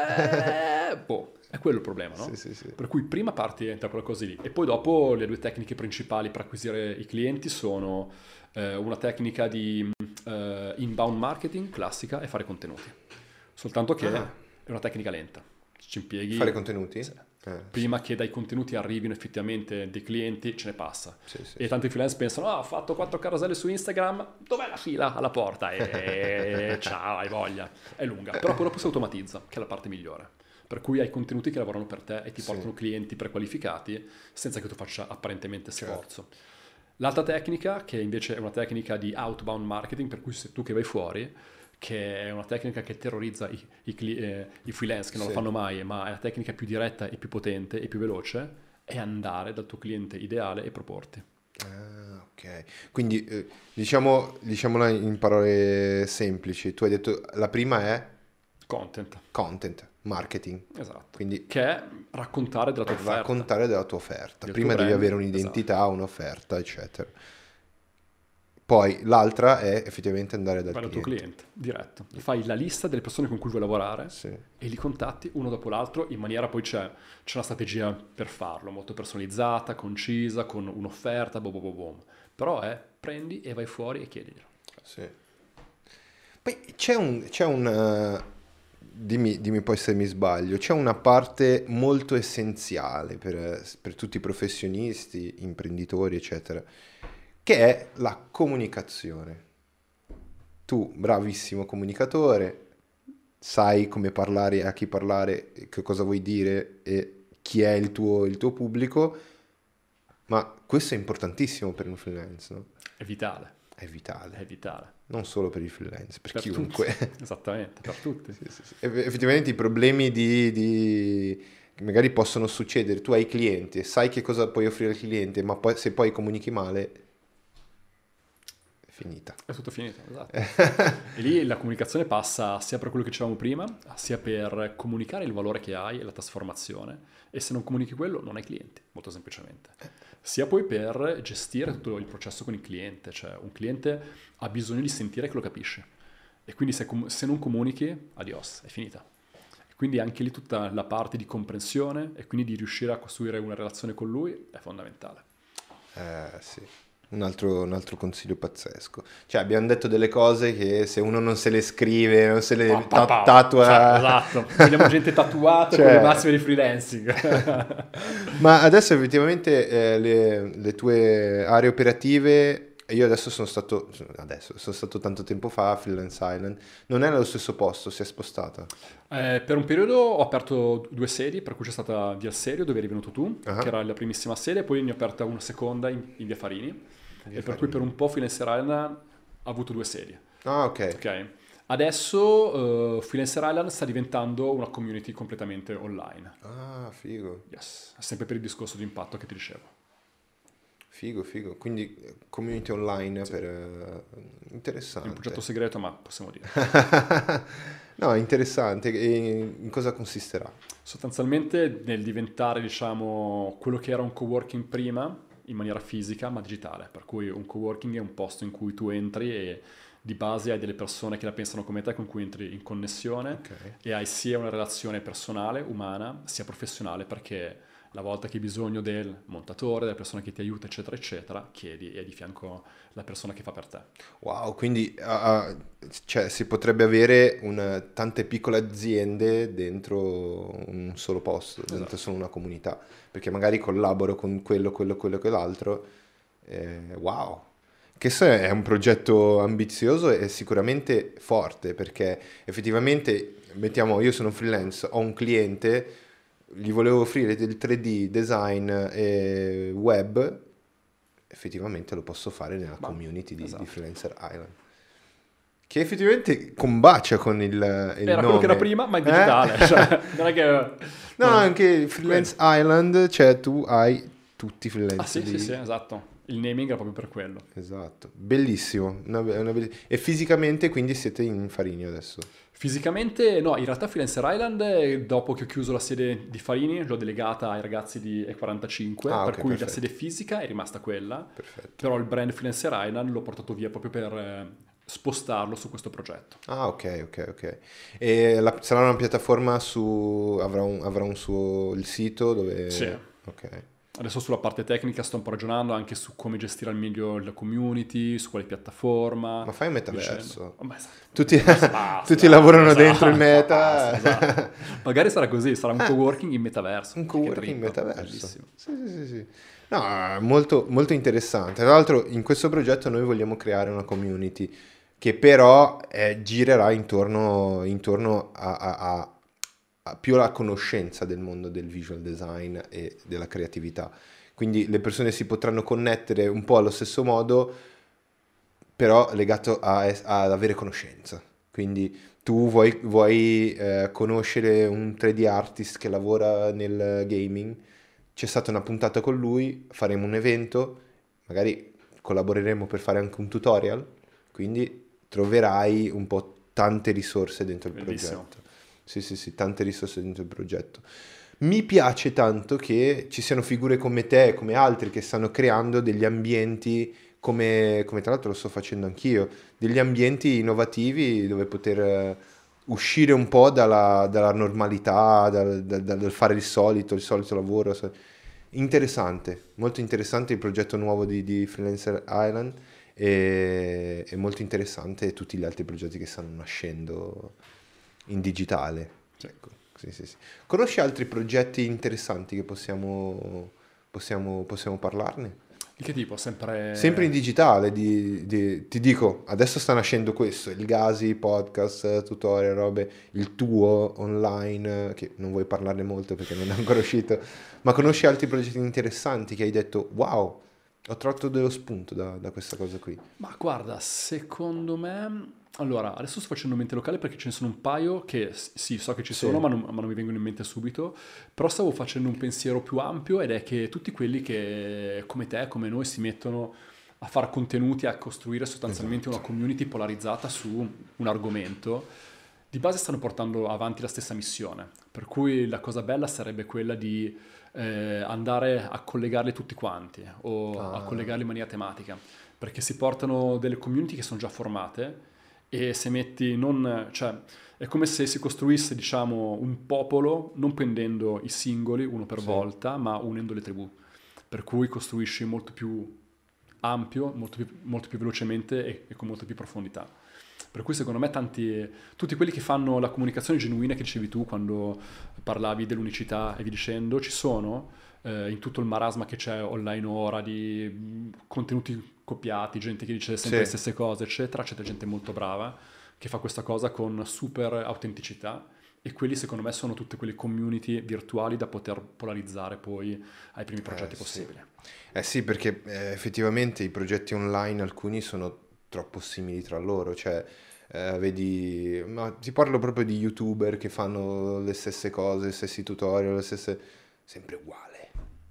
[SPEAKER 2] È quello il problema, no?
[SPEAKER 1] Sì.
[SPEAKER 2] Per cui prima parti da quella cosa lì e poi dopo le due tecniche principali per acquisire i clienti sono una tecnica di inbound marketing classica e fare contenuti. Soltanto che è una tecnica lenta. Ci impieghi...
[SPEAKER 1] Fare contenuti?
[SPEAKER 2] Sì. Prima che dai contenuti arrivino effettivamente dei clienti, ce ne passa.
[SPEAKER 1] Sì.
[SPEAKER 2] E tanti freelance pensano, ho fatto 4 caroselli su Instagram, dov'è la fila alla porta? E ciao, hai voglia. È lunga. Però poi dopo si automatizza, che è la parte migliore. Per cui hai contenuti che lavorano per te e ti portano clienti prequalificati senza che tu faccia apparentemente sforzo. L'altra tecnica, che invece è una tecnica di outbound marketing, per cui sei tu che vai fuori, che è una tecnica che terrorizza i freelance che non lo fanno mai, ma è la tecnica più diretta e più potente e più veloce, è andare dal tuo cliente ideale e proporti.
[SPEAKER 1] Ah, ok. Quindi diciamola in parole semplici. Tu hai detto la prima è content, marketing.
[SPEAKER 2] Esatto.
[SPEAKER 1] Quindi
[SPEAKER 2] che è raccontare della tua offerta.
[SPEAKER 1] raccontare della tua offerta.
[SPEAKER 2] Del
[SPEAKER 1] Prima
[SPEAKER 2] tuo
[SPEAKER 1] devi
[SPEAKER 2] brand,
[SPEAKER 1] avere un'identità, un'offerta, eccetera. Poi l'altra è effettivamente andare dal
[SPEAKER 2] Vai dal tuo
[SPEAKER 1] cliente.
[SPEAKER 2] cliente, diretto. Fai la lista delle persone con cui vuoi lavorare
[SPEAKER 1] Sì.
[SPEAKER 2] e li contatti uno dopo l'altro in maniera, poi c'è una strategia per farlo, molto personalizzata, concisa, con un'offerta, boom. Però prendi e vai fuori e chiediglielo.
[SPEAKER 1] Sì. Poi c'è un dimmi poi se mi sbaglio, c'è una parte molto essenziale per tutti i professionisti, imprenditori, eccetera, che è la comunicazione. Tu, bravissimo comunicatore, sai come parlare, a chi parlare, che cosa vuoi dire e chi è il tuo pubblico, ma questo è importantissimo per un freelance, no?
[SPEAKER 2] È vitale.
[SPEAKER 1] È vitale.
[SPEAKER 2] È vitale.
[SPEAKER 1] Non solo per i freelance, per
[SPEAKER 2] Per
[SPEAKER 1] chiunque.
[SPEAKER 2] tutti. Esattamente, per tutti.
[SPEAKER 1] Sì. Effettivamente i problemi che magari possono succedere, tu hai clienti e sai che cosa puoi offrire al cliente, ma poi, se poi comunichi male, è finita.
[SPEAKER 2] È tutto finito, esatto. E lì la comunicazione passa sia per quello che dicevamo prima, sia per comunicare il valore che hai e la trasformazione. E se non comunichi quello, non hai clienti, molto semplicemente. Sia poi per gestire tutto il processo con il cliente. Cioè, un cliente ha bisogno di sentire che lo capisce. E quindi se non comunichi, adios, è finita. E quindi anche lì tutta la parte di comprensione e quindi di riuscire a costruire una relazione con lui è fondamentale.
[SPEAKER 1] Sì. Un altro consiglio pazzesco. Cioè, abbiamo detto delle cose che se uno non se le scrive, non se le tatua...
[SPEAKER 2] Cioè, esatto, vogliamo gente tatuata con le massime di freelancing.
[SPEAKER 1] Ma adesso effettivamente le tue aree operative, io adesso sono stato tanto tempo fa a Freelance Island, non è nello stesso posto, si è spostata?
[SPEAKER 2] Per un periodo ho aperto 2 sedi, per cui c'è stata Via Serio, dove eri venuto tu, che era la primissima sede, e poi ne ho aperta una seconda in Via Farini. E per cui per un po' Freelance Island ha avuto 2 sedi.
[SPEAKER 1] Ah, ok.
[SPEAKER 2] Adesso Freelance Island sta diventando una community completamente online.
[SPEAKER 1] Ah, figo.
[SPEAKER 2] Yes, sempre per il discorso di impatto che ti dicevo.
[SPEAKER 1] Figo, figo. Quindi community online
[SPEAKER 2] Sì.
[SPEAKER 1] per...
[SPEAKER 2] È
[SPEAKER 1] interessante.
[SPEAKER 2] un progetto segreto, ma possiamo dire.
[SPEAKER 1] No, interessante. E in cosa consisterà?
[SPEAKER 2] Sostanzialmente nel diventare, diciamo, quello che era un coworking prima, in maniera fisica, ma digitale. Per cui un coworking è un posto in cui tu entri e di base hai delle persone che la pensano come te, con cui entri in connessione
[SPEAKER 1] Ok.
[SPEAKER 2] e hai sia una relazione personale, umana, sia professionale, perché la volta che hai bisogno del montatore, della persona che ti aiuta, eccetera, eccetera, chiedi e hai di fianco la persona che fa per te.
[SPEAKER 1] Wow, quindi cioè, si potrebbe avere tante piccole aziende dentro un solo posto, dentro
[SPEAKER 2] Esatto.
[SPEAKER 1] solo una comunità, perché magari collaboro con quello e quell'altro. Wow, questo è un progetto ambizioso e sicuramente forte, perché effettivamente, mettiamo, io sono freelance, ho un cliente, gli volevo offrire del 3D, design e web, effettivamente lo posso fare nella
[SPEAKER 2] Ma,
[SPEAKER 1] community di
[SPEAKER 2] esatto.
[SPEAKER 1] Freelancer Island, che effettivamente combacia con il
[SPEAKER 2] Era quello che era
[SPEAKER 1] nome.
[SPEAKER 2] prima, ma in
[SPEAKER 1] Eh?
[SPEAKER 2] digitale. Cioè, non è che...
[SPEAKER 1] No, no,
[SPEAKER 2] non-
[SPEAKER 1] anche
[SPEAKER 2] quello.
[SPEAKER 1] Freelance Island, cioè tu hai tutti i
[SPEAKER 2] Ah
[SPEAKER 1] freelance
[SPEAKER 2] sì, sì, sì,
[SPEAKER 1] lì.
[SPEAKER 2] esatto. Il naming era proprio per quello.
[SPEAKER 1] Esatto, bellissimo. E fisicamente quindi siete in Farini adesso.
[SPEAKER 2] Fisicamente, no, in realtà Freelancer Island, dopo che ho chiuso la sede di Farini, l'ho delegata ai ragazzi di E45,
[SPEAKER 1] Ah,
[SPEAKER 2] per
[SPEAKER 1] ok,
[SPEAKER 2] cui la sede
[SPEAKER 1] perfetto,
[SPEAKER 2] fisica è rimasta quella,
[SPEAKER 1] perfetto.
[SPEAKER 2] però il brand Freelancer Island l'ho portato via proprio per spostarlo su questo progetto.
[SPEAKER 1] Ah, ok, ok, ok. E sarà una piattaforma avrà un suo il sito
[SPEAKER 2] Sì,
[SPEAKER 1] dove... Ok.
[SPEAKER 2] adesso sulla parte tecnica sto un po' ragionando anche su come gestire al meglio la community, su quale piattaforma,
[SPEAKER 1] Ma fai un
[SPEAKER 2] via dicendo.
[SPEAKER 1] metaverso?
[SPEAKER 2] Oh, ma esatto.
[SPEAKER 1] Tutti,
[SPEAKER 2] Basta, basta,
[SPEAKER 1] tutti
[SPEAKER 2] dai,
[SPEAKER 1] lavorano dentro il
[SPEAKER 2] esatto, basta,
[SPEAKER 1] meta.
[SPEAKER 2] esatto. Magari sarà così, sarà un coworking in metaverso.
[SPEAKER 1] Un
[SPEAKER 2] Che
[SPEAKER 1] coworking
[SPEAKER 2] trip,
[SPEAKER 1] metaverso.
[SPEAKER 2] bellissimo.
[SPEAKER 1] Sì, sì, sì, sì. No, è molto, molto interessante. Tra l'altro, in questo progetto noi vogliamo creare una community che però girerà intorno a più alla conoscenza del mondo del visual design e della creatività. Quindi le persone si potranno connettere un po' allo stesso modo, però legato ad avere conoscenza. Quindi tu vuoi conoscere un 3D artist che lavora nel gaming, c'è stata una puntata con lui, faremo un evento, magari collaboreremo per fare anche un tutorial, quindi troverai un po' tante risorse dentro il
[SPEAKER 2] Bellissimo.
[SPEAKER 1] progetto. Sì, sì, sì, tante risorse dentro il progetto. Mi piace tanto che ci siano figure come te e come altri che stanno creando degli ambienti, come tra l'altro lo sto facendo anch'io, degli ambienti innovativi dove poter uscire un po' dalla normalità, dal fare il solito lavoro. Interessante, molto interessante il progetto nuovo di Freelancer Island e molto interessante tutti gli altri progetti che stanno nascendo in digitale.
[SPEAKER 2] Sì.
[SPEAKER 1] Ecco, sì, sì, sì. Conosci altri progetti interessanti che possiamo parlarne?
[SPEAKER 2] Di che tipo?
[SPEAKER 1] Sempre in
[SPEAKER 2] Sempre...
[SPEAKER 1] digitale, ti dico, adesso sta nascendo questo, il Gasi, podcast, tutorial, robe, il tuo online, che non vuoi parlarne molto perché non è ancora uscito, ma conosci altri progetti interessanti che hai detto, wow, ho tratto dello spunto da questa cosa qui.
[SPEAKER 2] Ma guarda, secondo me... Allora, adesso sto facendo mente locale perché ce ne sono un paio che sì, so che ci sono,
[SPEAKER 1] Sì,
[SPEAKER 2] ma non mi vengono in mente subito. Però stavo facendo un pensiero più ampio ed è che tutti quelli che, come te, come noi, si mettono a fare contenuti, a costruire sostanzialmente una
[SPEAKER 1] esatto.
[SPEAKER 2] community polarizzata su un argomento, di base stanno portando avanti la stessa missione. Per cui la cosa bella sarebbe quella di andare a collegarli tutti quanti o a
[SPEAKER 1] Ah,
[SPEAKER 2] collegarli in maniera tematica, perché si portano delle community che sono già formate e se metti non, cioè è come se si costruisse, diciamo, un popolo non prendendo i singoli uno per
[SPEAKER 1] sì.
[SPEAKER 2] volta, ma unendo le tribù. Per cui costruisci molto più ampio, molto più velocemente e con molta più profondità. Per cui secondo me tutti quelli che fanno la comunicazione genuina che dicevi tu quando parlavi dell'unicità e via dicendo, ci sono in tutto il marasma che c'è online ora di contenuti copiati, gente che dice sempre le
[SPEAKER 1] Sì.
[SPEAKER 2] stesse cose, eccetera. C'è gente molto brava che fa questa cosa con super autenticità e quelli secondo me sono tutte quelle community virtuali da poter polarizzare poi ai primi progetti
[SPEAKER 1] Sì.
[SPEAKER 2] possibili.
[SPEAKER 1] Sì, perché effettivamente i progetti online alcuni sono troppo simili tra loro, cioè vedi, ma ti parlo proprio di YouTuber che fanno le stesse cose, gli stessi tutorial, le stesse... sempre uguale,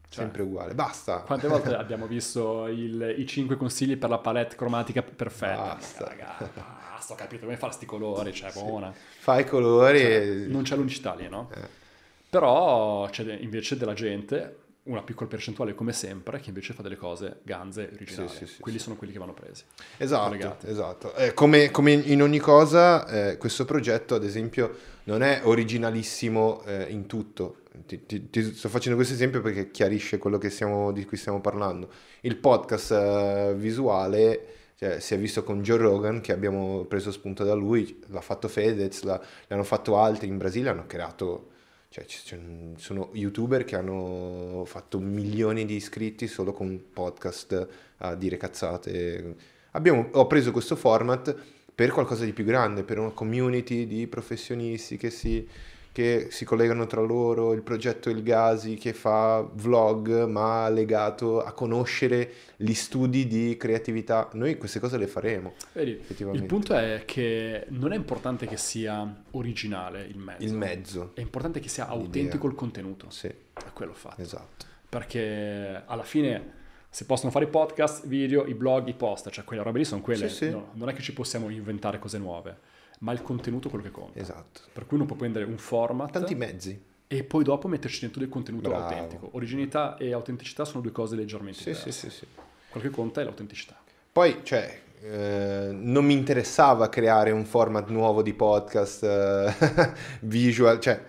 [SPEAKER 2] Cioè,
[SPEAKER 1] sempre uguale, basta.
[SPEAKER 2] Quante volte abbiamo visto i 5 consigli per la palette cromatica perfetta?
[SPEAKER 1] Basta.
[SPEAKER 2] Raga, basta, ho capito come fare sti colori, cioè, buona.
[SPEAKER 1] Fai i colori
[SPEAKER 2] Cioè,
[SPEAKER 1] e...
[SPEAKER 2] non c'è l'unicità lì, no?
[SPEAKER 1] Eh.
[SPEAKER 2] Però c'è invece della gente, una piccola percentuale come sempre, che invece fa delle cose ganze originali.
[SPEAKER 1] Sì,
[SPEAKER 2] Quelli
[SPEAKER 1] sì.
[SPEAKER 2] sono quelli che vanno presi.
[SPEAKER 1] Esatto,
[SPEAKER 2] collegati.
[SPEAKER 1] esatto. Come in ogni cosa, questo progetto, ad esempio, non è originalissimo in tutto. Ti sto facendo questo esempio perché chiarisce quello di cui stiamo parlando. Il podcast visuale, cioè, si è visto con Joe Rogan, che abbiamo preso spunto da lui, l'ha fatto Fedez, l'hanno fatto altri in Brasile, hanno creato... Cioè, sono youtuber che hanno fatto milioni di iscritti solo con podcast a dire cazzate. Ho preso questo format per qualcosa di più grande, per una community di professionisti che si collegano tra loro, il progetto Il Gasi che fa vlog ma legato a conoscere gli studi di creatività. Noi queste cose le faremo,
[SPEAKER 2] Vedi,
[SPEAKER 1] effettivamente.
[SPEAKER 2] il punto è che non è importante che sia originale il mezzo.
[SPEAKER 1] Il mezzo.
[SPEAKER 2] È importante che sia
[SPEAKER 1] L'idea.
[SPEAKER 2] autentico il contenuto.
[SPEAKER 1] Sì,
[SPEAKER 2] È quello fatto.
[SPEAKER 1] esatto.
[SPEAKER 2] Perché alla fine si possono fare i podcast, video, i blog, i post, cioè quelle robe lì sono quelle.
[SPEAKER 1] Sì.
[SPEAKER 2] No, non è che ci possiamo inventare cose nuove, ma il contenuto è quello che conta.
[SPEAKER 1] Esatto.
[SPEAKER 2] Per cui uno può prendere un format
[SPEAKER 1] Tanti mezzi.
[SPEAKER 2] e poi dopo metterci dentro del contenuto
[SPEAKER 1] Bravo.
[SPEAKER 2] autentico. Originalità e autenticità sono due cose leggermente diverse.
[SPEAKER 1] Sì.
[SPEAKER 2] Quello che conta è l'autenticità.
[SPEAKER 1] Poi, cioè, non mi interessava creare un format nuovo di podcast visual, cioè,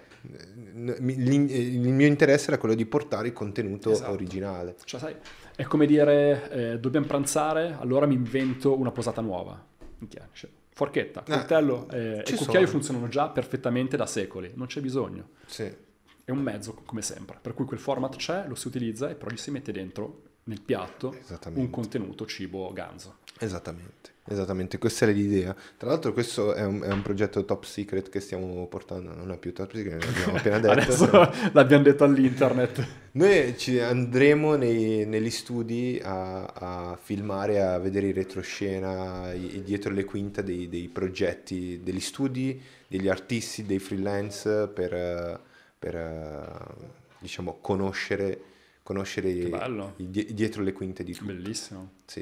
[SPEAKER 1] il mio interesse era quello di portare il contenuto
[SPEAKER 2] Esatto.
[SPEAKER 1] originale.
[SPEAKER 2] Cioè, sai, è come dire, dobbiamo pranzare, allora mi invento una posata nuova. Minchia, cioè, forchetta, coltello e
[SPEAKER 1] ci
[SPEAKER 2] cucchiaio
[SPEAKER 1] sono.
[SPEAKER 2] funzionano già perfettamente da secoli, non c'è bisogno.
[SPEAKER 1] Sì,
[SPEAKER 2] È un mezzo, come sempre. Per cui quel format c'è, lo si utilizza e però gli si mette dentro, nel piatto,
[SPEAKER 1] Esattamente.
[SPEAKER 2] un contenuto cibo ganzo.
[SPEAKER 1] esattamente, questa è l'idea. Tra l'altro questo è un progetto top secret che stiamo portando, non è più top secret, l'abbiamo appena detto.
[SPEAKER 2] Adesso l'abbiamo detto all'internet.
[SPEAKER 1] Noi ci andremo negli studi a filmare, a vedere in retroscena, dietro le quinte dei progetti, degli studi, degli artisti, dei freelance per diciamo, conoscere
[SPEAKER 2] Che bello.
[SPEAKER 1] dietro le quinte di tutto.
[SPEAKER 2] Bellissimo.
[SPEAKER 1] Sì.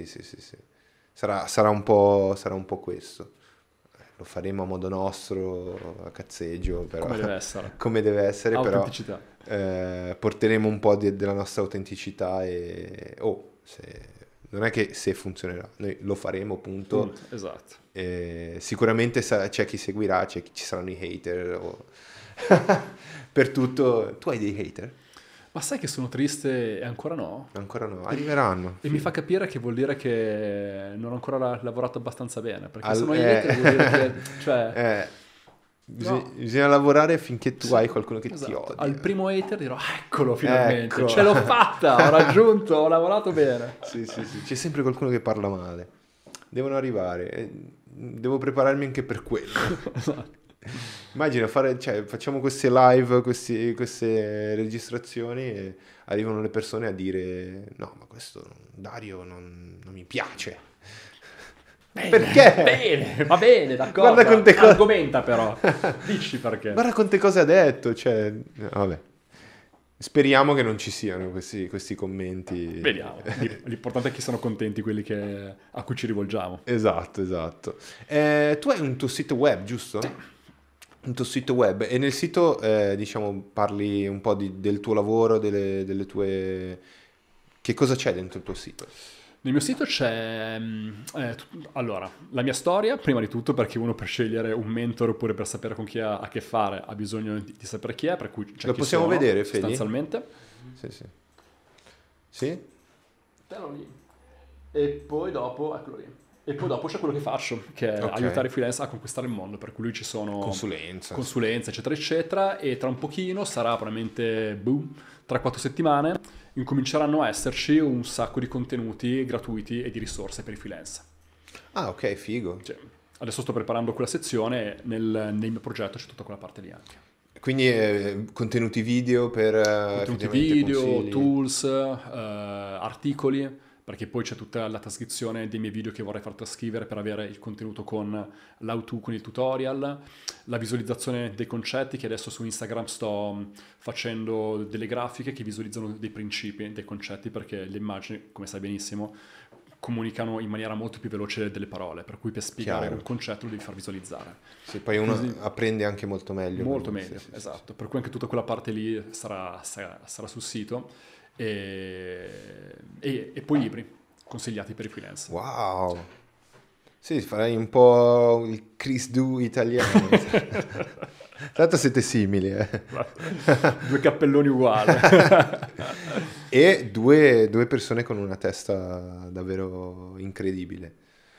[SPEAKER 1] Sarà un po' questo. Lo faremo a modo nostro, a cazzeggio, però,
[SPEAKER 2] Come deve essere.
[SPEAKER 1] come deve essere, però
[SPEAKER 2] Autenticità.
[SPEAKER 1] porteremo un po' della nostra autenticità e non è che se funzionerà, noi lo faremo, punto.
[SPEAKER 2] Esatto.
[SPEAKER 1] Sicuramente c'è chi seguirà, ci saranno i hater per tutto. Tu hai dei hater?
[SPEAKER 2] Ma sai che sono triste e ancora no?
[SPEAKER 1] Ancora no, arriveranno.
[SPEAKER 2] E mi fa capire che vuol dire che non ho ancora lavorato abbastanza bene, perché se
[SPEAKER 1] Al-
[SPEAKER 2] non hai hater vuol dire che... Cioè,
[SPEAKER 1] Bisogna lavorare finché tu hai qualcuno che ti
[SPEAKER 2] esatto.
[SPEAKER 1] odia.
[SPEAKER 2] Al primo hater dirò, eccolo finalmente,
[SPEAKER 1] Ecco.
[SPEAKER 2] ce l'ho fatta, ho raggiunto, ho lavorato bene.
[SPEAKER 1] Sì. C'è sempre qualcuno che parla male. Devono arrivare. Devo prepararmi anche per quello. Immagina facciamo queste live, queste registrazioni e arrivano le persone a dire no, ma questo Dario non mi piace.
[SPEAKER 2] Bene,
[SPEAKER 1] Perché?
[SPEAKER 2] Bene, va bene, d'accordo.
[SPEAKER 1] Guarda quante cose-
[SPEAKER 2] Argomenta però, dici perché.
[SPEAKER 1] Guarda quante cose ha detto, cioè, vabbè. Speriamo che non ci siano questi commenti.
[SPEAKER 2] Vediamo, l'importante è che siano contenti quelli a cui ci rivolgiamo.
[SPEAKER 1] Esatto. Tu hai un tuo sito web, giusto?
[SPEAKER 2] Sì.
[SPEAKER 1] Un tuo sito web e nel sito diciamo parli un po' del tuo lavoro, delle tue... Che cosa c'è dentro il tuo sito?
[SPEAKER 2] Nel mio sito c'è, allora, la mia storia, prima di tutto, perché uno per scegliere un mentore oppure per sapere con chi ha a che fare ha bisogno di sapere chi è, per cui c'è
[SPEAKER 1] Lo
[SPEAKER 2] chi
[SPEAKER 1] possiamo
[SPEAKER 2] sono,
[SPEAKER 1] vedere, Feli?
[SPEAKER 2] sostanzialmente.
[SPEAKER 1] Sì?
[SPEAKER 2] Tello lì. E poi dopo, eccolo lì. E poi dopo c'è quello che faccio, che è
[SPEAKER 1] Ok.
[SPEAKER 2] aiutare i freelance a conquistare il mondo, per cui lui ci sono consulenze, eccetera, eccetera, e tra un pochino sarà probabilmente, tra 4 settimane, incominceranno a esserci un sacco di contenuti gratuiti e di risorse per i freelance.
[SPEAKER 1] Ah, ok, figo.
[SPEAKER 2] Cioè, adesso sto preparando quella sezione e nel mio progetto c'è tutta quella parte lì anche.
[SPEAKER 1] Quindi contenuti video per...
[SPEAKER 2] Contenuti
[SPEAKER 1] effettivamente
[SPEAKER 2] video,
[SPEAKER 1] consigli.
[SPEAKER 2] tools, articoli, perché poi c'è tutta la trascrizione dei miei video che vorrei far trascrivere per avere il contenuto con l'auto, con il tutorial, la visualizzazione dei concetti, che adesso su Instagram sto facendo delle grafiche che visualizzano dei principi, dei concetti, perché le immagini, come sai benissimo, comunicano in maniera molto più veloce delle parole, per cui per spiegare un concetto lo devi far visualizzare.
[SPEAKER 1] Sì, poi uno apprende anche molto meglio.
[SPEAKER 2] Molto meglio, esatto. Per cui anche tutta quella parte lì sarà sul sito. E poi libri consigliati per i freelance.
[SPEAKER 1] Wow! Sì, farei un po' il Chris Du italiano. Tra l'altro siete simili,
[SPEAKER 2] Due cappelloni uguali.
[SPEAKER 1] E due persone con una testa davvero incredibile.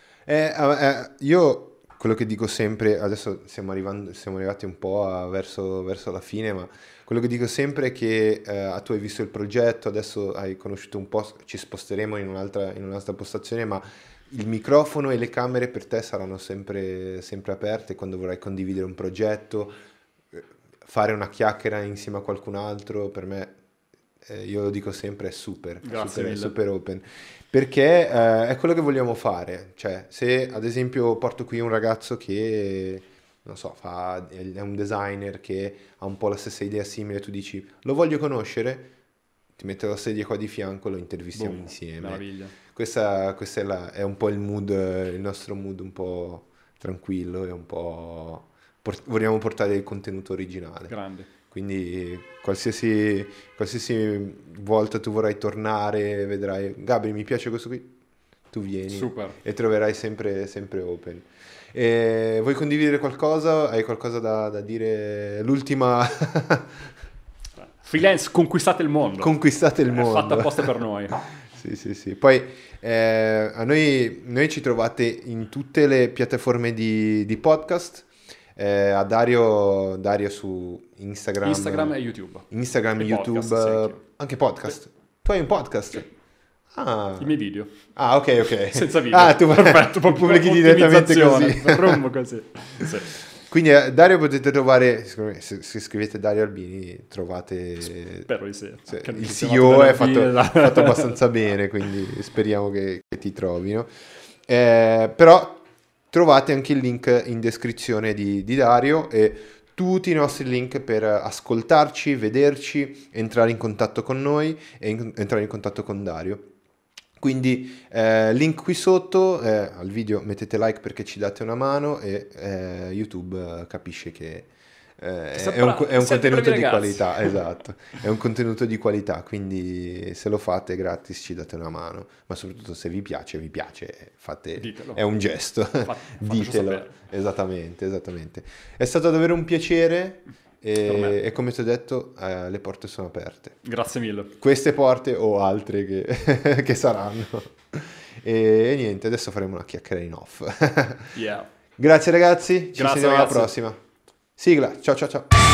[SPEAKER 1] Io quello che dico sempre, adesso siamo arrivati un po' verso la fine, ma quello che dico sempre è che tu hai visto il progetto, adesso hai conosciuto un po', ci sposteremo in un'altra postazione, ma il microfono e le camere per te saranno sempre aperte quando vorrai condividere un progetto, fare una chiacchiera insieme a qualcun altro. Per me, io lo dico sempre, è super open, perché è quello che vogliamo fare. Cioè, se ad esempio porto qui un ragazzo che, non so, è un designer che ha un po' la stessa idea simile, tu dici lo voglio conoscere, ti metto la sedia qua di fianco, lo intervistiamo insieme.
[SPEAKER 2] Meraviglia.
[SPEAKER 1] Questa è un po' il mood, il nostro mood un po' tranquillo e un po' vogliamo portare il contenuto originale.
[SPEAKER 2] Grande.
[SPEAKER 1] Quindi qualsiasi volta tu vorrai tornare, vedrai, Gabri, mi piace questo qui, tu vieni.
[SPEAKER 2] Super.
[SPEAKER 1] E troverai sempre open. E vuoi condividere qualcosa? Hai qualcosa da dire? L'ultima...
[SPEAKER 2] Freelance, conquistate il mondo.
[SPEAKER 1] Conquistate il mondo.
[SPEAKER 2] È fatta apposta per noi.
[SPEAKER 1] Sì. Poi a noi ci trovate in tutte le piattaforme di podcast. A Dario su Instagram
[SPEAKER 2] e YouTube.
[SPEAKER 1] Instagram e YouTube,
[SPEAKER 2] podcast,
[SPEAKER 1] anche podcast. Tu hai un podcast?
[SPEAKER 2] Sì.
[SPEAKER 1] Ah.
[SPEAKER 2] I miei video.
[SPEAKER 1] Ah, ok.
[SPEAKER 2] Senza video.
[SPEAKER 1] Ah, tu
[SPEAKER 2] perfetto,
[SPEAKER 1] pubblichi direttamente così.
[SPEAKER 2] Rumbo così. Sì.
[SPEAKER 1] Quindi Dario potete trovare, se scrivete Dario Albini trovate...
[SPEAKER 2] Spero di sì.
[SPEAKER 1] Il CEO è fatto abbastanza bene, quindi speriamo che ti trovino. Però trovate anche il link in descrizione di Dario e tutti i nostri link per ascoltarci, vederci, entrare in contatto con noi e entrare in contatto con Dario. Quindi link qui sotto, al video mettete like perché ci date una mano e YouTube capisce che è un contenuto di qualità, esatto, è un contenuto di qualità, quindi se lo fate gratis ci date una mano, ma soprattutto se vi piace,
[SPEAKER 2] ditelo.
[SPEAKER 1] È un gesto, ditelo,
[SPEAKER 2] sapere.
[SPEAKER 1] Esattamente. È stato davvero un piacere. E come ti ho detto, le porte sono aperte.
[SPEAKER 2] Grazie mille.
[SPEAKER 1] Queste porte o altre che saranno. E niente, adesso faremo una chiacchiera in off.
[SPEAKER 2] Yeah.
[SPEAKER 1] Grazie ragazzi, ci
[SPEAKER 2] Grazie,
[SPEAKER 1] vediamo alla
[SPEAKER 2] ragazzi.
[SPEAKER 1] prossima. Sigla, ciao.